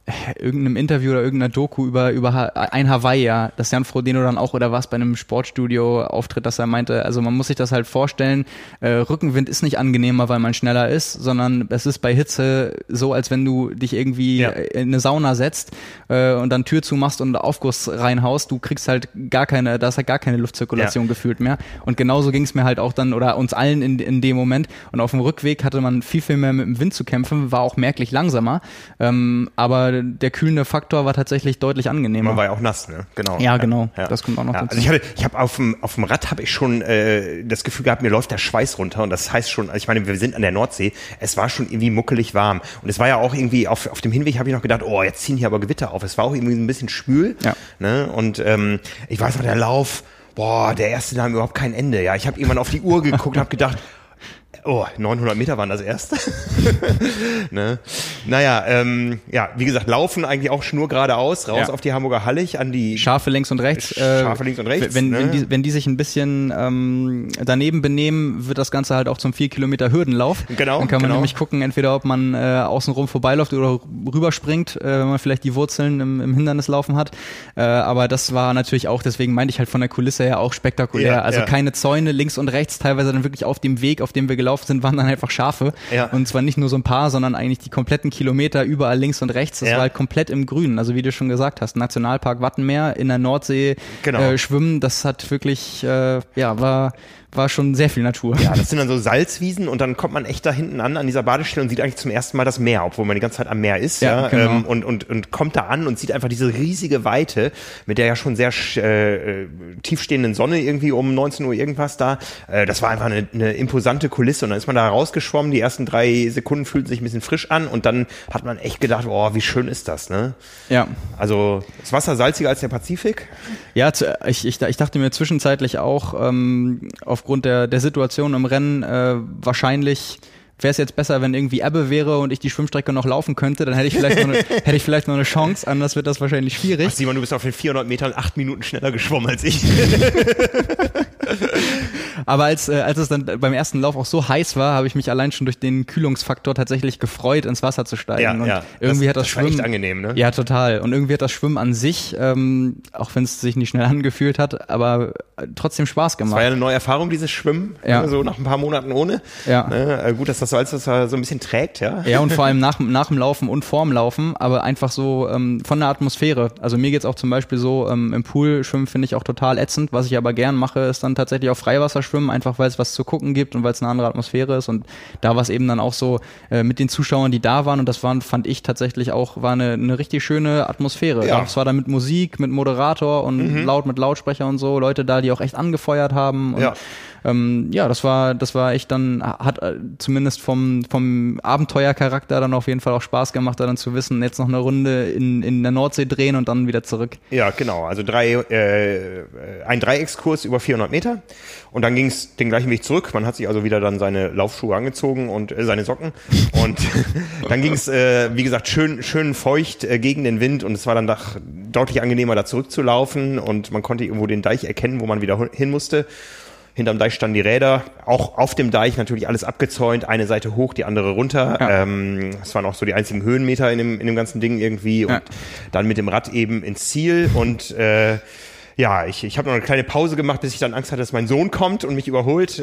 irgendeinem Interview oder irgendeiner Doku über ein Hawaii, ja, dass Jan Frodeno dann auch oder was bei einem Sportstudio auftritt, dass er meinte, also man muss sich das halt vorstellen, Rückenwind ist nicht angenehmer, weil man schneller ist, sondern es ist bei Hitze so, als wenn du dich irgendwie in eine Sauna setzt und dann Tür zumachst und Aufguss reinhaust, du kriegst halt da ist halt gar keine Luftzirkulation gefühlt mehr. Und genauso ging es mir halt auch dann oder uns allen in dem Moment. Und auf dem Rückweg hatte man viel mehr mit dem Wind zu kämpfen, war auch merklich langsamer, aber der kühlende Faktor war tatsächlich deutlich angenehmer. Man war ja auch nass, ne? Genau. Ja, genau. Ja. Das kommt auch noch dazu. Also ich habe auf dem Rad habe ich schon das Gefühl gehabt, mir läuft der Schweiß runter und das heißt schon, also ich meine, wir sind an der Nordsee, es war schon irgendwie muckelig warm und es war ja auch irgendwie auf dem Hinweg habe ich noch gedacht, oh, jetzt ziehen hier aber Gewitter auf. Es war auch irgendwie ein bisschen schwül, ne? Und ich weiß noch, der Lauf, boah, der erste nahm überhaupt kein Ende. Ja, ich habe irgendwann auf die Uhr geguckt und habe gedacht, oh, 900 Meter waren das erst. Ne? Naja, wie gesagt, laufen eigentlich auch schnurgeradeaus, raus auf die Hamburger Hallig, an die Schafe links und rechts. Wenn die sich ein bisschen daneben benehmen, wird das Ganze halt auch zum 4 Kilometer Hürdenlauf. Genau. Dann kann man nämlich gucken, entweder ob man außenrum vorbeiläuft oder rüberspringt, wenn man vielleicht die Wurzeln im Hindernis laufen hat. Aber das war natürlich auch, deswegen meinte ich halt von der Kulisse her auch spektakulär. Also keine Zäune links und rechts, teilweise dann wirklich auf dem Weg, auf dem wir gelaufen sind, waren dann einfach Schafe. Ja. Und zwar nicht nur so ein paar, sondern eigentlich die kompletten Kilometer überall links und rechts. Das war halt komplett im Grünen. Also wie du schon gesagt hast, Nationalpark Wattenmeer in der Nordsee schwimmen, das hat wirklich, war schon sehr viel Natur. Ja, das sind dann so Salzwiesen und dann kommt man echt da hinten an dieser Badestelle und sieht eigentlich zum ersten Mal das Meer, obwohl man die ganze Zeit am Meer ist. Genau. Und kommt da an und sieht einfach diese riesige Weite mit der ja schon sehr tiefstehenden Sonne irgendwie um 19 Uhr irgendwas da. Das war einfach eine imposante Kulisse und dann ist man da rausgeschwommen, die ersten 3 Sekunden fühlten sich ein bisschen frisch an und dann hat man echt gedacht, oh, wie schön ist das, ne? Ja. Also, ist Wasser salziger als der Pazifik? Ja, ich dachte mir zwischenzeitlich auch, aufgrund der Situation im Rennen, wahrscheinlich wäre es jetzt besser, wenn irgendwie Ebbe wäre und ich die Schwimmstrecke noch laufen könnte, dann hätte ich vielleicht noch eine Chance, anders wird das wahrscheinlich schwierig. Ach, Simon, du bist auf den 400 Metern 8 Minuten schneller geschwommen als ich. Aber als es dann beim ersten Lauf auch so heiß war, habe ich mich allein schon durch den Kühlungsfaktor tatsächlich gefreut, ins Wasser zu steigen. Und irgendwie hat das Schwimmen, war echt angenehm, ne? Ja, total. Und irgendwie hat das Schwimmen an sich, auch wenn es sich nicht schnell angefühlt hat, aber trotzdem Spaß gemacht. Das war ja eine neue Erfahrung, dieses Schwimmen, so nach ein paar Monaten ohne. Ja. Gut, dass das Salzwasser so ein bisschen trägt, ja. Ja, und vor allem nach dem Laufen und vorm Laufen, aber einfach so von der Atmosphäre. Also mir geht's auch zum Beispiel so, im Pool schwimmen finde ich auch total ätzend. Was ich aber gern mache, ist dann tatsächlich auf Freiwasser schwimmen, einfach weil es was zu gucken gibt und weil es eine andere Atmosphäre ist. Und da war es eben dann auch so mit den Zuschauern, die da waren, und das fand ich tatsächlich auch, war eine richtig schöne Atmosphäre. Ja. Es war da mit Musik, mit Moderator und laut mit Lautsprecher und so, Leute da, die auch echt angefeuert haben. Und das war echt dann, hat zumindest vom Abenteuercharakter dann auf jeden Fall auch Spaß gemacht, da dann zu wissen, jetzt noch eine Runde in der Nordsee drehen und dann wieder zurück. Ja, genau. Also ein Dreieckskurs über 400 Meter und dann ging es den gleichen Weg zurück. Man hat sich also wieder dann seine Laufschuhe angezogen und seine Socken und dann ging es, wie gesagt, schön feucht gegen den Wind und es war dann deutlich angenehmer, da zurückzulaufen und man konnte irgendwo den Deich erkennen, wo man wieder hin musste. Hinterm Deich standen die Räder, auch auf dem Deich natürlich alles abgezäunt, eine Seite hoch, die andere runter. Ja. Das waren auch so die einzigen Höhenmeter in dem ganzen Ding irgendwie und dann mit dem Rad eben ins Ziel und ich habe noch eine kleine Pause gemacht, bis ich dann Angst hatte, dass mein Sohn kommt und mich überholt.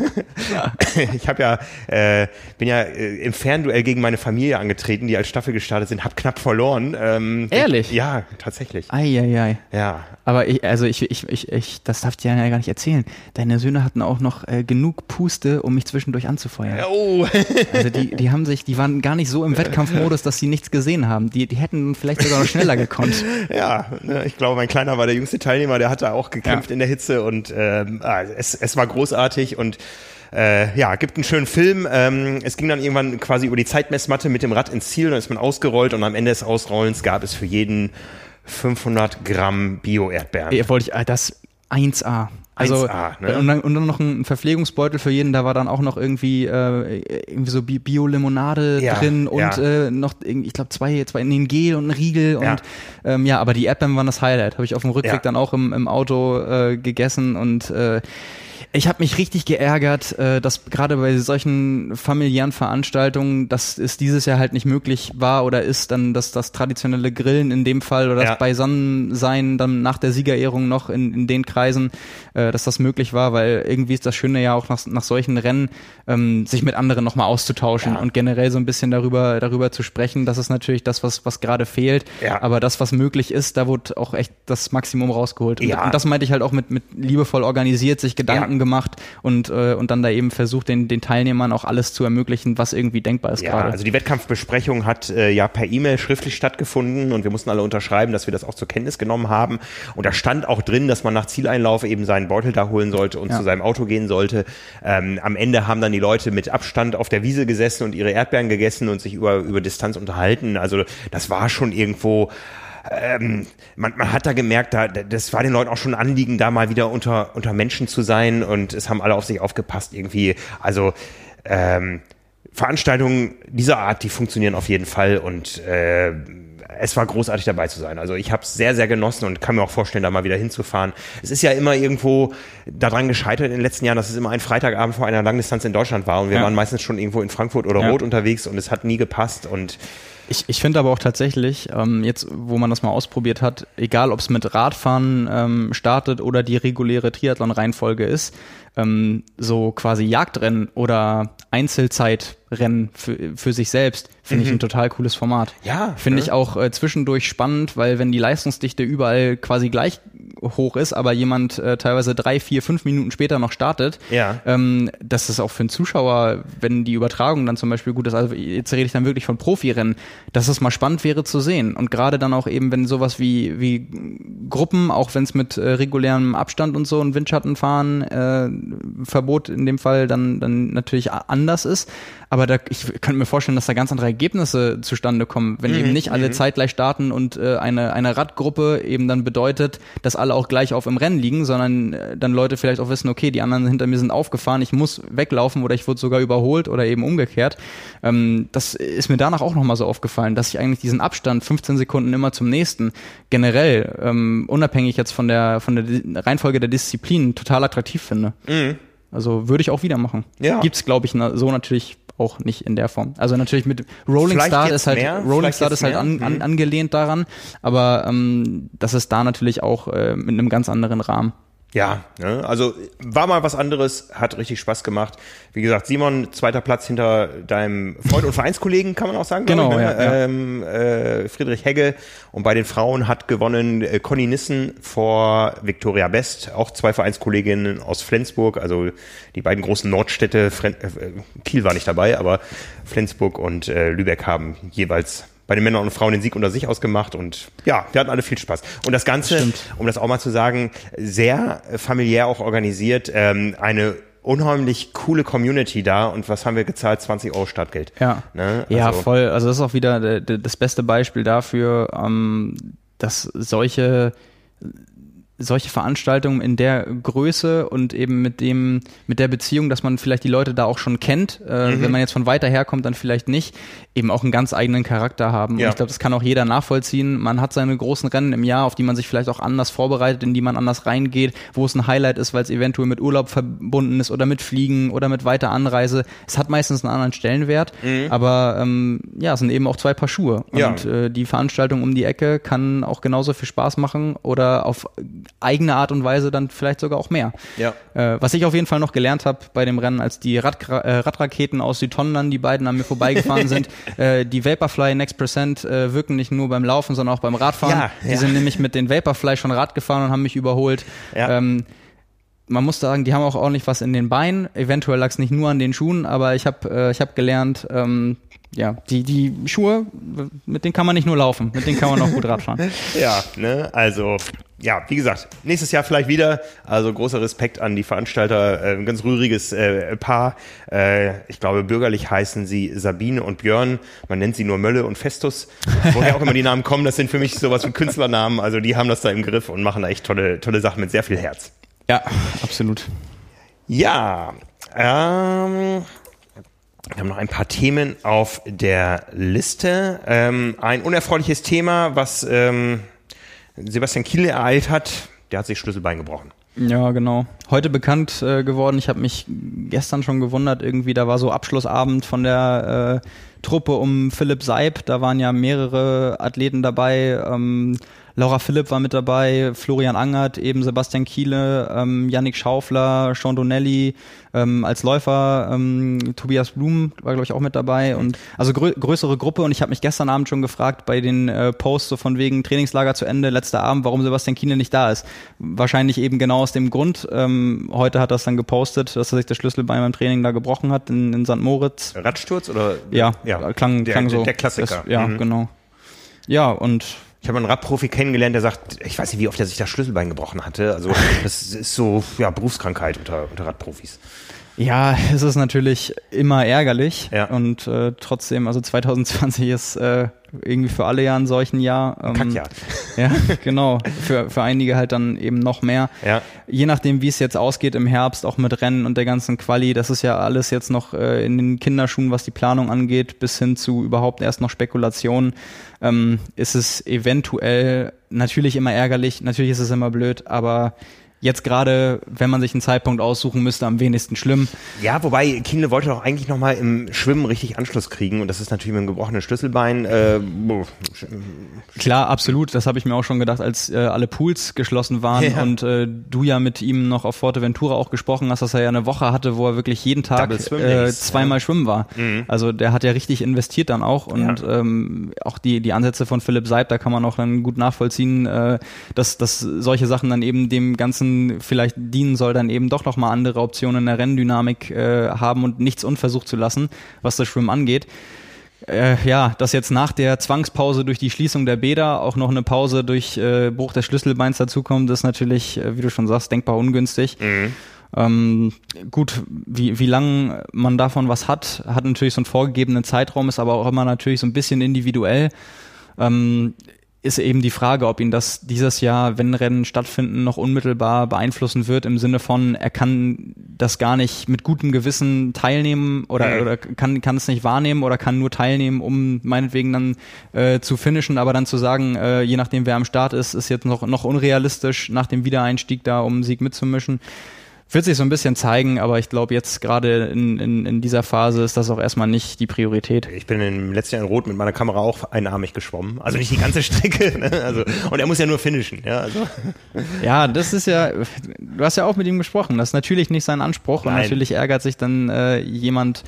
Ich bin ja im Fernduell gegen meine Familie angetreten, die als Staffel gestartet sind, habe knapp verloren. Ehrlich? Ja, tatsächlich. Ei. Ja. Aber ich, das darf ich dir ja gar nicht erzählen. Deine Söhne hatten auch noch genug Puste, um mich zwischendurch anzufeuern. Oh. Also die waren gar nicht so im Wettkampfmodus, dass sie nichts gesehen haben. Die hätten vielleicht sogar noch schneller gekonnt. Ja, ich glaube, mein Kleiner war der jüngste Teilnehmer, der hat da auch gekämpft in der Hitze und es war großartig und gibt einen schönen Film. Es ging dann irgendwann quasi über die Zeitmessmatte mit dem Rad ins Ziel, dann ist man ausgerollt und am Ende des Ausrollens gab es für jeden 500 Gramm Bio-Erdbeeren. Das 1A. Also 1A, ne? und dann noch ein Verpflegungsbeutel für jeden, da war dann auch noch irgendwie so Bio-Limonade drin und noch, ich glaube, zwei ein Gel und ein Riegel und aber die Erdbeeren waren das Highlight. Habe ich auf dem Rückweg dann auch im Auto gegessen und Ich habe mich richtig geärgert, dass gerade bei solchen familiären Veranstaltungen, dass es dieses Jahr halt nicht möglich war oder ist, dann das traditionelle Grillen in dem Fall oder das Beisammensein dann nach der Siegerehrung noch in den Kreisen, dass das möglich war, weil irgendwie ist das Schöne ja auch nach solchen Rennen, sich mit anderen nochmal auszutauschen und generell so ein bisschen darüber zu sprechen. Das ist natürlich das, was gerade fehlt. Ja. Aber das, was möglich ist, da wurde auch echt das Maximum rausgeholt. Und das meinte ich halt auch mit liebevoll organisiert, sich Gedanken gemacht und dann da eben versucht, den Teilnehmern auch alles zu ermöglichen, was irgendwie denkbar ist gerade. Also die Wettkampfbesprechung hat per E-Mail schriftlich stattgefunden und wir mussten alle unterschreiben, dass wir das auch zur Kenntnis genommen haben. Und da stand auch drin, dass man nach Zieleinlauf eben seinen Beutel da holen sollte und zu seinem Auto gehen sollte. Am Ende haben dann die Leute mit Abstand auf der Wiese gesessen und ihre Erdbeeren gegessen und sich über Distanz unterhalten. Also das war schon irgendwo, man hat da gemerkt, das war den Leuten auch schon ein Anliegen, da mal wieder unter Menschen zu sein und es haben alle auf sich aufgepasst irgendwie. Also Veranstaltungen dieser Art, die funktionieren auf jeden Fall und es war großartig dabei zu sein. Also ich habe es sehr, sehr genossen und kann mir auch vorstellen, da mal wieder hinzufahren. Es ist ja immer irgendwo daran gescheitert in den letzten Jahren, dass es immer ein Freitagabend vor einer Langdistanz in Deutschland war und wir waren meistens schon irgendwo in Frankfurt oder Roth unterwegs und es hat nie gepasst und Ich finde aber auch tatsächlich, jetzt wo man das mal ausprobiert hat, egal ob es mit Radfahren startet oder die reguläre Triathlon-Reihenfolge ist, so quasi Jagdrennen oder Einzelzeitrennen für sich selbst, finde ich ein total cooles Format. Ja. Finde ich auch zwischendurch spannend, weil wenn die Leistungsdichte überall quasi gleich hoch ist, aber jemand teilweise 3, 4, 5 Minuten später noch startet, dass das auch für einen Zuschauer, wenn die Übertragung dann zum Beispiel gut ist, also jetzt rede ich dann wirklich von Profirennen, dass es mal spannend wäre zu sehen. Und gerade dann auch eben, wenn sowas wie Gruppen, auch wenn es mit regulärem Abstand und so und Windschattenfahren, Verbot in dem Fall dann natürlich anders ist. Aber ich könnte mir vorstellen, dass da ganz andere Ergebnisse zustande kommen, wenn eben nicht alle zeitgleich starten und eine Radgruppe eben dann bedeutet, dass alle auch gleich auf im Rennen liegen, sondern dann Leute vielleicht auch wissen, okay, die anderen hinter mir sind aufgefahren, ich muss weglaufen oder ich wurde sogar überholt oder eben umgekehrt. Das ist mir danach auch nochmal so aufgefallen, dass ich eigentlich diesen Abstand 15 Sekunden immer zum nächsten generell, unabhängig jetzt von der Reihenfolge der Disziplinen, total attraktiv finde. Also würde ich auch wieder machen. Ja. Gibt's, glaube ich, so natürlich auch nicht in der Form. Also natürlich mit Rolling Start ist halt angelehnt daran, aber das ist da natürlich auch mit einem ganz anderen Rahmen. Ja, ne? Also war mal was anderes, hat richtig Spaß gemacht. Wie gesagt, Simon, 2. Platz hinter deinem Freund und Vereinskollegen, kann man auch sagen. Genau, Friedrich Hegge. Und bei den Frauen hat gewonnen Conny Nissen vor Viktoria Best, auch 2 Vereinskolleginnen aus Flensburg, also die beiden großen Nordstädte, Kiel war nicht dabei, aber Flensburg und Lübeck haben jeweils bei den Männern und Frauen den Sieg unter sich ausgemacht und ja, wir hatten alle viel Spaß. Und das Ganze, um das auch mal zu sagen, sehr familiär auch organisiert, eine unheimlich coole Community da und was haben wir gezahlt? 20 € Startgeld. Ja, ne? Ja, voll. Also das ist auch wieder das beste Beispiel dafür, dass solche Veranstaltungen in der Größe und eben mit der Beziehung, dass man vielleicht die Leute da auch schon kennt, wenn man jetzt von weiter her kommt, dann vielleicht nicht, eben auch einen ganz eigenen Charakter haben. Und ich glaube, das kann auch jeder nachvollziehen. Man hat seine großen Rennen im Jahr, auf die man sich vielleicht auch anders vorbereitet, in die man anders reingeht, wo es ein Highlight ist, weil es eventuell mit Urlaub verbunden ist oder mit Fliegen oder mit weiter Anreise. Es hat meistens einen anderen Stellenwert, aber es sind eben auch 2 Paar Schuhe. Und die Veranstaltung um die Ecke kann auch genauso viel Spaß machen oder auf eigene Art und Weise dann vielleicht sogar auch mehr. Ja. Was ich auf jeden Fall noch gelernt habe bei dem Rennen, als die Radraketen aus Südtondern, die beiden an mir vorbeigefahren sind, die Vaporfly Next Percent wirken nicht nur beim Laufen, sondern auch beim Radfahren. Die sind nämlich mit den Vaporfly schon Rad gefahren und haben mich überholt. Ja. Man muss sagen, die haben auch ordentlich was in den Beinen. Eventuell lag es nicht nur an den Schuhen, aber ich hab gelernt, die Schuhe, mit denen kann man nicht nur laufen, mit denen kann man auch gut Rad fahren. Ja, ne, also ja, wie gesagt, nächstes Jahr vielleicht wieder. Also großer Respekt an die Veranstalter, ein ganz rühriges Paar. Ich glaube, bürgerlich heißen sie Sabine und Björn. Man nennt sie nur Mölle und Festus. Woher auch immer die Namen kommen, das sind für mich sowas wie Künstlernamen. Also die haben das da im Griff und machen da echt tolle Sachen mit sehr viel Herz. Ja, absolut. Ja, wir haben noch ein paar Themen auf der Liste. Ein unerfreuliches Thema, was Sebastian Kiel ereilt hat, der hat sich Schlüsselbein gebrochen. Ja, genau. Heute bekannt geworden. Ich habe mich gestern schon gewundert, irgendwie, da war so Abschlussabend von der Truppe um Philipp Seib. Da waren ja mehrere Athleten dabei. Laura Philipp war mit dabei, Florian Angert, eben Sebastian Kiele, Yannick Schaufler, Sean Donnelly, als Läufer Tobias Blum war, glaube ich, auch mit dabei. Und also größere Gruppe. Und ich habe mich gestern Abend schon gefragt bei den Posts so von wegen Trainingslager zu Ende, letzter Abend, warum Sebastian Kiele nicht da ist. Wahrscheinlich eben genau aus dem Grund. Heute hat er es dann gepostet, dass er sich das Schlüsselbein beim Training da gebrochen hat in St. Moritz. Radsturz oder? Ja, klang so. Der Klassiker. Genau. Ja, und ich habe einen Radprofi kennengelernt, der sagt, ich weiß nicht, wie oft er sich das Schlüsselbein gebrochen hatte. Also das ist so Berufskrankheit unter Radprofis. Ja, es ist natürlich immer ärgerlich. Ja. Und trotzdem, also 2020 ist irgendwie für alle ja ein solchen Jahr. Kackjahr. Ja, genau. Für einige halt dann eben noch mehr. Ja. Je nachdem, wie es jetzt ausgeht im Herbst, auch mit Rennen und der ganzen Quali, das ist ja alles jetzt noch in den Kinderschuhen, was die Planung angeht, bis hin zu überhaupt erst noch Spekulationen. Ist es eventuell natürlich immer ärgerlich, natürlich ist es immer blöd, aber jetzt gerade, wenn man sich einen Zeitpunkt aussuchen müsste, am wenigsten schlimm. Ja, wobei Kienle wollte doch eigentlich nochmal im Schwimmen richtig Anschluss kriegen und das ist natürlich mit einem gebrochenen Schlüsselbein. Klar, absolut. Das habe ich mir auch schon gedacht, als alle Pools geschlossen waren und du ja mit ihm noch auf Forteventura auch gesprochen hast, dass er ja eine Woche hatte, wo er wirklich jeden Tag zweimal schwimmen war. Mhm. Also der hat ja richtig investiert dann auch und auch die Ansätze von Philipp Seib, da kann man auch dann gut nachvollziehen, dass solche Sachen dann eben dem Ganzen vielleicht dienen soll, dann eben doch nochmal andere Optionen in der Renndynamik haben und nichts unversucht zu lassen, was das Schwimmen angeht. Dass jetzt nach der Zwangspause durch die Schließung der Bäder auch noch eine Pause durch Bruch des Schlüsselbeins dazukommt, ist natürlich, wie du schon sagst, denkbar ungünstig. Mhm. Gut, wie lang man davon was hat natürlich so einen vorgegebenen Zeitraum, ist aber auch immer natürlich so ein bisschen individuell. Ist eben die Frage, ob ihn das dieses Jahr, wenn Rennen stattfinden, noch unmittelbar beeinflussen wird, im Sinne von, er kann das gar nicht mit gutem Gewissen teilnehmen oder kann es nicht wahrnehmen oder kann nur teilnehmen, um meinetwegen dann zu finishen, aber dann zu sagen, je nachdem wer am Start ist jetzt noch unrealistisch, nach dem Wiedereinstieg da um einen Sieg mitzumischen. Wird sich so ein bisschen zeigen, aber ich glaube jetzt gerade in dieser Phase ist das auch erstmal nicht die Priorität. Ich bin im letzten Jahr in Rot mit meiner Kamera auch einarmig geschwommen. Also nicht die ganze Strecke. Ne? Also, und er muss ja nur finishen. Ja, also. Ja, das ist ja, du hast ja auch mit ihm gesprochen. Das ist natürlich nicht sein Anspruch. Nein. Und natürlich ärgert sich dann jemand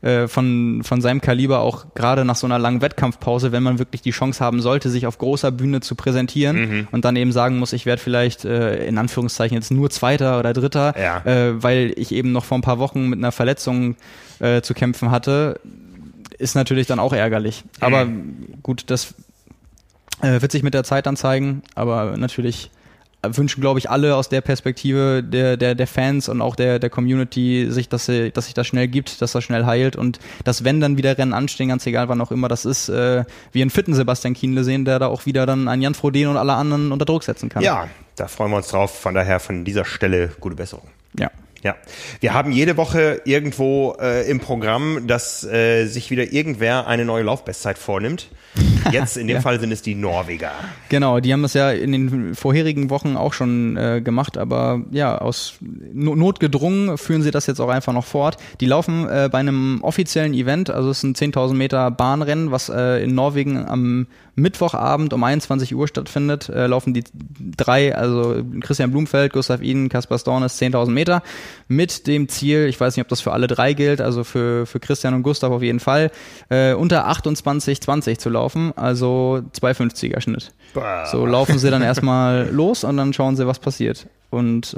von seinem Kaliber auch gerade nach so einer langen Wettkampfpause, wenn man wirklich die Chance haben sollte, sich auf großer Bühne zu präsentieren und dann eben sagen muss, ich werde vielleicht in Anführungszeichen jetzt nur Zweiter oder Dritter, weil ich eben noch vor ein paar Wochen mit einer Verletzung zu kämpfen hatte, ist natürlich dann auch ärgerlich. Aber gut, das wird sich mit der Zeit dann zeigen, aber natürlich wünschen, glaube ich, alle aus der Perspektive der Fans und auch der Community sich, dass sich das schnell gibt, dass das schnell heilt und dass, wenn dann wieder Rennen anstehen, ganz egal wann auch immer das ist, wir einen fitten Sebastian Kienle sehen, der da auch wieder dann einen Jan Frodeno und alle anderen unter Druck setzen kann. Ja, da freuen wir uns drauf. Von daher von dieser Stelle gute Besserung. Ja, wir haben jede Woche irgendwo im Programm, dass sich wieder irgendwer eine neue Laufbestzeit vornimmt. Jetzt in dem Fall sind es die Norweger. Genau, die haben das ja in den vorherigen Wochen auch schon gemacht, aber ja, aus Not gedrungen führen sie das jetzt auch einfach noch fort. Die laufen bei einem offiziellen Event, also es ist ein 10.000 Meter Bahnrennen, was in Norwegen am Mittwochabend um 21 Uhr stattfindet, laufen die drei, also Christian Blumfeld, Gustav Iden, Kaspar Stornes, 10.000 Meter mit dem Ziel, ich weiß nicht, ob das für alle drei gilt, also für Christian und Gustav auf jeden Fall, unter 28,20 zu laufen, also 2,50er Schnitt. So laufen sie dann erstmal los und dann schauen sie, was passiert. Und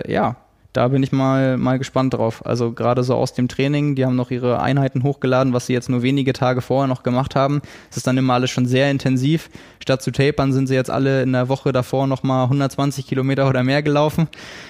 da bin ich mal gespannt drauf. Also gerade so aus dem Training, die haben noch ihre Einheiten hochgeladen, was sie jetzt nur wenige Tage vorher noch gemacht haben. Es ist dann immer alles schon sehr intensiv. Statt zu tapern sind sie jetzt alle in der Woche davor nochmal 120 Kilometer oder mehr gelaufen.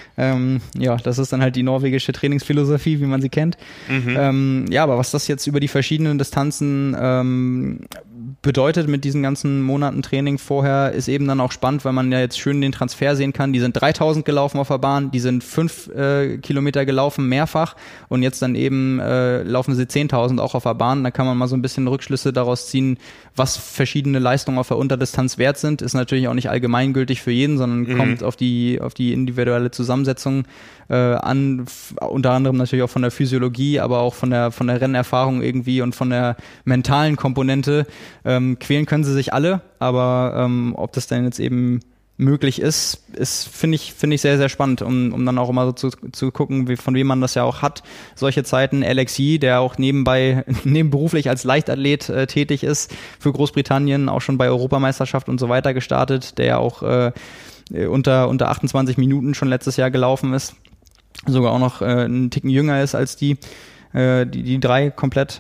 Das ist dann halt die norwegische Trainingsphilosophie, wie man sie kennt. Aber was das jetzt über die verschiedenen Distanzen bedeutet mit diesen ganzen Monaten Training vorher, ist eben dann auch spannend, weil man ja jetzt schön den Transfer sehen kann. Die sind 3000 gelaufen auf der Bahn, die sind 5 Kilometer gelaufen, mehrfach, und jetzt dann eben laufen sie 10.000 auch auf der Bahn. Da kann man mal so ein bisschen Rückschlüsse daraus ziehen, was verschiedene Leistungen auf der Unterdistanz wert sind. Ist natürlich auch nicht allgemeingültig für jeden, sondern kommt auf die individuelle Zusammensetzung an, unter anderem natürlich auch von der Physiologie, aber auch von der Rennerfahrung irgendwie und von der mentalen Komponente. Quälen können sie sich alle, aber ob das denn jetzt eben möglich ist finde ich sehr, sehr spannend, um dann auch immer so zu gucken, von wem man das ja auch hat. Solche Zeiten, Alexi, der auch nebenberuflich als Leichtathlet tätig ist, für Großbritannien auch schon bei Europameisterschaft und so weiter gestartet, der ja auch unter 28 Minuten schon letztes Jahr gelaufen ist, sogar auch noch einen Ticken jünger ist als die drei komplett.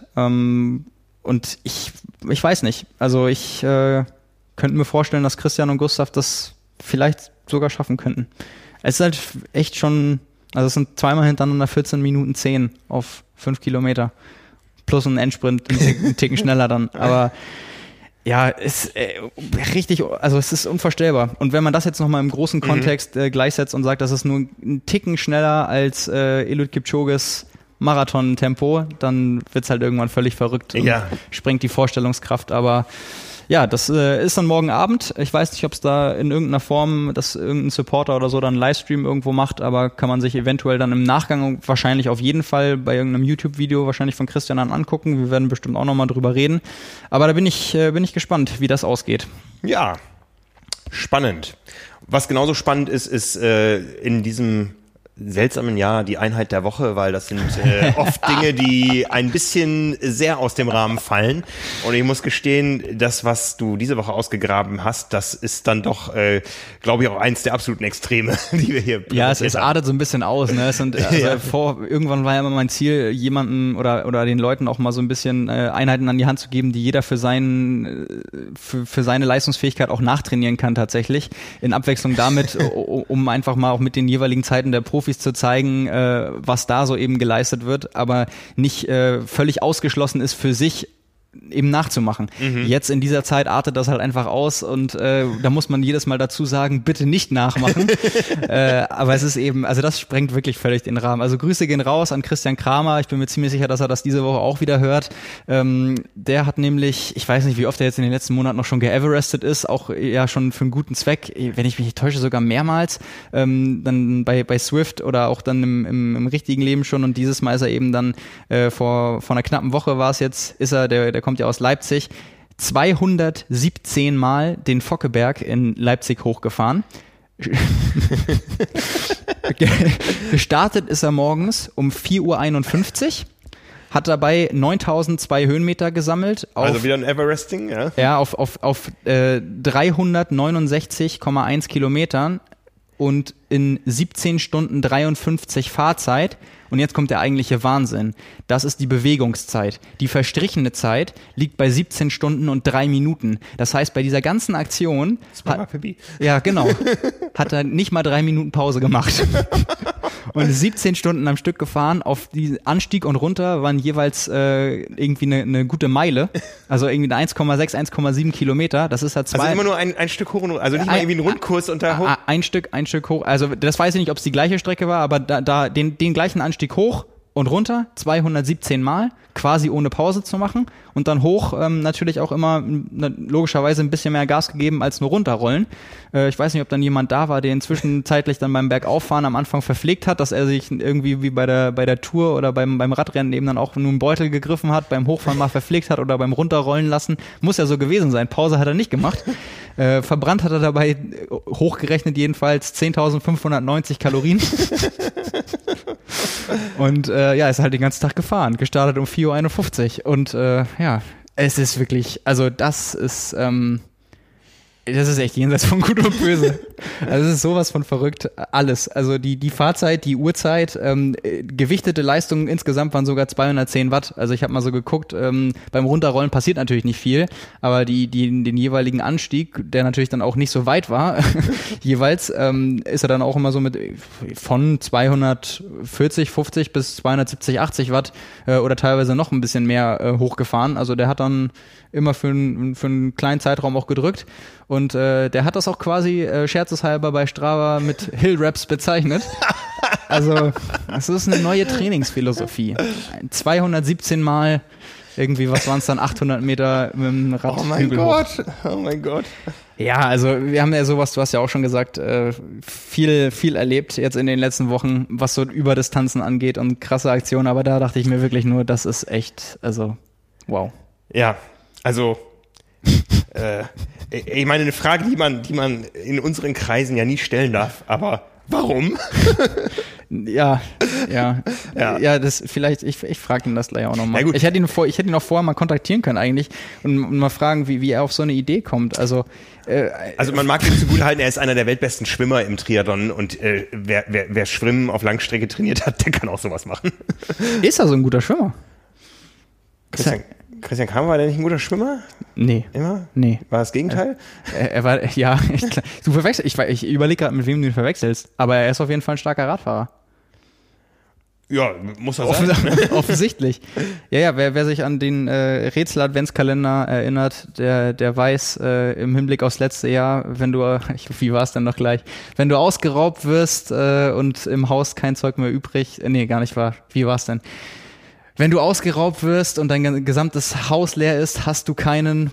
Und ich weiß nicht. Also ich könnte mir vorstellen, dass Christian und Gustav das vielleicht sogar schaffen könnten. Es ist halt echt schon, also es sind zweimal hintereinander 14 Minuten 10 auf 5 Kilometer. Plus ein Endsprint, einen Ticken schneller dann. Aber ja, ist richtig, also es ist unvorstellbar. Und wenn man das jetzt nochmal im großen Kontext gleichsetzt und sagt, das ist nur ein Ticken schneller als Eliud Kipchoges Marathon-Tempo, dann wird's halt irgendwann völlig verrückt und sprengt die Vorstellungskraft. Aber ja, das ist dann morgen Abend. Ich weiß nicht, ob es da in irgendeiner Form, dass irgendein Supporter oder so dann einen Livestream irgendwo macht, aber kann man sich eventuell dann im Nachgang wahrscheinlich auf jeden Fall bei irgendeinem YouTube-Video wahrscheinlich von Christian dann angucken. Wir werden bestimmt auch nochmal drüber reden. Aber da bin ich gespannt, wie das ausgeht. Ja, spannend. Was genauso spannend ist in diesem seltsamen Jahr die Einheit der Woche, weil das sind oft Dinge, die ein bisschen sehr aus dem Rahmen fallen. Und ich muss gestehen, das, was du diese Woche ausgegraben hast, das ist dann doch, glaube ich, auch eins der absoluten Extreme, die wir hier ja, es artet so ein bisschen aus. Ne? Irgendwann war ja immer mein Ziel, jemanden oder den Leuten auch mal so ein bisschen Einheiten an die Hand zu geben, die jeder für seine Leistungsfähigkeit auch nachtrainieren kann tatsächlich. In Abwechslung damit, um einfach mal auch mit den jeweiligen Zeiten der Profis zu zeigen, was da so eben geleistet wird, aber nicht völlig ausgeschlossen ist für sich eben nachzumachen. Jetzt in dieser Zeit artet das halt einfach aus und da muss man jedes Mal dazu sagen, bitte nicht nachmachen. Aber es ist eben, also das sprengt wirklich völlig den Rahmen. Also Grüße gehen raus an Christian Kramer. Ich bin mir ziemlich sicher, dass er das diese Woche auch wieder hört. Der hat nämlich, ich weiß nicht, wie oft er jetzt in den letzten Monaten noch schon geeverestet ist, auch ja schon für einen guten Zweck, wenn ich mich nicht täusche, sogar mehrmals, dann bei Swift oder auch dann im richtigen Leben schon, und dieses Mal ist er eben dann vor einer knappen Woche war es jetzt, ist er, der kommt ja aus Leipzig, 217 Mal den Fockeberg in Leipzig hochgefahren. Gestartet ist er morgens um 4:51 Uhr, hat dabei 9.002 Höhenmeter gesammelt. Also wieder ein Everesting, ja? Ja, auf 369,1 Kilometern und in 17 Stunden 53 Fahrzeit. Und jetzt kommt der eigentliche Wahnsinn. Das ist die Bewegungszeit. Die verstrichene Zeit liegt bei 17 Stunden und 3 Minuten. Das heißt, bei dieser ganzen Aktion ja, genau, hat er nicht mal 3 Minuten Pause gemacht. Und 17 Stunden am Stück gefahren. Auf die Anstieg und runter waren jeweils irgendwie eine gute Meile. Also irgendwie 1,6, 1,7 Kilometer. Das ist halt Also immer nur ein Stück hoch und runter. Also nicht mal irgendwie ein Rundkurs und da hoch. Ein Stück hoch. Also das weiß ich nicht, ob es die gleiche Strecke war, aber da den gleichen Anstieg hoch und runter, 217 Mal, quasi ohne Pause zu machen, und dann hoch natürlich auch immer logischerweise ein bisschen mehr Gas gegeben als nur runterrollen. Ich weiß nicht, ob dann jemand da war, der inzwischen zeitlich dann beim Bergauffahren am Anfang verpflegt hat, dass er sich irgendwie wie bei der Tour oder beim Radrennen eben dann auch nur einen Beutel gegriffen hat, beim Hochfahren mal verpflegt hat oder beim Runterrollen lassen. Muss ja so gewesen sein. Pause hat er nicht gemacht. Verbrannt hat er dabei, hochgerechnet jedenfalls, 10.590 Kalorien. Und ist halt den ganzen Tag gefahren. Gestartet um 4:51 Uhr. Und es ist wirklich, also das ist Das ist echt jenseits von Gut und Böse. Also es ist sowas von verrückt. Alles. Also die Fahrzeit, die Uhrzeit, gewichtete Leistungen insgesamt waren sogar 210 Watt. Also ich habe mal so geguckt, beim Runterrollen passiert natürlich nicht viel, aber den jeweiligen Anstieg, der natürlich dann auch nicht so weit war, jeweils, ist er dann auch immer so mit von 240, 50 bis 270, 80 Watt oder teilweise noch ein bisschen mehr hochgefahren. Also der hat dann immer für einen kleinen Zeitraum auch gedrückt. Und der hat das auch quasi scherzeshalber bei Strava mit Hill Reps bezeichnet. Also das ist eine neue Trainingsphilosophie. 217 Mal irgendwie, was waren es dann, 800 Meter mit dem Rad. Oh mein Gott. Ja, also wir haben ja sowas, du hast ja auch schon gesagt, viel erlebt jetzt in den letzten Wochen, was so Überdistanzen angeht und krasse Aktionen. Aber da dachte ich mir wirklich nur, das ist echt, also wow. Ja, also ich meine, eine Frage, die man in unseren Kreisen ja nie stellen darf, aber warum? Ja, das vielleicht, ich frage ihn das gleich auch nochmal. Ich hätte ihn auch vorher mal kontaktieren können eigentlich und mal fragen, wie er auf so eine Idee kommt. Also man mag ihm zugutehalten, er ist einer der weltbesten Schwimmer im Triathlon und wer Schwimmen auf Langstrecke trainiert hat, der kann auch sowas machen. Ist er so ein guter Schwimmer? Christian Kramer, war der nicht ein guter Schwimmer? Nee. Immer? Nee. War das Gegenteil? Er war, ja, du verwechselst, ich überlege gerade, mit wem du ihn verwechselst, aber er ist auf jeden Fall ein starker Radfahrer. Ja, muss er sein. Offensichtlich. Ja, wer sich an den Rätsel-Adventskalender erinnert, der weiß im Hinblick aufs letzte Jahr, wie war es denn noch gleich, wenn du ausgeraubt wirst und im Haus kein Zeug mehr übrig, wie war es denn? Wenn du ausgeraubt wirst und dein gesamtes Haus leer ist, hast du keinen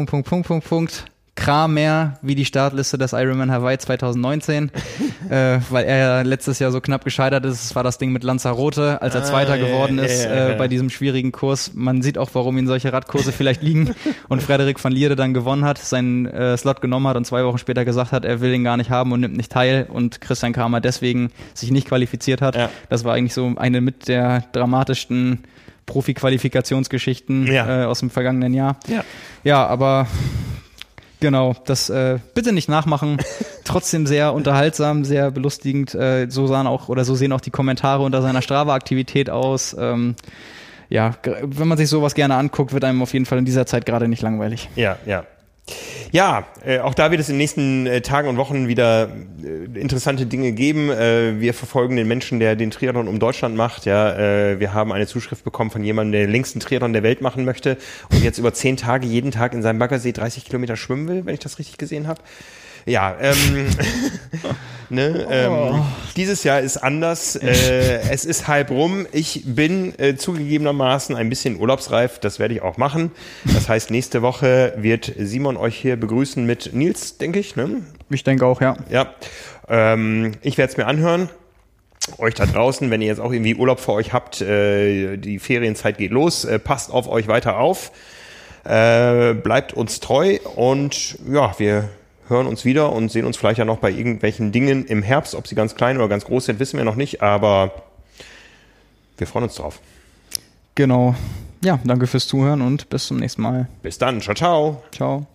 Kram mehr wie die Startliste des Ironman Hawaii 2019, weil er ja letztes Jahr so knapp gescheitert ist. Es war das Ding mit Lanzarote, als er Zweiter geworden ist bei diesem schwierigen Kurs. Man sieht auch, warum ihn solche Radkurse vielleicht liegen. Und Frederik van Lierde dann gewonnen hat, seinen Slot genommen hat und 2 Wochen später gesagt hat, er will ihn gar nicht haben und nimmt nicht teil. Und Christian Kramer deswegen sich nicht qualifiziert hat. Ja. Das war eigentlich so eine mit der dramatischsten Profi-Qualifikationsgeschichten aus dem vergangenen Jahr. Ja, aber genau, das bitte nicht nachmachen. Trotzdem sehr unterhaltsam, sehr belustigend. So sehen auch die Kommentare unter seiner Strava-Aktivität aus. Wenn man sich sowas gerne anguckt, wird einem auf jeden Fall in dieser Zeit gerade nicht langweilig. Ja, auch da wird es in den nächsten Tagen und Wochen wieder interessante Dinge geben. Wir verfolgen den Menschen, der den Triathlon um Deutschland macht. Ja, wir haben eine Zuschrift bekommen von jemandem, der den längsten Triathlon der Welt machen möchte und jetzt über 10 Tage jeden Tag in seinem Baggersee 30 Kilometer schwimmen will, wenn ich das richtig gesehen habe. Ja, dieses Jahr ist anders. Es ist halb rum. Ich bin zugegebenermaßen ein bisschen urlaubsreif. Das werde ich auch machen. Das heißt, nächste Woche wird Simon euch hier begrüßen mit Nils, denke ich. Ne? Ich denke auch, ja. Ja. Ich werde es mir anhören. Euch da draußen, wenn ihr jetzt auch irgendwie Urlaub vor euch habt, die Ferienzeit geht los. Passt auf euch weiter auf. Bleibt uns treu und ja, wir hören uns wieder und sehen uns vielleicht ja noch bei irgendwelchen Dingen im Herbst. Ob sie ganz klein oder ganz groß sind, wissen wir noch nicht, aber wir freuen uns drauf. Genau. Ja, danke fürs Zuhören und bis zum nächsten Mal. Bis dann. Ciao, ciao. Ciao.